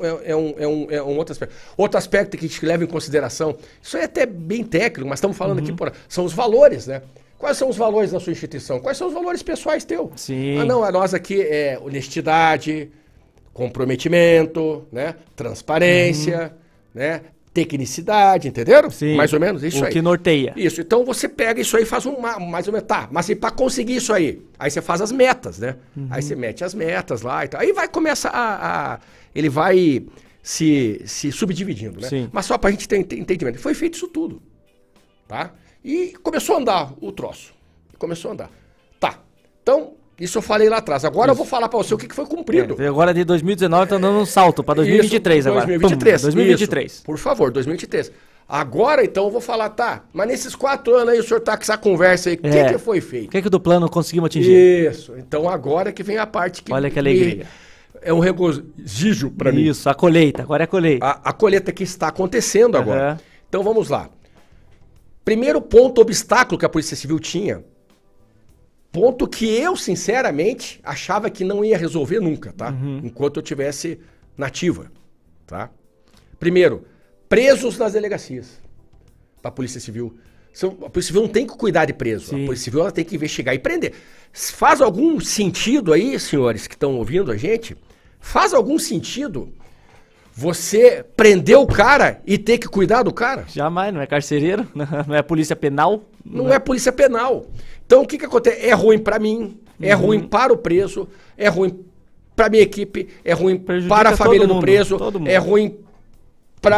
é um outro aspecto. Outro aspecto que a gente leva em consideração, isso é até bem técnico, mas estamos falando aqui, são os valores, né? Quais são os valores da sua instituição? Quais são os valores pessoais teus? Sim. Ah, não, a nós aqui é honestidade, comprometimento, né? Transparência, né? Tecnicidade, entenderam? Sim. Mais ou menos isso aí. O que norteia. Isso, então você pega isso aí e faz mais ou menos, mas para conseguir isso aí você faz as metas, né? Aí você mete as metas lá e tal. Aí começa ele vai se subdividindo, né? Sim. Mas só pra gente ter entendimento. Foi feito isso tudo, tá? E começou a andar o troço. Começou a andar. Tá, então... Isso eu falei lá atrás. Agora eu vou falar pra você o que foi cumprido. Agora de 2019 tá dando um salto pra 2023 agora. 2023. Pum, 2023. Isso. Por favor, 2023. Agora então eu vou falar, tá, mas nesses 4 anos aí o senhor tá com essa conversa aí, o que foi feito? O que do plano conseguimos atingir? Isso. Então agora que vem a parte que... Olha que alegria. É um regozijo pra mim. Isso, a colheita. Agora é a colheita. A colheita que está acontecendo agora. Então vamos lá. Primeiro ponto, obstáculo que a Polícia Civil tinha. Ponto que eu, sinceramente, achava que não ia resolver nunca, tá? Enquanto eu tivesse nativa, tá? Primeiro, presos nas delegacias. Pra Polícia Civil. A Polícia Civil não tem que cuidar de preso. Sim. A Polícia Civil ela tem que investigar e prender. Faz algum sentido aí, senhores que estão ouvindo a gente? Faz algum sentido você prender o cara e ter que cuidar do cara? Jamais, não é carcereiro, não é polícia penal. Não é polícia penal. Então o que acontece? É ruim pra mim, é ruim para o preso, é ruim pra minha equipe, é ruim para a família do preso, é ruim para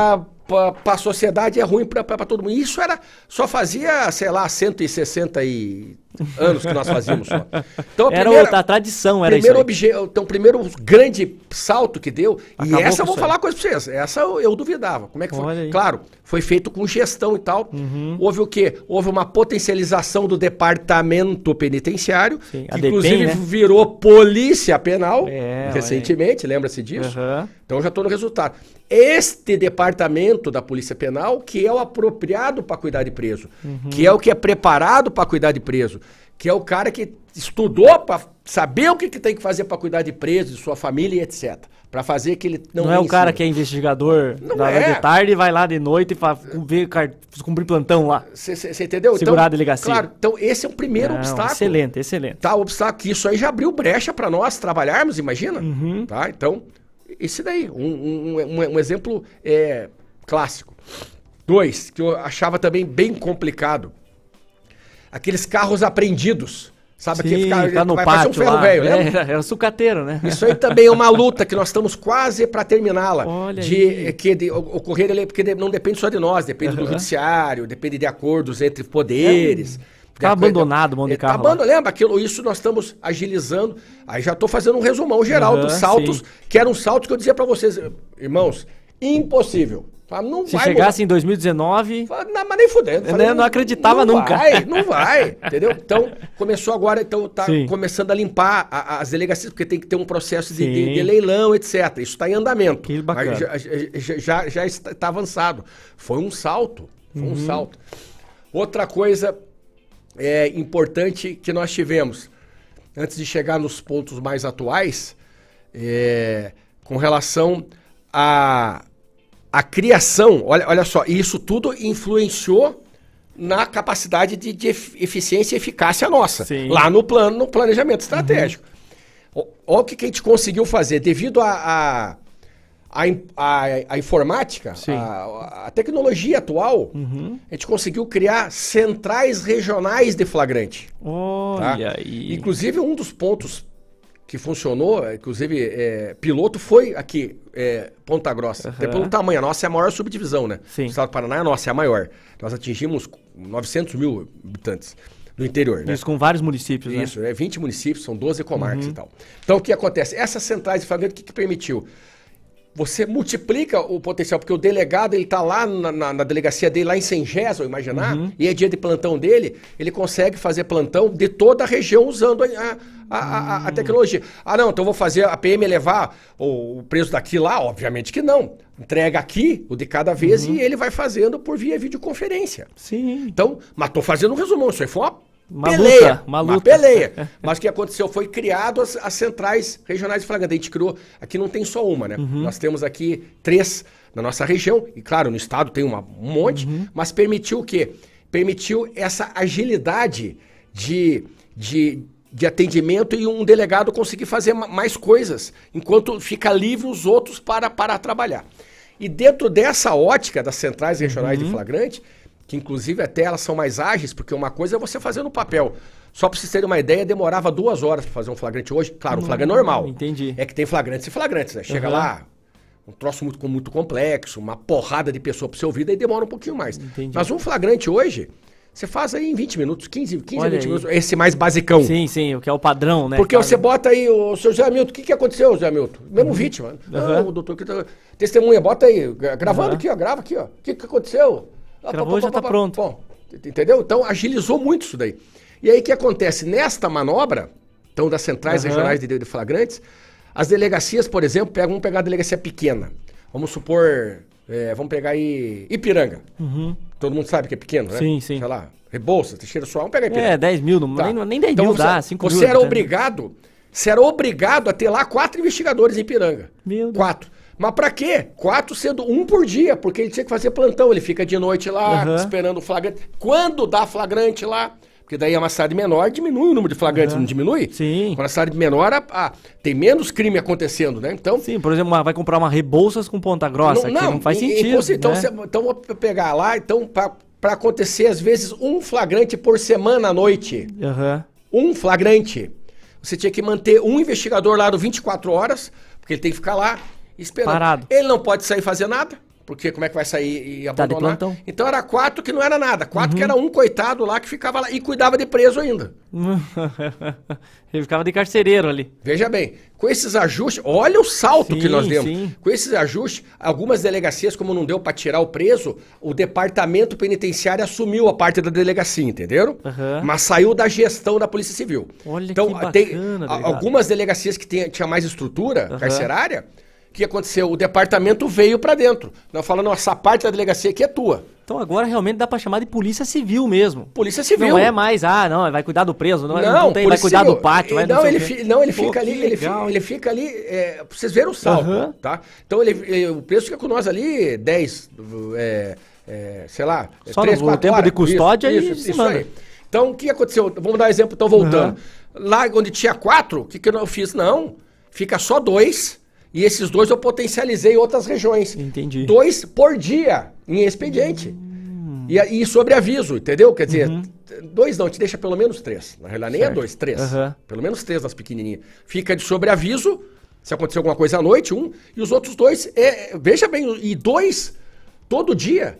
para a sociedade, é ruim para todo mundo. Isso só fazia, sei lá, 160 anos que nós fazíamos só. Então, a tradição, era primeiro isso aí. Então, o primeiro grande salto que deu, Acabou e essa eu com vou isso falar aí. uma coisa para vocês, essa eu duvidava. Como é que Olha foi? aí. Claro, foi feito com gestão e tal. Houve o quê? Houve uma potencialização do departamento penitenciário, Sim, que a DEPEN, inclusive né? virou polícia penal, É, recentemente, lembra-se disso? Aham. Então já estou no resultado. Este departamento da Polícia Penal, que é o apropriado para cuidar de preso, que é o que é preparado para cuidar de preso, que é o cara que estudou para saber o que tem que fazer para cuidar de preso, de sua família e etc. Para fazer que ele Não é o cara que é investigador de tarde e vai lá de noite para cumprir plantão lá. Você entendeu? Segurar a delegacia. Claro, então esse é o primeiro obstáculo. Excelente, excelente. Tá, o obstáculo que isso aí já abriu brecha para nós trabalharmos, imagina? Tá, então, esse daí, um exemplo clássico. 2, que eu achava também bem complicado. Aqueles carros apreendidos. Sabe, Sim, aquele cara tá no vai fazer pátio ferro lá. velho, lembra? Era sucateiro, né? Isso aí também é uma luta que nós estamos quase para terminá-la. Olha De ocorrer, porque não depende só de nós, depende do judiciário, depende de acordos entre poderes. Tá abandonado o mão de carro. lá. Lembra? Isso nós estamos agilizando. Aí já estou fazendo um resumão geral dos Aham, saltos, sim. que eram saltos que eu dizia para vocês, irmãos, impossível. Não Se vai chegasse em 2019... Não, mas nem fudendo. Eu não acreditava nunca. Não vai, entendeu? Então, começou agora, então tá Sim. começando a limpar as delegacias, porque tem que ter um processo de Sim. leilão, etc. Isso está em andamento. Que bacana. Mas já está avançado. Foi um salto. Outra coisa importante que nós tivemos, antes de chegar nos pontos mais atuais, com relação a criação, olha só, e isso tudo influenciou na capacidade de eficiência e eficácia nossa, Sim. lá no planejamento estratégico. Olha o que a gente conseguiu fazer, devido à informática, a tecnologia atual, a gente conseguiu criar centrais regionais de flagrante. Olha aí. Inclusive, um dos pontos que funcionou, inclusive piloto, foi aqui, Ponta Grossa. Até pelo tamanho, a nossa é a maior subdivisão, né? Sim. O estado do Paraná é a nossa, é a maior. Nós atingimos 900 mil habitantes do interior, né? Isso com vários municípios, né? Isso, 20 municípios, são 12 comarcas e tal. Então, o que acontece? Essas centrais de flagrante, o que permitiu? Você multiplica o potencial, porque o delegado, ele tá lá na delegacia dele, lá em Sengés, ou imaginar, e é dia de plantão dele, ele consegue fazer plantão de toda a região usando a tecnologia. Não, então eu vou fazer a PM levar o preso daqui lá? Obviamente que não. Entrega aqui, o de cada vez, e ele vai fazendo por via videoconferência. Sim. Então, mas tô fazendo um resumão, isso aí foi Uma peleia, luta, uma uma luta. peleia. Mas o que aconteceu foi criado as centrais regionais de flagrante. A gente criou, aqui não tem só uma, né? Nós temos aqui 3 na nossa região, e claro, no estado tem um monte, mas permitiu o quê? Permitiu essa agilidade de atendimento e um delegado conseguir fazer mais coisas, enquanto fica livre os outros para trabalhar. E dentro dessa ótica das centrais regionais de flagrante, que inclusive até elas são mais ágeis, porque uma coisa é você fazer no papel. Só para vocês terem uma ideia, demorava 2 horas para fazer um flagrante hoje. Claro, um flagrante normal. Entendi. É que tem flagrantes e flagrantes, né? Chega lá, um troço muito complexo, uma porrada de pessoa para você ouvir, daí demora um pouquinho mais. Entendi. Mas um flagrante hoje, você faz aí em 20 minutos, 15 Olha 20 aí. minutos, esse mais basicão. Sim, o que é o padrão, né? Porque você bota aí, o seu Zé Hamilton, o que aconteceu, Zé Hamilton? Mesmo vítima. Não, o doutor que tá... Testemunha, bota aí, gravando aqui, ó, grava aqui, ó. O que aconteceu? Gravou, já tá pronto. Bom, entendeu? Então agilizou muito isso daí. E aí o que acontece? Nesta manobra, então das centrais regionais de flagrantes, as delegacias, por exemplo, vamos pegar a delegacia pequena. Vamos supor, vamos pegar aí Ipiranga. Todo mundo sabe que é pequeno, né? Sim. Sei lá, Rebouças, Teixeira Soares, vamos pegar Ipiranga. 10 mil, nem 10 mil dá, 5 mil. Você era obrigado a ter lá 4 investigadores em Ipiranga. Meu Deus. 4. Mas pra quê? 4 sendo 1 por dia, porque ele tinha que fazer plantão. Ele fica de noite lá, esperando o flagrante. Quando dá flagrante lá, porque daí é uma cidade menor, diminui o número de flagrantes, não diminui? Sim. Quando a cidade menor, tem menos crime acontecendo, né? Então, Sim, por exemplo, vai comprar uma Rebouças com Ponta Grossa, que não faz sentido, então, né? então vou pegar lá, então, pra acontecer, às vezes, um flagrante por semana à noite. Um flagrante. Você tinha que manter um investigador lá do 24 horas, porque ele tem que ficar lá esperando. Parado. Ele não pode sair fazer nada, Porque como é que vai sair e Tá de abandonar? plantão. Então era 4 que não era nada. 4 que era um coitado lá que ficava lá e cuidava de preso ainda. Ele ficava de carcereiro ali. Veja bem, com esses ajustes, olha o salto que nós demos. Sim. Com esses ajustes, algumas delegacias, como não deu para tirar o preso, o departamento penitenciário assumiu a parte da delegacia, entenderam? Mas saiu da gestão da Polícia Civil. Olha então, que tem bacana, delegado. algumas delegacias que tinha mais estrutura carcerária, o que aconteceu? O departamento veio para dentro. Nós falando, essa parte da delegacia aqui é tua. Então agora realmente dá pra chamar de polícia civil mesmo. Polícia civil. Não é mais, não, vai cuidar do preso, não tem, vai polícia cuidar civil. do pátio. Vai Não, ele Pô, fica ali, ele fica ali, pra vocês verem o salto, tá? Então o preso fica com nós ali 10, sei lá, Só 3, no 4 tempo horas. de custódia isso, e se manda. aí. Então o que aconteceu? Vamos dar um exemplo, então voltando. Lá onde tinha 4, o que eu fiz? Não, fica só 2. E esses 2 eu potencializei em outras regiões. Entendi. 2 por dia em expediente. E sobre aviso, entendeu? Quer dizer, 2 não, te deixa pelo menos 3. Na realidade, nem é 2, 3. Pelo menos 3 nas pequenininhas. Fica de sobreaviso, se acontecer alguma coisa à noite, 1. E os outros 2, veja bem, e 2, todo dia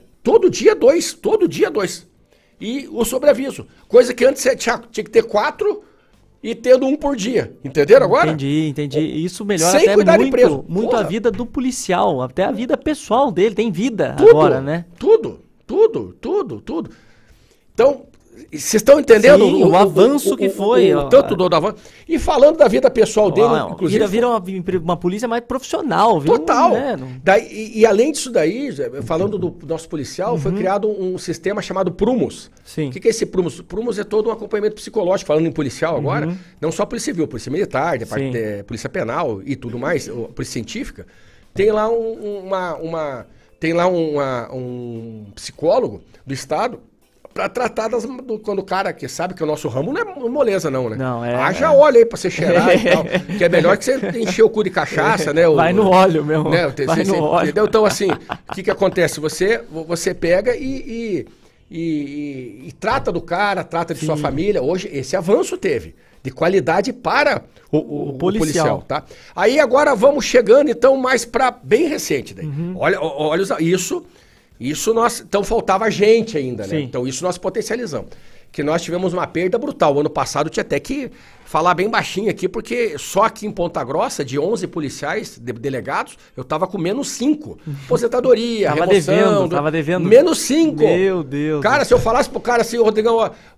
2. E o sobreaviso. Coisa que antes você tinha que ter 4 e tendo 1 por dia. Entenderam agora? Entendi. Isso melhora Sem até cuidar de preso. muito a vida do policial, até a vida pessoal dele. Tem vida Tudo, agora, né? Tudo. Então, vocês estão entendendo? Sim, o avanço que foi. Tanto do avanço. E falando da vida pessoal dele, inclusive. Vira uma polícia mais profissional, viu? Total. Né? E além disso daí, falando do nosso policial, foi criado um sistema chamado Prumos. Sim. O que é esse Prumos? Prumos é todo um acompanhamento psicológico, falando em policial agora. Não só polícia civil, polícia militar, polícia penal e tudo mais, polícia científica. Tem lá um psicólogo do Estado pra tratar quando o cara que sabe que o nosso ramo não é moleza não, né? Não, Haja óleo aí pra você cheirar e tal. Que é melhor que você encher o cu de cachaça, né? Vai no óleo, meu. Né? Vai no óleo. Entendeu? Então, assim, o que acontece? Você pega e trata do cara, trata de sua família. Hoje, esse avanço teve de qualidade para o policial, tá? Aí agora vamos chegando, então, mais pra bem recente. Daí. Olha isso nós... Então faltava gente ainda, né? Então isso nós potencializamos. Que nós tivemos uma perda brutal. O ano passado tinha até que falar bem baixinho aqui, porque só aqui em Ponta Grossa, de 11 policiais delegados, eu tava com menos 5. Aposentadoria, remoção... Tava devendo. Menos 5. Meu Deus. Cara, se eu falasse pro cara assim, Rodrigão,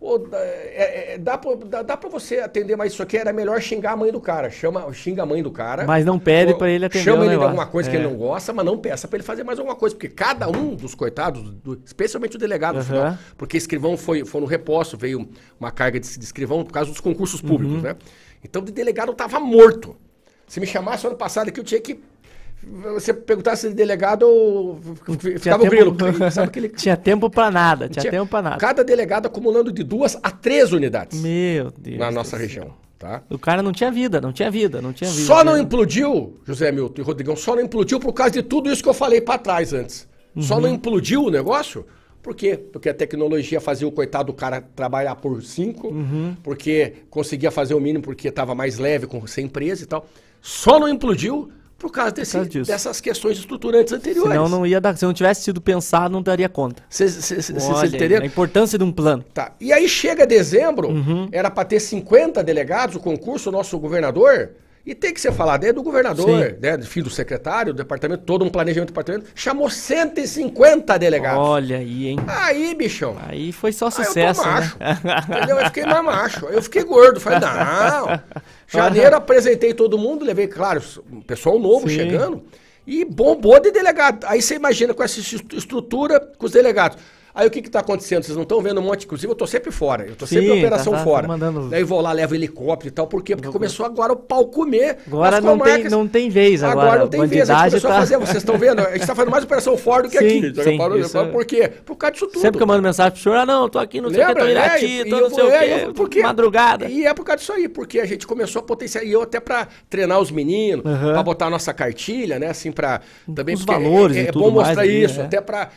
dá pra você atender, mas isso aqui era melhor xingar a mãe do cara. Xinga a mãe do cara. Mas não pede pra ele atender Chama o ele de negócio. alguma coisa que ele não gosta, mas não peça pra ele fazer mais alguma coisa. Porque cada um dos coitados, especialmente o delegado, no final, porque escrivão foi no reposto, veio uma carga de escrivão por causa dos concursos públicos, né? Então o delegado tava morto. Se me chamasse ano passado aqui, eu tinha que... Você perguntasse de delegado, eu ficava o grilo. Sabe aquele... Tinha tempo pra nada, tempo pra nada. Cada delegado acumulando de 2 a 3 unidades. Meu Deus. Na nossa região, tá? O cara não tinha vida. Só não implodiu, José Milton e Rodrigão, só não implodiu por causa de tudo isso que eu falei pra trás antes. Só não implodiu o negócio... Por quê? Porque a tecnologia fazia o coitado do cara trabalhar por 5, porque conseguia fazer o mínimo porque estava mais leve sem empresa e tal. Só não implodiu por causa dessas questões estruturantes anteriores. Senão não ia dar, se não tivesse sido pensado, não daria conta. Vocês entenderam? A importância de um plano. Tá. E aí chega dezembro, era para ter 50 delegados, o concurso, o nosso governador... E tem que ser falado, é do governador, né, filho do secretário, do departamento, todo um planejamento do departamento, chamou 150 delegados. Olha aí, hein? Aí, bichão. Aí foi só sucesso, eu tô macho, né? Entendeu? Eu fiquei mais macho. Aí eu fiquei gordo. Falei, não. Janeiro apresentei todo mundo, levei, claro, pessoal novo chegando, e bombou de delegado. Aí você imagina com essa estrutura com os delegados. Aí o que tá acontecendo? Vocês não estão vendo um monte, inclusive eu tô sempre fora, eu tô sempre em operação fora. Daí vou lá, levo helicóptero e tal, por quê? Porque começou agora o pau comer. Agora não tem vez agora. Agora não tem vez, a gente começou a fazer, vocês estão vendo? A gente tá fazendo mais operação fora do que aqui. Por quê? Por causa disso tudo. Sempre que eu mando mensagem pro senhor, não, tô aqui, não sei o que, tô em Irati, tô não sei o que, madrugada. E é por causa disso aí, porque a gente começou a potencializar, e eu até pra treinar os meninos, pra botar a nossa cartilha, né, assim, pra também... Os valores e tudo mais. É bom mostrar isso, até pra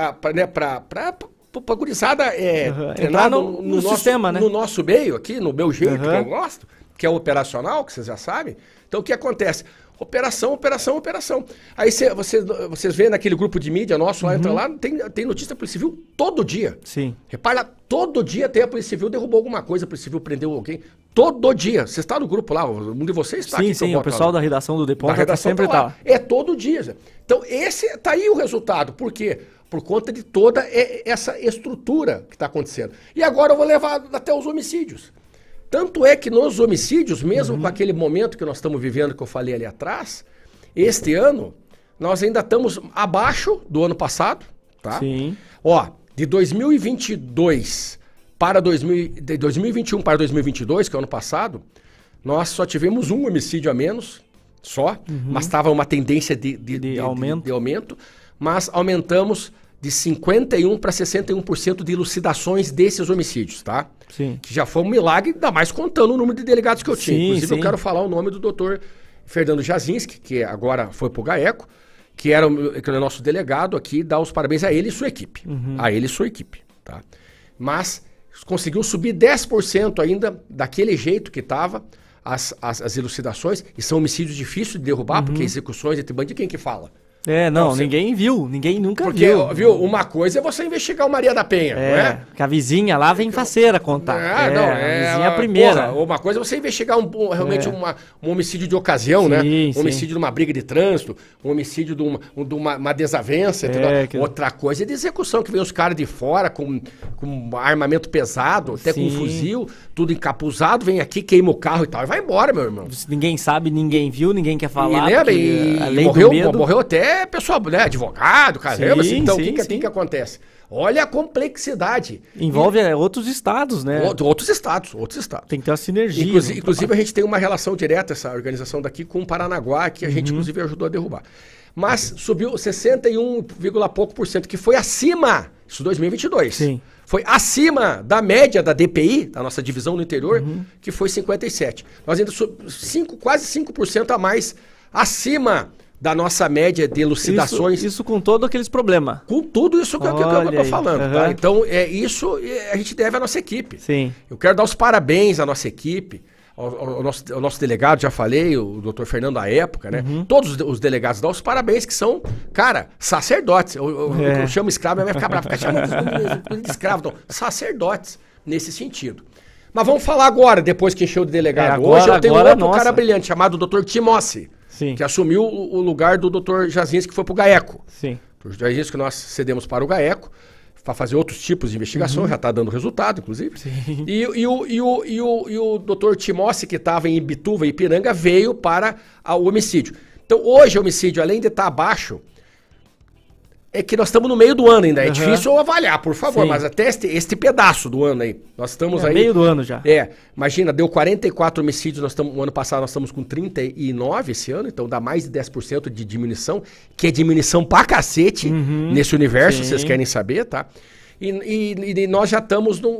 gurizada treinar no nosso sistema, né? No nosso meio aqui, no meu jeito, que eu gosto, que é o operacional, que vocês já sabem. Então o que acontece? Operação, operação, operação. Aí vocês vêem naquele grupo de mídia nosso, lá entra lá, tem notícia da Polícia Civil todo dia. Sim. Repara, todo dia tem a Polícia Civil, derrubou alguma coisa, a Polícia Civil prendeu alguém. Todo dia. Você está no grupo lá, um de vocês está sim, aqui. Sim, o pessoal da redação do Deponta sempre tá lá. É todo dia. Zé. Então, tá aí o resultado. Por quê? Por conta de toda essa estrutura que está acontecendo. E agora eu vou levar até os homicídios. Tanto é que nos homicídios, mesmo com aquele momento que nós estamos vivendo, que eu falei ali atrás, este ano, nós ainda estamos abaixo do ano passado, tá? Sim. Ó, de 2022 para de 2021 para 2022, que é o ano passado, nós só tivemos um homicídio a menos, só, mas estava uma tendência de aumento, mas aumentamos de 51% para 61% de elucidações desses homicídios, tá? Sim. Que já foi um milagre, ainda mais contando o número de delegados que eu tinha. Sim, Inclusive, sim. eu quero falar o nome do doutor Fernando Jazinski, que agora foi pro GAECO, que é o nosso delegado aqui, dar os parabéns a ele e sua equipe. A ele e sua equipe, tá? Mas conseguiu subir 10% ainda daquele jeito que estava as elucidações, e são homicídios difíceis de derrubar, porque execuções entre bandidos, quem que fala? Ninguém viu, ninguém nunca porque, viu. Viu, uma coisa é você investigar o Maria da Penha, não é? Que a vizinha lá vem faceira contar. A vizinha primeira. Porra, uma coisa é você investigar realmente um homicídio de ocasião, né? Um homicídio de uma briga de trânsito, um homicídio de uma desavença. Outra coisa é de execução, que vem os caras de fora com armamento pesado, até com fuzil, tudo encapuzado, vem aqui, queima o carro e tal, e vai embora, meu irmão. Ninguém sabe, ninguém viu, ninguém quer falar. E morreu até pessoal, né? Advogado, caramba. Então, o que acontece? Olha a complexidade. Envolve outros estados, né? Outros estados. Tem que ter uma sinergia. Inclusive, a gente tem uma relação direta, essa organização daqui, com o Paranaguá, que a gente, inclusive, ajudou a derrubar. Mas subiu 61, pouco por cento, que foi acima, isso 2022. Sim. Foi acima da média da DPI, da nossa divisão no interior, que foi 57. Nós ainda quase 5% a mais acima da nossa média de elucidações. Isso com todos aqueles problemmas. Com tudo isso que eu tô falando. Tá? Então, isso a gente deve à nossa equipe. Sim. Eu quero dar os parabéns à nossa equipe, ao nosso delegado, já falei, o doutor Fernando à época, né? Todos os delegados dão os parabéns, que são, cara, sacerdotes. Eu chamo escravo, mas vai ficar bravo, ficar chamando de escravo. Então, sacerdotes, nesse sentido. Mas vamos falar agora, depois que encheu de delegado. Hoje eu tenho outro cara brilhante, chamado doutor Timossi. Sim. Que assumiu o lugar do Dr. Jazinski, que foi para o GAECO. Sim. O Jazinski que nós cedemos para o GAECO, para fazer outros tipos de investigação, já está dando resultado, inclusive. Sim. E o Dr. Timossi, que estava em Ibituva e Ipiranga, veio para o homicídio. Então, hoje, o homicídio, além de estar abaixo, é que nós estamos no meio do ano ainda. É difícil eu avaliar, por favor, Sim. mas até este pedaço do ano aí. Nós estamos aí. meio do ano já. Imagina, deu 44 homicídios, o ano passado nós estamos com 39 esse ano, então dá mais de 10% de diminuição, que é diminuição pra cacete nesse universo, vocês querem saber, tá? E nós já estamos num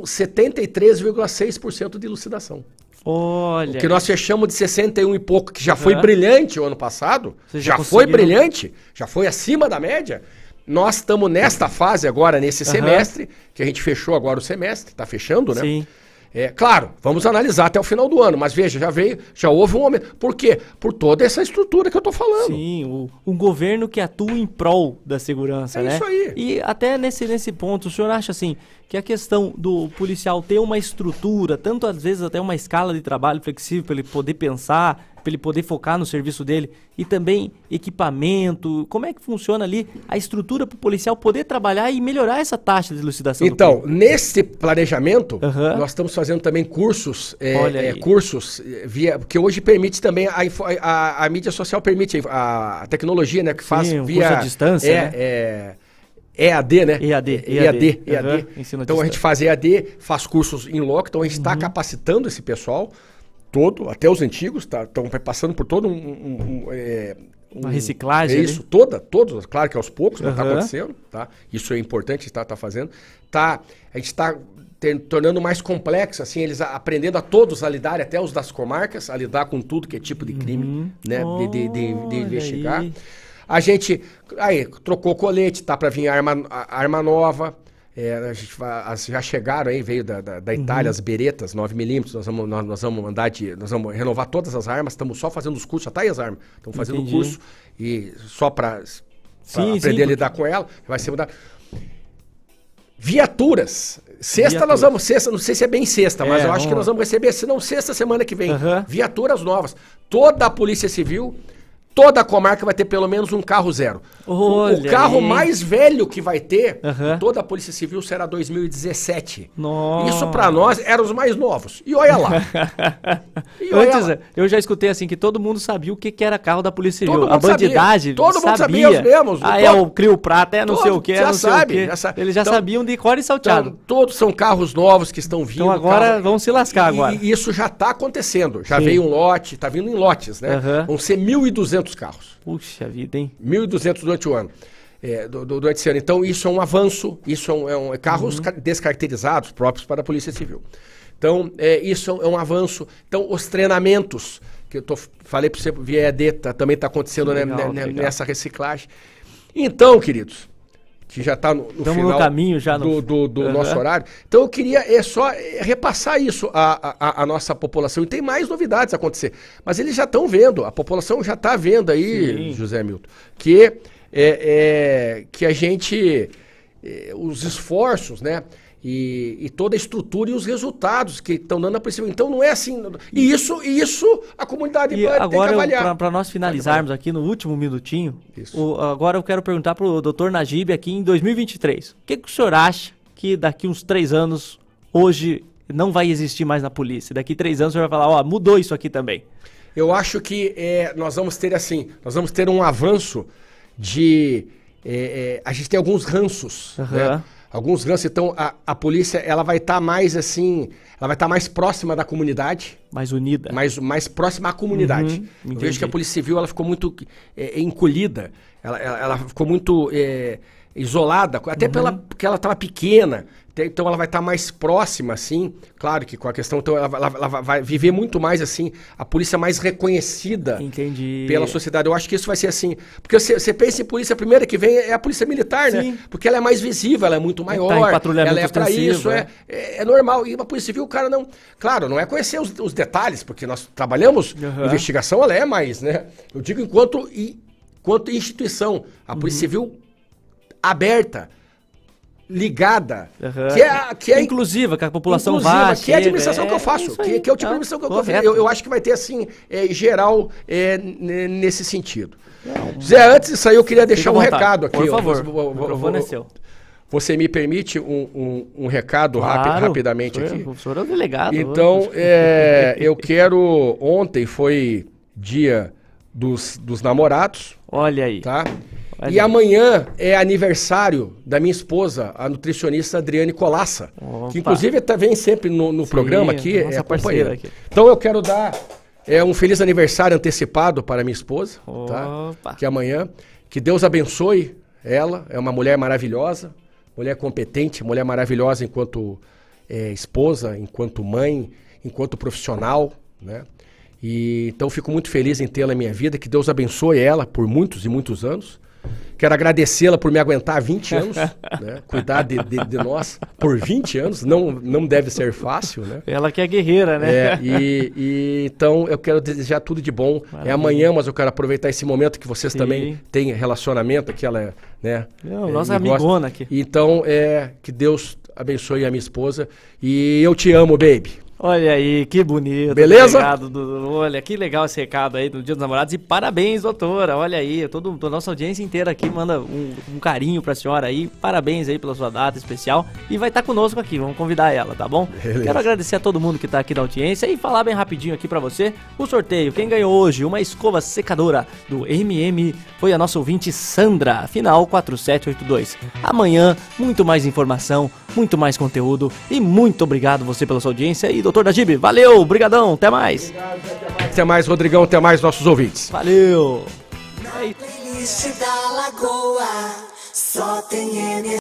73,6% de elucidação. Olha. O que nós fechamos de 61 e pouco, que já foi brilhante o ano passado, já foi brilhante, já foi acima da média. Nós estamos nesta fase agora, nesse semestre, que a gente fechou agora o semestre, está fechando, né? Sim. Claro, vamos analisar até o final do ano, mas veja, já houve um aumento. Por quê? Por toda essa estrutura que eu estou falando. Sim, um governo que atua em prol da segurança, né? É isso aí. E até nesse ponto, o senhor acha assim, que a questão do policial ter uma estrutura, tanto às vezes até uma escala de trabalho flexível para ele poder pensar, para ele poder focar no serviço dele, e também equipamento, como é que funciona ali a estrutura para o policial poder trabalhar e melhorar essa taxa de elucidação? Então, nesse planejamento, nós estamos fazendo também cursos, porque hoje permite também, a mídia social permite, a tecnologia, né, que faz via... curso à distância, né? EAD, né? EAD. Então a gente faz EAD, faz cursos em loco, então a gente está capacitando esse pessoal todo, até os antigos, estão passando por todo uma reciclagem. Isso, todos, claro que aos poucos, mas está acontecendo, tá? Isso é importante, a gente está fazendo. A gente está tornando mais complexo, assim, eles aprendendo a todos a lidar, até os das comarcas, a lidar com tudo que é tipo de crime, né? De investigar. A gente trocou colete, tá para vir arma nova. A gente já chegaram aí, veio da Itália, as beretas 9mm, nós vamos renovar todas as armas, estamos só fazendo os cursos, já tá aí as armas, estamos fazendo o curso, e só para aprender a lidar com ela, vai ser mudado. Viaturas. Nós vamos, sexta, não sei se é bem sexta, mas eu acho que nós vamos receber, se não sexta, semana que vem, viaturas novas. Toda a Polícia Civil, toda a comarca vai ter pelo menos um carro zero. O carro mais velho que vai ter, toda a Polícia Civil, será 2017. Nossa. Isso pra nós eram os mais novos. E olha lá. Antes, eu já escutei assim que todo mundo sabia o que era carro da Polícia Civil. A bandidagem todo mundo sabia os mesmos. É o Crio Prata, não sei o que, já não sei sabe, o quê. já sabe. Eles já sabiam de cor e salteado. Então, todos são carros novos que estão vindo. Então agora vão se lascar agora. E isso já tá acontecendo. Já veio um lote, tá vindo em lotes, né? Vão ser 1.200 carros. Puxa vida, hein? 1.200 durante o ano. Durante esse ano. Então, isso é um avanço, isso é carros descaracterizados, próprios para a Polícia Civil. Então, isso é um avanço. Então, os treinamentos, que eu falei para você, via EAD, também está acontecendo nessa reciclagem. Então, queridos, que já está no final no caminho já do nosso horário. Então, eu queria só repassar isso à nossa população. E tem mais novidades a acontecer. Mas eles já estão vendo, a população já está vendo aí, José Milton, que a gente, os esforços, né? E toda a estrutura e os resultados que estão dando a Polícia Civil. Então não é assim. E isso a comunidade tem que avaliar. Agora, para nós finalizarmos aqui no último minutinho, agora eu quero perguntar para o Dr. Najib aqui em 2023. O que o senhor acha que daqui uns 3 anos, hoje, não vai existir mais na polícia? Daqui 3 anos o senhor vai falar, mudou isso aqui também. Eu acho que nós vamos ter um avanço a gente tem alguns ranços, né? Alguns ranços, então a polícia ela vai estar mais assim, ela vai estar mais próxima da comunidade. Mais unida. Mais próxima à comunidade. Eu vejo que a Polícia Civil ela ficou muito encolhida, ela ficou muito isolada, até porque ela estava pequena. Então ela vai estar mais próxima, assim, claro que com a questão, então ela vai viver muito mais, assim, a polícia mais reconhecida pela sociedade. Eu acho que isso vai ser assim, porque você pensa em polícia, a primeira que vem é a polícia militar, né? Porque ela é mais visível, ela é muito maior, ela é pra isso, é normal. E a Polícia Civil, o cara não... Claro, não é conhecer os detalhes, porque nós trabalhamos, investigação ela é mais, né? Eu digo enquanto instituição, a Polícia Civil aberta, ligada, que é inclusiva, que a população vai, que é a administração que eu faço, que é o tipo de administração que eu faço. Eu acho que vai ter assim, geral, nesse sentido. Zé, antes disso aí eu queria deixar um recado aqui. Por favor, o microfone é seu. Você me permite um recado rapidamente aqui? O senhor é o delegado. Então, eu quero... Ontem foi dia dos namorados. Olha aí. Tá? E amanhã é aniversário da minha esposa, a nutricionista Adriane Colassa, que inclusive vem sempre no programa aqui, é a companheira. Aqui. Então eu quero dar um feliz aniversário antecipado para minha esposa, tá? Que é amanhã. Que Deus abençoe ela, é uma mulher maravilhosa, mulher competente, mulher maravilhosa enquanto esposa, enquanto mãe, enquanto profissional, né? E então fico muito feliz em tê-la na minha vida, que Deus abençoe ela por muitos e muitos anos. Quero agradecê-la por me aguentar há 20 anos, né? Cuidar de nós por 20 anos, não deve ser fácil, né? Ela que é guerreira, né? Então eu quero desejar tudo de bom. Maravilha. É amanhã, mas eu quero aproveitar esse momento que vocês também têm relacionamento, que ela né? Nossa amigona aqui. Então, que Deus abençoe a minha esposa e eu te amo, baby. Olha aí, que bonito. Beleza? Olha, que legal esse recado aí do Dia dos Namorados. E parabéns, doutora. Olha aí, toda a nossa audiência inteira aqui manda um carinho pra senhora aí. Parabéns aí pela sua data especial. E vai estar conosco aqui, vamos convidar ela, tá bom? Beleza. Quero agradecer a todo mundo que tá aqui na audiência e falar bem rapidinho aqui pra você o sorteio. Quem ganhou hoje uma escova secadora do foi a nossa ouvinte Sandra, final 4782. Amanhã, muito mais informação, muito mais conteúdo e muito obrigado você pela sua audiência. E doutor Najib, valeu, brigadão, até mais. Até mais, Rodrigão, até mais nossos ouvintes. Valeu. Na playlist da Lagoa só tem